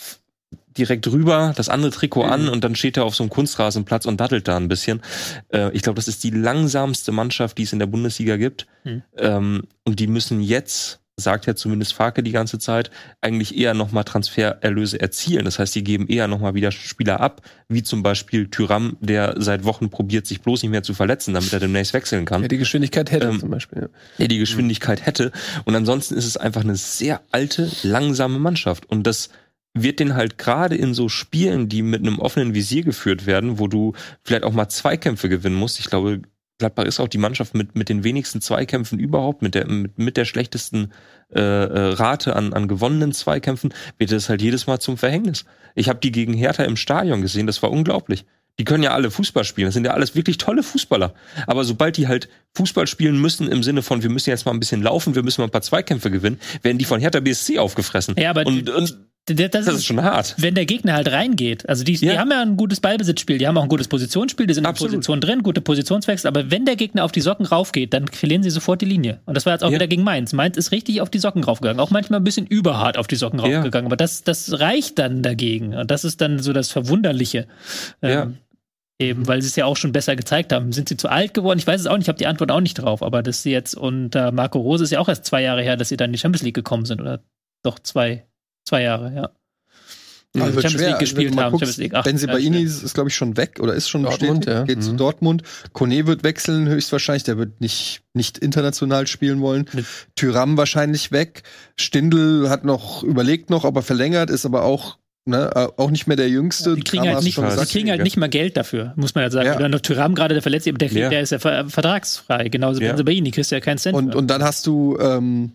direkt rüber, das andere Trikot mhm. an und dann steht er auf so einem Kunstrasenplatz und dattelt da ein bisschen. Äh, ich glaube, das ist die langsamste Mannschaft, die es in der Bundesliga gibt. Mhm. Ähm, und die müssen jetzt, sagt ja zumindest Farke die ganze Zeit, eigentlich eher nochmal Transfererlöse erzielen. Das heißt, die geben eher nochmal wieder Spieler ab, wie zum Beispiel Thuram, der seit Wochen probiert, sich bloß nicht mehr zu verletzen, damit er demnächst wechseln kann. Ja, die Geschwindigkeit hätte ähm, zum Beispiel. Ja. ja, die Geschwindigkeit mhm. hätte. Und ansonsten ist es einfach eine sehr alte, langsame Mannschaft. Und das wird den halt gerade in so Spielen, die mit einem offenen Visier geführt werden, wo du vielleicht auch mal Zweikämpfe gewinnen musst. Ich glaube, Gladbach ist auch die Mannschaft mit mit den wenigsten Zweikämpfen überhaupt, mit der mit, mit der schlechtesten äh, Rate an an gewonnenen Zweikämpfen, wird das halt jedes Mal zum Verhängnis. Ich habe die gegen Hertha im Stadion gesehen, das war unglaublich. Die können ja alle Fußball spielen, das sind ja alles wirklich tolle Fußballer. Aber sobald die halt Fußball spielen müssen im Sinne von, wir müssen jetzt mal ein bisschen laufen, wir müssen mal ein paar Zweikämpfe gewinnen, werden die von Hertha B S C aufgefressen. Ja, aber und, und Das, das ist schon hart. Wenn der Gegner halt reingeht, also die, ja. die haben ja ein gutes Ballbesitzspiel, die haben auch ein gutes Positionsspiel, die sind Absolut. in der Position drin, gute Positionswechsel, aber wenn der Gegner auf die Socken raufgeht, dann verlieren sie sofort die Linie. Und das war jetzt auch ja. wieder gegen Mainz. Mainz ist richtig auf die Socken raufgegangen, auch manchmal ein bisschen überhart auf die Socken ja. raufgegangen, aber das, das reicht dann dagegen. Und das ist dann so das Verwunderliche. Ja. Ähm, eben, weil sie es ja auch schon besser gezeigt haben. Sind sie zu alt geworden? Ich weiß es auch nicht, ich habe die Antwort auch nicht drauf, aber dass sie jetzt unter Marco Rose ist ja auch erst zwei Jahre her, dass sie dann in die Champions League gekommen sind, oder doch zwei, zwei Jahre, ja. Also Champions schwer, League gespielt also haben. guckst, Champions League acht, Bensebaini ja, ist, glaube ich, schon weg oder ist schon Dortmund, bestätigt. ja. Geht Mhm. zu Dortmund. Kone wird wechseln, höchstwahrscheinlich. Der wird nicht, nicht international spielen wollen. Mit Thuram wahrscheinlich weg. Stindl hat noch überlegt noch, ob er verlängert, ist aber auch, ne, auch nicht mehr der Jüngste. Die kriegen Kramer halt, hast nicht, schon die gesagt. kriegen halt nicht mal Geld dafür, muss man ja sagen. Ja. Oder noch Thuram gerade, der verletzt, der, kriegt, Ja. der ist ja ver vertragsfrei. Genauso Ja. Bensebaini, kriegst du ja keinen Cent Und, für. und dann hast du ähm,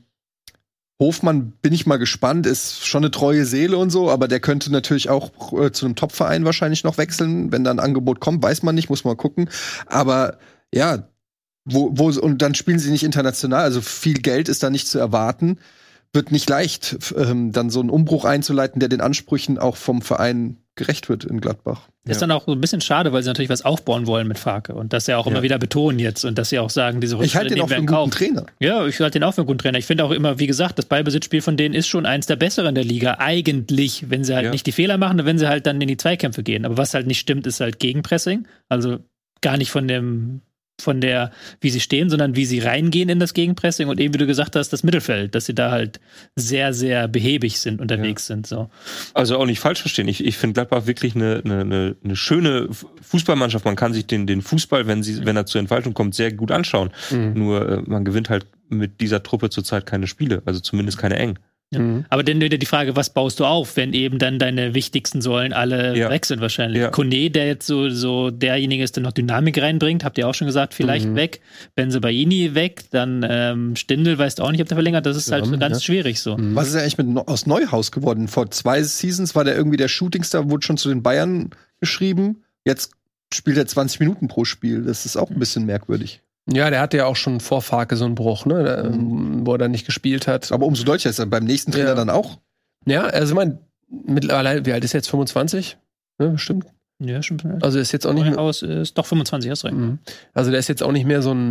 Hofmann, bin ich mal gespannt, ist schon eine treue Seele und so, aber der könnte natürlich auch äh, zu einem Topverein wahrscheinlich noch wechseln, wenn da ein Angebot kommt, weiß man nicht, muss man gucken. Aber ja, wo, wo, und dann spielen sie nicht international, also viel Geld ist da nicht zu erwarten. Wird nicht leicht, ähm, dann so einen Umbruch einzuleiten, der den Ansprüchen auch vom Verein gerecht wird in Gladbach. Ist Ja. dann auch so ein bisschen schade, weil sie natürlich was aufbauen wollen mit Farke und das ja auch Ja. immer wieder betonen jetzt und dass sie auch sagen, diese Ich halte den auch für einen guten Trainer. Ja, ich halte den auch für einen guten Trainer. Ich finde auch immer, wie gesagt, das Ballbesitzspiel von denen ist schon eins der besseren der Liga, eigentlich, wenn sie halt Ja. nicht die Fehler machen und wenn sie halt dann in die Zweikämpfe gehen. Aber was halt nicht stimmt, ist halt Gegenpressing. Also gar nicht von dem von der, wie sie stehen, sondern wie sie reingehen in das Gegenpressing und eben, wie du gesagt hast, das Mittelfeld, dass sie da halt sehr, sehr behäbig sind, unterwegs ja. sind. So. Also auch nicht falsch verstehen. Ich, ich finde Gladbach wirklich eine, eine, eine schöne Fußballmannschaft. Man kann sich den, den Fußball, wenn sie, wenn er zur Entfaltung kommt, sehr gut anschauen. Mhm. Nur äh, man gewinnt halt mit dieser Truppe zurzeit keine Spiele, also zumindest keine eng. Ja. Mhm. Aber dann wieder die Frage, was baust du auf, wenn eben dann deine wichtigsten Säulen alle ja. weg sind wahrscheinlich. Ja. Kone, der jetzt so, so derjenige ist, der noch Dynamik reinbringt, habt ihr auch schon gesagt, vielleicht mhm. weg. Bensebaini weg, dann ähm, Stindl, weißt du auch nicht, ob der verlängert, das ist ja, halt so ganz ja. schwierig so. Mhm. Was ist ja eigentlich mit no- aus Neuhaus geworden? Vor zwei Seasons war der irgendwie der Shootingstar, wurde schon zu den Bayern geschrieben, jetzt spielt er zwanzig Minuten pro Spiel, das ist auch ein bisschen merkwürdig. Ja, der hatte ja auch schon vor Farke so einen Bruch, ne, der, mhm. wo er dann nicht gespielt hat. Aber umso deutlicher ist er beim nächsten Trainer ja. dann auch. Ja, also ich meine, mittlerweile, wie alt ist er jetzt? fünfundzwanzig? Ne, bestimmt. Ja, schon. Also ist jetzt auch nicht mehr. Aus ist doch fünfundzwanzig, hast recht. Mhm. Also der ist jetzt auch nicht mehr so ein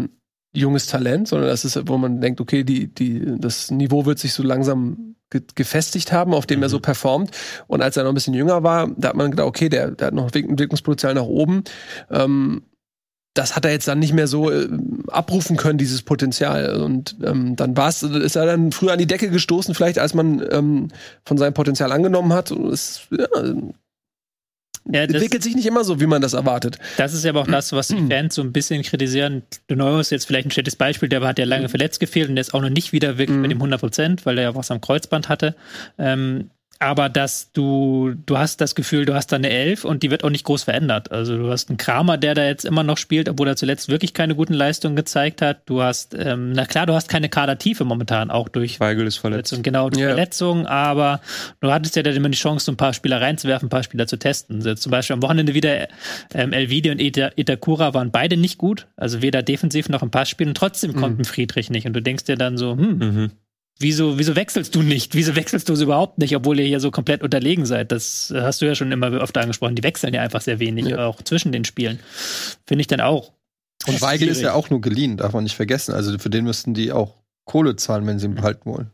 junges Talent, sondern das ist, wo man denkt, okay, die, die, das Niveau wird sich so langsam ge- gefestigt haben, auf dem mhm. er so performt. Und als er noch ein bisschen jünger war, da hat man gedacht, okay, der, der hat noch Entwicklungspotenzial nach oben. Ähm, das hat er jetzt dann nicht mehr so äh, abrufen können, dieses Potenzial. Und ähm, dann war's, ist er dann früher an die Decke gestoßen, vielleicht, als man ähm, von seinem Potenzial angenommen hat. Und es, ja, Ja, das entwickelt sich nicht immer so, wie man das erwartet. Das ist aber auch das, was die Fans so ein bisschen kritisieren. De Neuer ist jetzt vielleicht ein schlechtes Beispiel, der hat ja lange verletzt gefehlt und der ist auch noch nicht wieder wirklich mhm. mit dem hundert Prozent, weil er ja was am Kreuzband hatte. Ähm, aber dass du, du hast das Gefühl, du hast da eine Elf und die wird auch nicht groß verändert. Also du hast einen Kramer, der da jetzt immer noch spielt, obwohl er zuletzt wirklich keine guten Leistungen gezeigt hat. Du hast, ähm, na klar, du hast keine Kadertiefe momentan, auch durch Weigel ist verletzt. Verletzung, genau, durch ja. Verletzungen, aber du hattest ja dann immer die Chance, so ein paar Spieler reinzuwerfen, ein paar Spieler zu testen. Also zum Beispiel am Wochenende wieder ähm, Elvedi und Ita- Itakura waren beide nicht gut, also weder defensiv noch im Passspiel und trotzdem mhm. konnten Friedrich nicht. Und du denkst dir dann so, hm, Mhm. Wieso, wieso wechselst du nicht? Wieso wechselst du es überhaupt nicht, obwohl ihr hier so komplett unterlegen seid? Das hast du ja schon immer öfter angesprochen. Die wechseln ja einfach sehr wenig, ja. auch zwischen den Spielen. Finde ich dann auch. Und Weigel schwierig. ist ja auch nur geliehen, darf man nicht vergessen. Also für den müssten die auch Kohle zahlen, wenn sie ihn behalten wollen.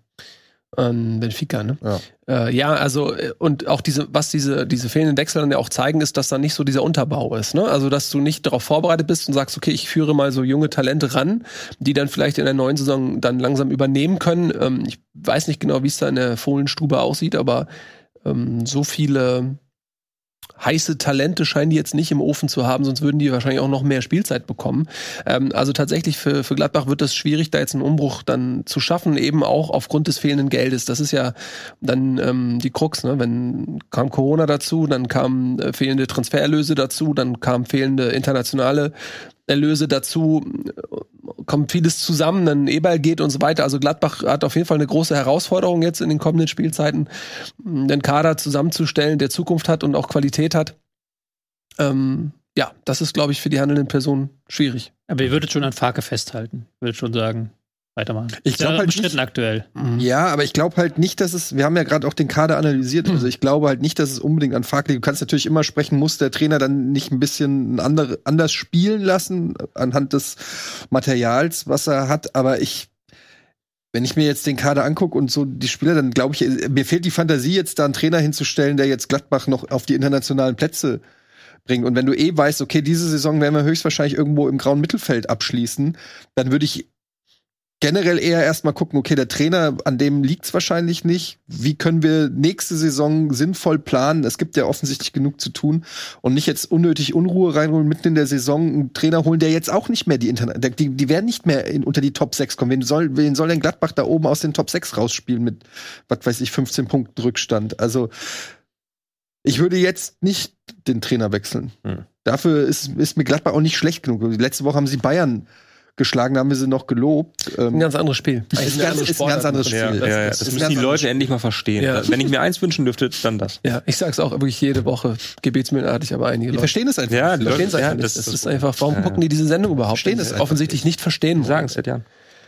An Benfica, ne? Ja. Äh, ja, also, und auch diese, was diese, diese fehlenden Wechsel dann ja auch zeigen, ist, dass da nicht so dieser Unterbau ist, ne? Also, dass du nicht darauf vorbereitet bist und sagst, okay, ich führe mal so junge Talente ran, die dann vielleicht in der neuen Saison dann langsam übernehmen können. Ähm, ich weiß nicht genau, wie es da in der Fohlenstube aussieht, aber ähm, so viele heiße Talente scheinen die jetzt nicht im Ofen zu haben, sonst würden die wahrscheinlich auch noch mehr Spielzeit bekommen. Ähm, also tatsächlich für, für Gladbach wird es schwierig, da jetzt einen Umbruch dann zu schaffen, eben auch aufgrund des fehlenden Geldes. Das ist ja dann ähm, die Krux, ne? Wenn kam Corona dazu, dann kamen äh, fehlende Transfererlöse dazu, dann kamen fehlende internationale Erlöse dazu, kommt vieles zusammen, dann Eberl geht und so weiter. Also Gladbach hat auf jeden Fall eine große Herausforderung jetzt in den kommenden Spielzeiten, den Kader zusammenzustellen, der Zukunft hat und auch Qualität hat. Ähm, ja, das ist, glaube ich, für die handelnden Personen schwierig. Aber ihr würdet schon an Farke festhalten. Würdet schon sagen, weitermachen. Ich glaube ja, halt bestritten nicht, aktuell. Mhm. Ja, aber ich glaube halt nicht, dass es, wir haben ja gerade auch den Kader analysiert, also ich glaube halt nicht, dass es unbedingt an Farke liegt. Du kannst natürlich immer sprechen, muss der Trainer dann nicht ein bisschen andere, anders spielen lassen, anhand des Materials, was er hat, aber ich, wenn ich mir jetzt den Kader angucke und so die Spieler, dann glaube ich, mir fehlt die Fantasie, jetzt da einen Trainer hinzustellen, der jetzt Gladbach noch auf die internationalen Plätze bringt. Und wenn du eh weißt, okay, diese Saison werden wir höchstwahrscheinlich irgendwo im grauen Mittelfeld abschließen, dann würde ich generell eher erstmal gucken, okay, der Trainer, an dem liegt's wahrscheinlich nicht. Wie können wir nächste Saison sinnvoll planen? Es gibt ja offensichtlich genug zu tun und nicht jetzt unnötig Unruhe reinholen, mitten in der Saison einen Trainer holen, der jetzt auch nicht mehr die Internet, die, die werden nicht mehr in, unter die Top sechs kommen. Wen soll, wen soll denn Gladbach da oben aus den Top sechs rausspielen mit, was weiß ich, fünfzehn Punkten Rückstand? Also, ich würde jetzt nicht den Trainer wechseln. Hm. Dafür ist, ist mir Gladbach auch nicht schlecht genug. Letzte Woche haben sie Bayern geschlagen, da haben wir sie noch gelobt. Ein ganz anderes Spiel. Ist, ganz, ist ein ganz anderes Spiel. Ja, ja, ja. Das, das müssen die Leute endlich mal verstehen. Ja. Wenn ich mir eins wünschen dürfte, dann das. Ja, ich sag's auch wirklich jede Woche, gebetsmühlenartig, aber einige Die Leute verstehen es einfach. Ja, die verstehen es ja, einfach nicht. das, Das, das ist einfach, warum ja. gucken die diese Sendung überhaupt? Verstehen Wenn es sie offensichtlich nicht verstehen. Die sagen es seit Jahren.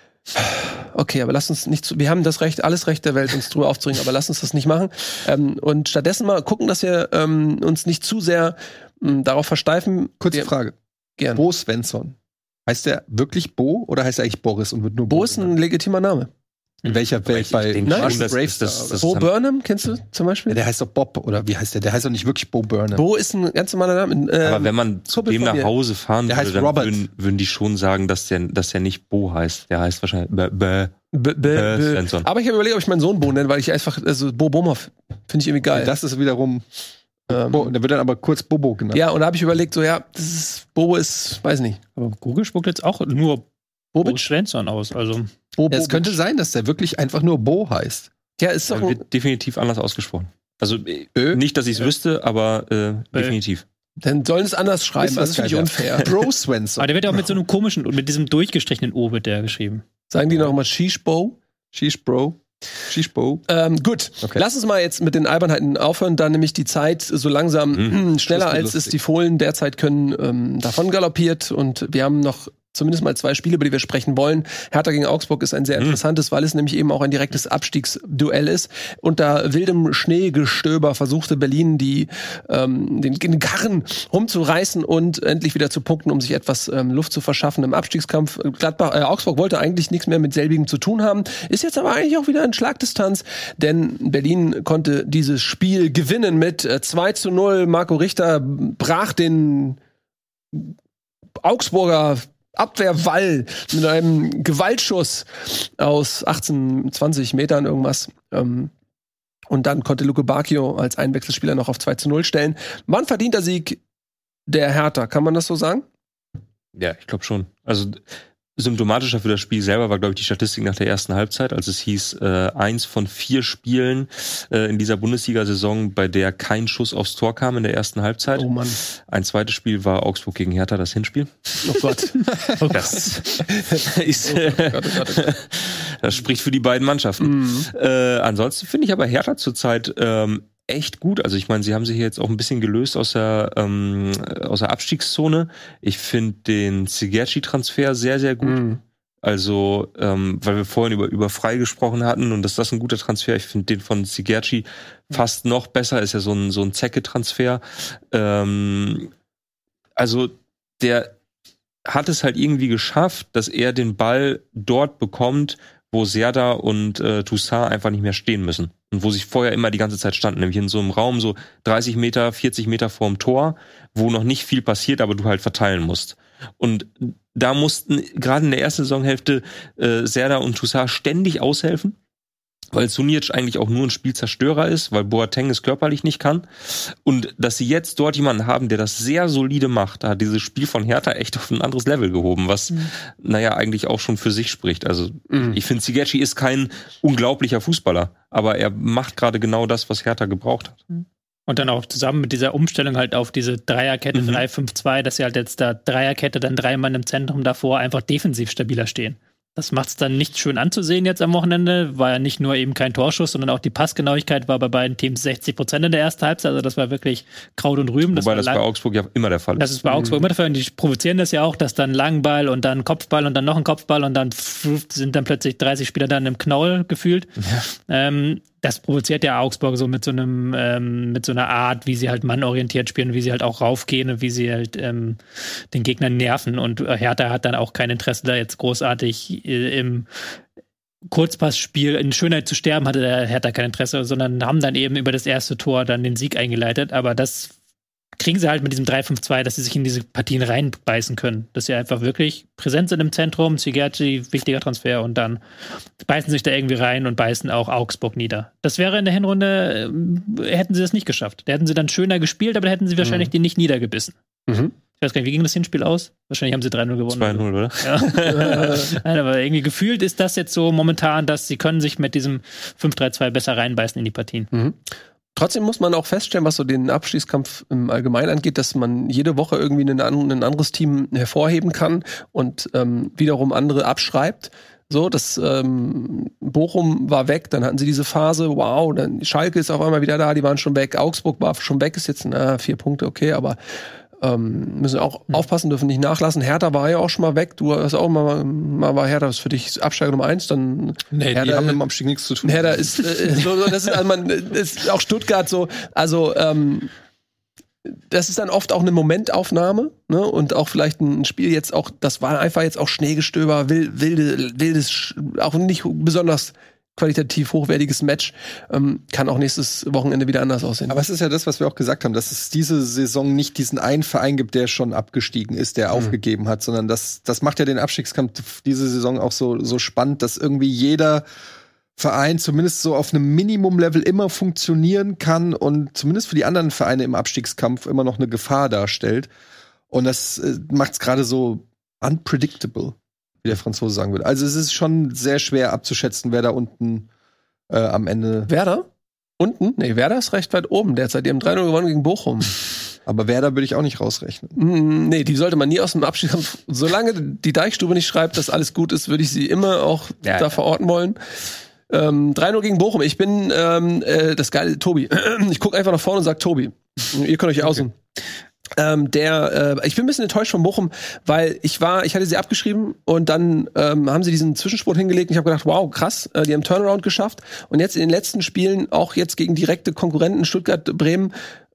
Okay, aber lass uns nicht zu, wir haben das Recht, alles Recht der Welt, uns drüber aufzuregen, aber lass uns das nicht machen. Ähm, und stattdessen mal gucken, dass wir ähm, uns nicht zu sehr ähm, darauf versteifen. Kurze wir, Frage. Gern. Bo Svensson. Heißt der wirklich Bo oder heißt er eigentlich Boris und wird nur Bo? Bo ist ein legitimer Name. In welcher Welt? ich Bei denke Russian schon, dass- Braves dass- da, dass- oder? Bo Burnham, kennst du zum Beispiel? Ja, der heißt doch Bob, oder wie heißt der? Der heißt doch nicht wirklich Bo Burnham. Bo ist ein ganz normaler Name. Ähm, Aber wenn man zu Kumpel dem von nach mir. Hause fahren Der heißt würde, dann Robert. würden, würden die schon sagen, dass der, dass der nicht Bo heißt. Der heißt wahrscheinlich Bö, Bö, B- B- Bö B- Svensson. aber ich habe überlegt, ob ich meinen Sohn Bo nenne, weil ich einfach, also Bo Bomhoff finde ich irgendwie geil. Das ist wiederum ähm, Bo, der wird dann aber kurz Bobo genannt. ja, und da habe ich überlegt, so ja, das ist, Bobo ist, weiß nicht. Aber Google spuckt jetzt auch nur Bo Bobic? Svensson aus. Also Bo Es könnte sein, dass der wirklich einfach nur Bo heißt. Ja, ist doch Der ein, wird definitiv anders ausgesprochen. Also äh, Bö? nicht, dass ich es wüsste, aber äh, definitiv. dann sollen es anders schreiben, Ist also das das finde ich geil, unfair. Bro Svensson. aber der wird ja auch mit so einem komischen und mit diesem durchgestrichenen O wird der geschrieben. Sagen die noch mal Sheesh Bo? Sheesh Bro. Sheesh Bo. Ähm, gut, Okay. lass uns mal jetzt mit den Albernheiten aufhören, da nämlich die Zeit so langsam Mhm. schneller Das wird als es lustig. die Fohlen derzeit können, ähm, davon galoppiert und wir haben noch zumindest mal zwei Spiele, über die wir sprechen wollen. Hertha gegen Augsburg ist ein sehr interessantes, weil es nämlich eben auch ein direktes Abstiegsduell ist. Unter wildem Schneegestöber versuchte Berlin, die ähm, den, den Karren rumzureißen und endlich wieder zu punkten, um sich etwas ähm, Luft zu verschaffen im Abstiegskampf. Gladbach, äh, Augsburg wollte eigentlich nichts mehr mit selbigem zu tun haben, ist jetzt aber eigentlich auch wieder in Schlagdistanz, denn Berlin konnte dieses Spiel gewinnen mit äh, zwei zu null. Marco Richter brach den Augsburger Abwehrwall mit einem Gewaltschuss aus achtzehn, zwanzig Metern irgendwas. Ähm, und dann konnte Luke Bacchio als Einwechselspieler noch auf zwei zu null stellen. War ein verdienter Sieg der Hertha, kann man das so sagen? Ja, ich glaube schon. Also symptomatischer für das Spiel selber war, glaube ich, die Statistik nach der ersten Halbzeit, als es hieß, äh, eins von vier Spielen äh, in dieser Bundesliga-Saison, bei der kein Schuss aufs Tor kam in der ersten Halbzeit. Oh Mann. Ein zweites Spiel war Augsburg gegen Hertha, das Hinspiel. Oh Gott. Das, ist, oh Gott, oh Gott, oh Gott. Das spricht für die beiden Mannschaften. Mhm. Äh, ansonsten finde ich aber Hertha zurzeit ähm, echt gut. Also ich meine, sie haben sich jetzt auch ein bisschen gelöst aus der ähm, aus der Abstiegszone. Ich finde den Ziyech-Transfer sehr, sehr gut. Mhm. Also, ähm, weil wir vorhin über über Frei gesprochen hatten und dass das ein guter Transfer. Ich finde den von Ziyech fast noch besser. Ist ja so ein so ein Zecke-Transfer. Ähm, also der hat es halt irgendwie geschafft, dass er den Ball dort bekommt, wo Serdar und äh, Toussaint einfach nicht mehr stehen müssen. Und wo sich vorher immer die ganze Zeit standen, nämlich in so einem Raum so dreißig Meter, vierzig Meter vorm Tor, wo noch nicht viel passiert, aber du halt verteilen musst. Und da mussten gerade in der ersten Saisonhälfte äh, Serdar und Toussaint ständig aushelfen, weil Sunic eigentlich auch nur ein Spielzerstörer ist, weil Boateng es körperlich nicht kann. Und dass sie jetzt dort jemanden haben, der das sehr solide macht, da hat dieses Spiel von Hertha echt auf ein anderes Level gehoben, was, mhm. naja, eigentlich auch schon für sich spricht. Also mhm. ich finde, Ziyech ist kein unglaublicher Fußballer, aber er macht gerade genau das, was Hertha gebraucht hat. Und dann auch zusammen mit dieser Umstellung halt auf diese Dreierkette mhm. drei fünf zwei, dass sie halt jetzt da Dreierkette, dann drei Mann im Zentrum davor einfach defensiv stabiler stehen. Das macht es dann nicht schön anzusehen jetzt am Wochenende. War ja nicht nur eben kein Torschuss, sondern auch die Passgenauigkeit war bei beiden Teams sechzig Prozent in der ersten Halbzeit. Also das war wirklich Kraut und Rüben. Das Wobei das bei Augsburg ja immer der Fall ist. Das ist bei Augsburg immer der Fall. Und die provozieren das ja auch, dass dann Langball und dann Kopfball und dann noch ein Kopfball und dann sind dann plötzlich dreißig Spieler dann im Knoll gefühlt. Ja. Ähm, das provoziert ja Augsburg so mit so einem, ähm, mit so einer Art, wie sie halt mannorientiert spielen, wie sie halt auch raufgehen und wie sie halt ähm, den Gegner nerven. Und Hertha hat dann auch kein Interesse, da jetzt großartig äh, im Kurzpassspiel in Schönheit zu sterben, hatte der Hertha kein Interesse, sondern haben dann eben über das erste Tor dann den Sieg eingeleitet. Aber das kriegen sie halt mit diesem drei fünf zwei, dass sie sich in diese Partien reinbeißen können. Dass sie einfach wirklich präsent sind im Zentrum, Ziyech, wichtiger Transfer, und dann beißen sich da irgendwie rein und beißen auch Augsburg nieder. Das wäre in der Hinrunde, äh, hätten sie das nicht geschafft. Da hätten sie dann schöner gespielt, aber da hätten sie wahrscheinlich mhm. die nicht niedergebissen. Mhm. Ich weiß gar nicht, wie ging das Hinspiel aus? Wahrscheinlich haben sie drei null gewonnen. zwei null, oder? Ja. Nein, aber irgendwie gefühlt ist das jetzt so momentan, dass sie können sich mit diesem fünf drei zwei besser reinbeißen in die Partien. Mhm. Trotzdem muss man auch feststellen, was so den Abstiegskampf im Allgemeinen angeht, dass man jede Woche irgendwie einen, ein anderes Team hervorheben kann und ähm, wiederum andere abschreibt. So, das ähm, Bochum war weg, dann hatten sie diese Phase, wow, dann Schalke ist auf einmal wieder da, die waren schon weg, Augsburg war schon weg, ist jetzt na, vier Punkte, okay, aber ähm, müssen auch mhm. aufpassen, dürfen nicht nachlassen. Hertha war ja auch schon mal weg, du hast auch mal, mal war Hertha, ist für dich Absteiger Nummer eins, dann nee, Hertha, die haben mit dem Abstieg nichts zu tun. Hertha ist, äh, so, so, das ist, also man, ist auch Stuttgart so, also ähm, das ist dann oft auch eine Momentaufnahme, ne? Und auch vielleicht ein Spiel jetzt auch, das war einfach jetzt auch Schneegestöber, wild, wilde, wildes, auch nicht besonders qualitativ hochwertiges Match, ähm, kann auch nächstes Wochenende wieder anders aussehen. Aber es ist ja das, was wir auch gesagt haben, dass es diese Saison nicht diesen einen Verein gibt, der schon abgestiegen ist, der mhm. aufgegeben hat, sondern das, das macht ja den Abstiegskampf diese Saison auch so, so spannend, dass irgendwie jeder Verein zumindest so auf einem Minimum-Level immer funktionieren kann und zumindest für die anderen Vereine im Abstiegskampf immer noch eine Gefahr darstellt. Und das äh, macht es gerade so unpredictable, wie der Franzose sagen würde. Also es ist schon sehr schwer abzuschätzen, wer da unten äh, am Ende... Werder? Unten? Nee, Werder ist recht weit oben derzeit. Die haben drei null gewonnen gegen Bochum. Aber Werder würde ich auch nicht rausrechnen. Mm, nee, die sollte man nie aus dem Abstiegskampf... Solange die Deichstube nicht schreibt, dass alles gut ist, würde ich sie immer auch ja, da verorten wollen. Ähm, drei null gegen Bochum. Ich bin ähm, äh, das geile Tobi. Ich gucke einfach nach vorne und sag Tobi. Ihr könnt euch aussuchen. Ähm, der, äh, ich bin ein bisschen enttäuscht von Bochum, weil ich war, ich hatte sie abgeschrieben und dann ähm, haben sie diesen Zwischenspurt hingelegt und ich habe gedacht, wow, krass, äh, die haben Turnaround geschafft und jetzt in den letzten Spielen, auch jetzt gegen direkte Konkurrenten, Stuttgart, Bremen,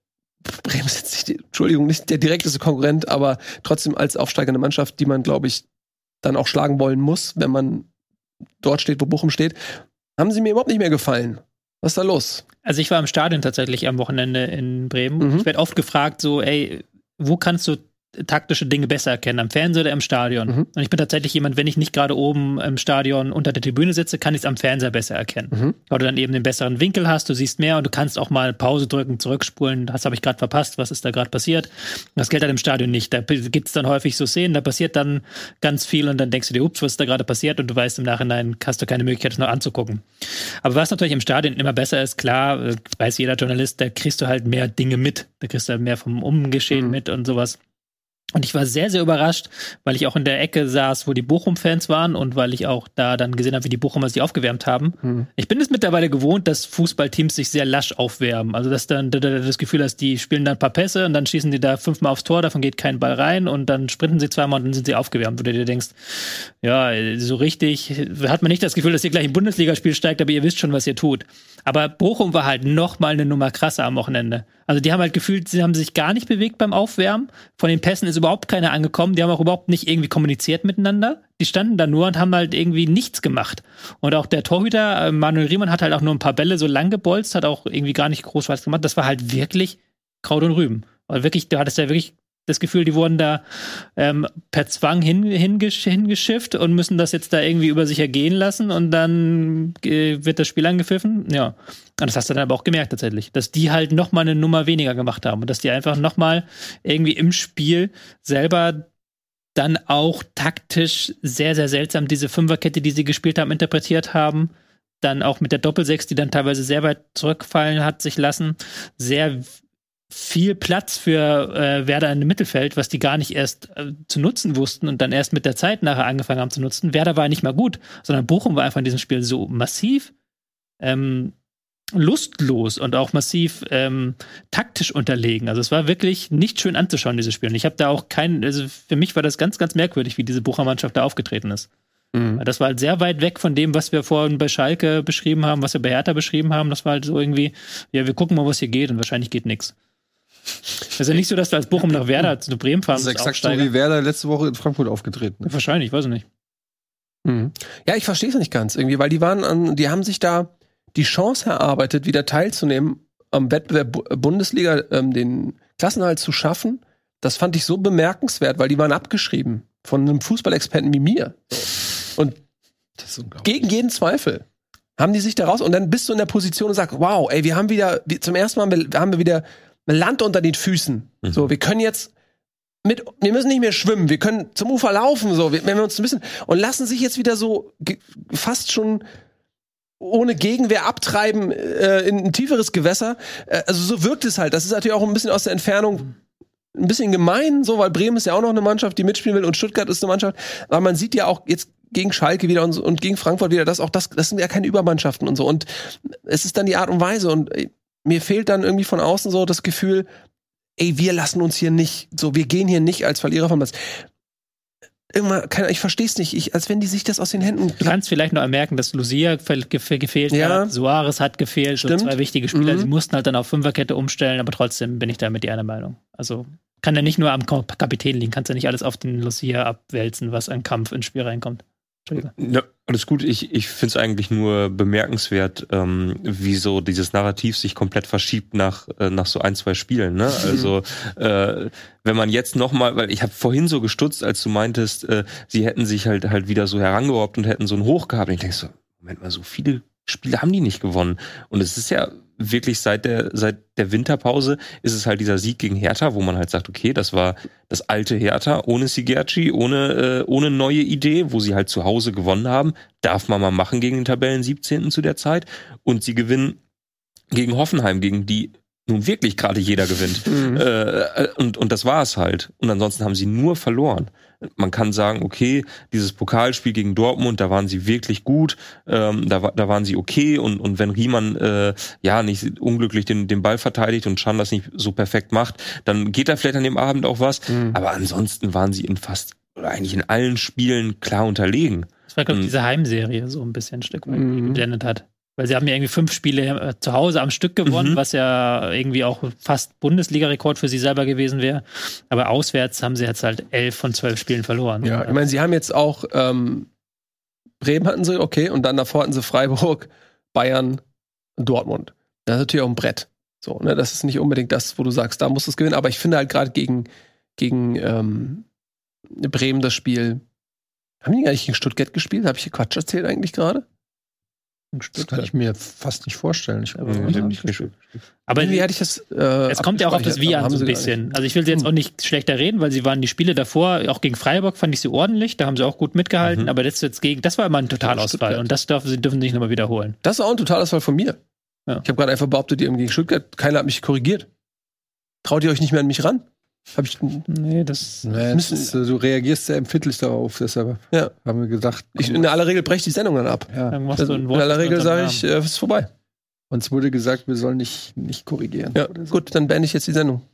Bremen ist jetzt nicht, die, Entschuldigung, nicht der direkteste Konkurrent, aber trotzdem als aufsteigende Mannschaft, die man, glaube ich, dann auch schlagen wollen muss, wenn man dort steht, wo Bochum steht, haben sie mir überhaupt nicht mehr gefallen. Was ist da los? Also ich war im Stadion tatsächlich am Wochenende in Bremen. Mhm. Ich werde oft gefragt, so, ey, wo kannst du taktische Dinge besser erkennen, am Fernseher oder im Stadion? Mhm. Und ich bin tatsächlich jemand, wenn ich nicht gerade oben im Stadion unter der Tribüne sitze, kann ich es am Fernseher besser erkennen. Mhm. Weil du dann eben den besseren Winkel hast, du siehst mehr und du kannst auch mal Pause drücken, zurückspulen, das habe ich gerade verpasst, was ist da gerade passiert? Das gilt halt im Stadion nicht. Da gibt es dann häufig so Szenen, da passiert dann ganz viel und dann denkst du dir, ups, was ist da gerade passiert? Und du weißt im Nachhinein, hast du keine Möglichkeit, das noch anzugucken. Aber was natürlich im Stadion immer besser ist, klar, weiß jeder Journalist, da kriegst du halt mehr Dinge mit. Da kriegst du halt mehr vom Umgeschehen mhm. mit und sowas. Und ich war sehr, sehr überrascht, weil ich auch in der Ecke saß, wo die Bochum-Fans waren und weil ich auch da dann gesehen habe, wie die Bochumer sich aufgewärmt haben. Hm. Ich bin es mittlerweile gewohnt, dass Fußballteams sich sehr lasch aufwärmen. Also, dass dann das Gefühl hast, die spielen dann ein paar Pässe und dann schießen die da fünfmal aufs Tor, davon geht kein Ball rein und dann sprinten sie zweimal und dann sind sie aufgewärmt. Wo du dir denkst, ja, so richtig hat man nicht das Gefühl, dass ihr gleich ein Bundesligaspiel steigt, aber ihr wisst schon, was ihr tut. Aber Bochum war halt noch mal eine Nummer krasser am Wochenende. Also die haben halt gefühlt, sie haben sich gar nicht bewegt beim Aufwärmen. Von den Pässen ist überhaupt keiner angekommen. Die haben auch überhaupt nicht irgendwie kommuniziert miteinander. Die standen da nur und haben halt irgendwie nichts gemacht. Und auch der Torhüter, Manuel Riemann, hat halt auch nur ein paar Bälle so lang gebolzt, hat auch irgendwie gar nicht groß was gemacht. Das war halt wirklich Kraut und Rüben. Also wirklich, du hattest ja wirklich das Gefühl, die wurden da ähm, per Zwang hin, hingesch- hingeschifft und müssen das jetzt da irgendwie über sich ergehen lassen und dann äh, wird das Spiel angepfiffen. Ja, und das hast du dann aber auch gemerkt tatsächlich, dass die halt noch mal eine Nummer weniger gemacht haben und dass die einfach noch mal irgendwie im Spiel selber dann auch taktisch sehr, sehr seltsam diese Fünferkette, die sie gespielt haben, interpretiert haben. Dann auch mit der Doppelsechs, die dann teilweise sehr weit zurückfallen hat sich lassen. Sehr viel Platz für äh, Werder im Mittelfeld, was die gar nicht erst äh, zu nutzen wussten und dann erst mit der Zeit nachher angefangen haben zu nutzen. Werder war nicht mal gut, sondern Bochum war einfach in diesem Spiel so massiv ähm, lustlos und auch massiv ähm, taktisch unterlegen. Also es war wirklich nicht schön anzuschauen, dieses Spiel. Und ich habe da auch keinen, also für mich war das ganz, ganz merkwürdig, wie diese Bochumer Mannschaft da aufgetreten ist. Mhm. Das war halt sehr weit weg von dem, was wir vorhin bei Schalke beschrieben haben, was wir bei Hertha beschrieben haben. Das war halt so irgendwie, ja, wir gucken mal, was hier geht und wahrscheinlich geht nichts. Es ist ja nicht so, dass du als Bochum nach Werder zu Bremen fahren musst. Das ist exakt so wie Werder letzte Woche in Frankfurt aufgetreten. Ja, wahrscheinlich, weiß ich nicht. Mhm. Ja, ich verstehe es nicht ganz irgendwie, weil die waren an, die haben sich da die Chance erarbeitet, wieder teilzunehmen am Wettbewerb B- Bundesliga, ähm, den Klassenerhalt zu schaffen. Das fand ich so bemerkenswert, weil die waren abgeschrieben von einem Fußballexperten wie mir. Und das ist gegen jeden Zweifel haben die sich da raus und dann bist du in der Position und sagst, wow, ey, wir haben wieder, wir, zum ersten Mal haben wir wieder Land unter den Füßen. Mhm. So, wir können jetzt mit, wir müssen nicht mehr schwimmen, wir können zum Ufer laufen, so, wenn wir uns ein bisschen, und lassen sich jetzt wieder so ge- fast schon ohne Gegenwehr abtreiben äh, in ein tieferes Gewässer. Äh, also so wirkt es halt. Das ist natürlich auch ein bisschen aus der Entfernung ein bisschen gemein, so, weil Bremen ist ja auch noch eine Mannschaft, die mitspielen will und Stuttgart ist eine Mannschaft. Aber man sieht ja auch jetzt gegen Schalke wieder und, und gegen Frankfurt wieder, dass auch das, das sind ja keine Übermannschaften und so. Und es ist dann die Art und Weise und mir fehlt dann irgendwie von außen so das Gefühl, ey, wir lassen uns hier nicht, so, wir gehen hier nicht als Verlierer vom Platz. Irgendwann, keine, ich versteh's nicht, ich, als wenn die sich das aus den Händen. Du kannst vielleicht noch merken, dass Lucia ge- gefehlt ja. hat, Suarez hat gefehlt, so zwei wichtige Spieler, mhm. Sie mussten halt dann auf Fünferkette umstellen, aber trotzdem bin ich da mit dir einer Meinung. Also kann ja nicht nur am Kapitän liegen, kannst ja nicht alles auf den Lucia abwälzen, was an Kampf ins Spiel reinkommt. Ja, alles gut. Ich, ich finde es eigentlich nur bemerkenswert, ähm, wie so dieses Narrativ sich komplett verschiebt nach äh, nach so ein, zwei Spielen. Ne? Also äh, wenn man jetzt noch mal, weil ich habe vorhin so gestutzt, als du meintest, äh, sie hätten sich halt halt wieder so herangehobt und hätten so einen Hoch gehabt. Und ich denke so, Moment mal, so viele Spiele haben die nicht gewonnen. Und es ist ja wirklich seit der seit der Winterpause ist es halt dieser Sieg gegen Hertha, wo man halt sagt, okay, das war das alte Hertha ohne Sigerci, ohne äh, ohne neue Idee, wo sie halt zu Hause gewonnen haben. Darf man mal machen gegen den Tabellen siebzehnten zu der Zeit. Und sie gewinnen gegen Hoffenheim, gegen die nun wirklich gerade jeder gewinnt. Mhm. Äh, und, und das war es halt. Und ansonsten haben sie nur verloren. Man kann sagen, okay, dieses Pokalspiel gegen Dortmund, da waren sie wirklich gut, ähm, da, da waren sie okay. Und, und wenn Riemann äh, ja nicht unglücklich den, den Ball verteidigt und Can das nicht so perfekt macht, dann geht da vielleicht an dem Abend auch was. Mhm. Aber ansonsten waren sie in fast, oder eigentlich in allen Spielen klar unterlegen. Das war, glaube ich, diese Heimserie so ein bisschen ein Stück weit, die geblendet hat. Weil sie haben ja irgendwie fünf Spiele äh, zu Hause am Stück gewonnen, mhm. was ja irgendwie auch fast Bundesliga-Rekord für sie selber gewesen wäre. Aber auswärts haben sie jetzt halt elf von zwölf Spielen verloren. Ja, ich meine, sie haben jetzt auch ähm, Bremen hatten sie, okay, und dann davor hatten sie Freiburg, Bayern und Dortmund. Das ist natürlich auch ein Brett. So, ne? Das ist nicht unbedingt das, wo du sagst, da musst du es gewinnen. Aber ich finde halt gerade gegen, gegen ähm, Bremen das Spiel. Haben die gar nicht gegen Stuttgart gespielt? Habe ich hier Quatsch erzählt eigentlich gerade? Das kann ich mir fast nicht vorstellen. Ich aber ja, nicht gespielt. Aber wie hatte ich das? Äh, es kommt ja auch auf das Wie an so ein bisschen. Also ich will sie jetzt auch nicht schlechter reden, weil sie waren die Spiele davor, auch gegen Freiburg fand ich sie ordentlich, da haben sie auch gut mitgehalten, mhm. aber das jetzt gegen, das war immer ein Totalausfall und das dürfen sie dürfen nicht nochmal wiederholen. Das war auch ein Totalausfall von mir. Ja. Ich habe gerade einfach behauptet, die haben gegen Stuttgart, keiner hat mich korrigiert. Traut ihr euch nicht mehr an mich ran? Hab ich, nee, das, nee, das ist, du reagierst sehr empfindlich darauf, deshalb ja. haben wir gedacht. Ich, in aller Regel breche ich die Sendung dann ab. Ja. Dann machst du ein Wort in aller Regel sage ich, es äh, ist vorbei. Uns wurde gesagt, wir sollen nicht, nicht korrigieren. Ja, so. Gut, dann beende ich jetzt die Sendung.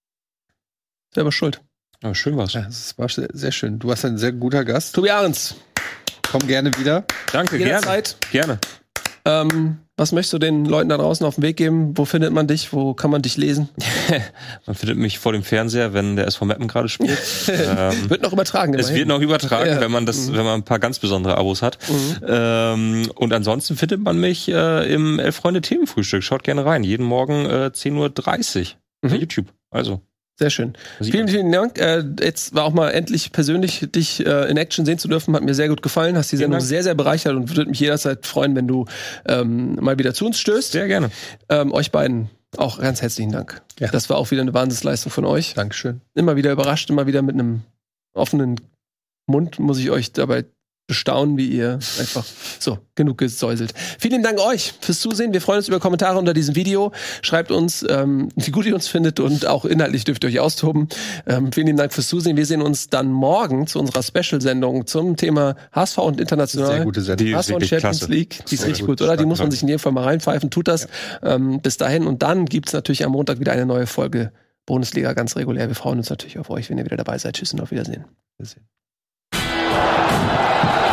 Selber schuld. Aber schön war's. Ja, das war sehr, sehr schön. Du warst ein sehr guter Gast. Tobi Ahrens. Komm gerne wieder. Danke, Jederzeit. gerne. Gerne. Ähm, was möchtest du den Leuten da draußen auf den Weg geben? Wo findet man dich? Wo kann man dich lesen? Man findet mich vor dem Fernseher, wenn der S V Meppen gerade spielt. ähm, wird noch übertragen. Es wird noch übertragen, ja. wenn man das, mhm. wenn man ein paar ganz besondere Abos hat. Mhm. Ähm, und ansonsten findet man mich äh, im Elf-Freunde-Themenfrühstück. Schaut gerne rein. Jeden Morgen äh, zehn Uhr dreißig mhm. auf YouTube. Also. Sehr schön. Vielen, vielen Dank. Äh, jetzt war auch mal endlich persönlich dich äh, in Action sehen zu dürfen. Hat mir sehr gut gefallen. Hast die Sendung sehr, sehr bereichert und würde mich jederzeit freuen, wenn du ähm, mal wieder zu uns stößt. Sehr gerne. Ähm, euch beiden auch ganz herzlichen Dank. Ja. Das war auch wieder eine Wahnsinnsleistung von euch. Dankeschön. Immer wieder überrascht, immer wieder mit einem offenen Mund muss ich euch dabei bestaunen, wie ihr einfach so genug gesäuselt. Vielen Dank euch fürs Zusehen. Wir freuen uns über Kommentare unter diesem Video. Schreibt uns, ähm, wie gut ihr uns findet und auch inhaltlich dürft ihr euch austoben. Ähm, vielen Dank fürs Zusehen. Wir sehen uns dann morgen zu unserer Special-Sendung zum Thema H S V und international. Sehr gute Sendung. H S V und Champions klasse. League. Die ist richtig gut, oder? Die muss man sich in jedem Fall mal reinpfeifen. Tut das. Ja. Ähm, bis dahin. Und dann gibt's natürlich am Montag wieder eine neue Folge Bundesliga ganz regulär. Wir freuen uns natürlich auf euch, wenn ihr wieder dabei seid. Tschüss und auf Wiedersehen. Wiedersehen.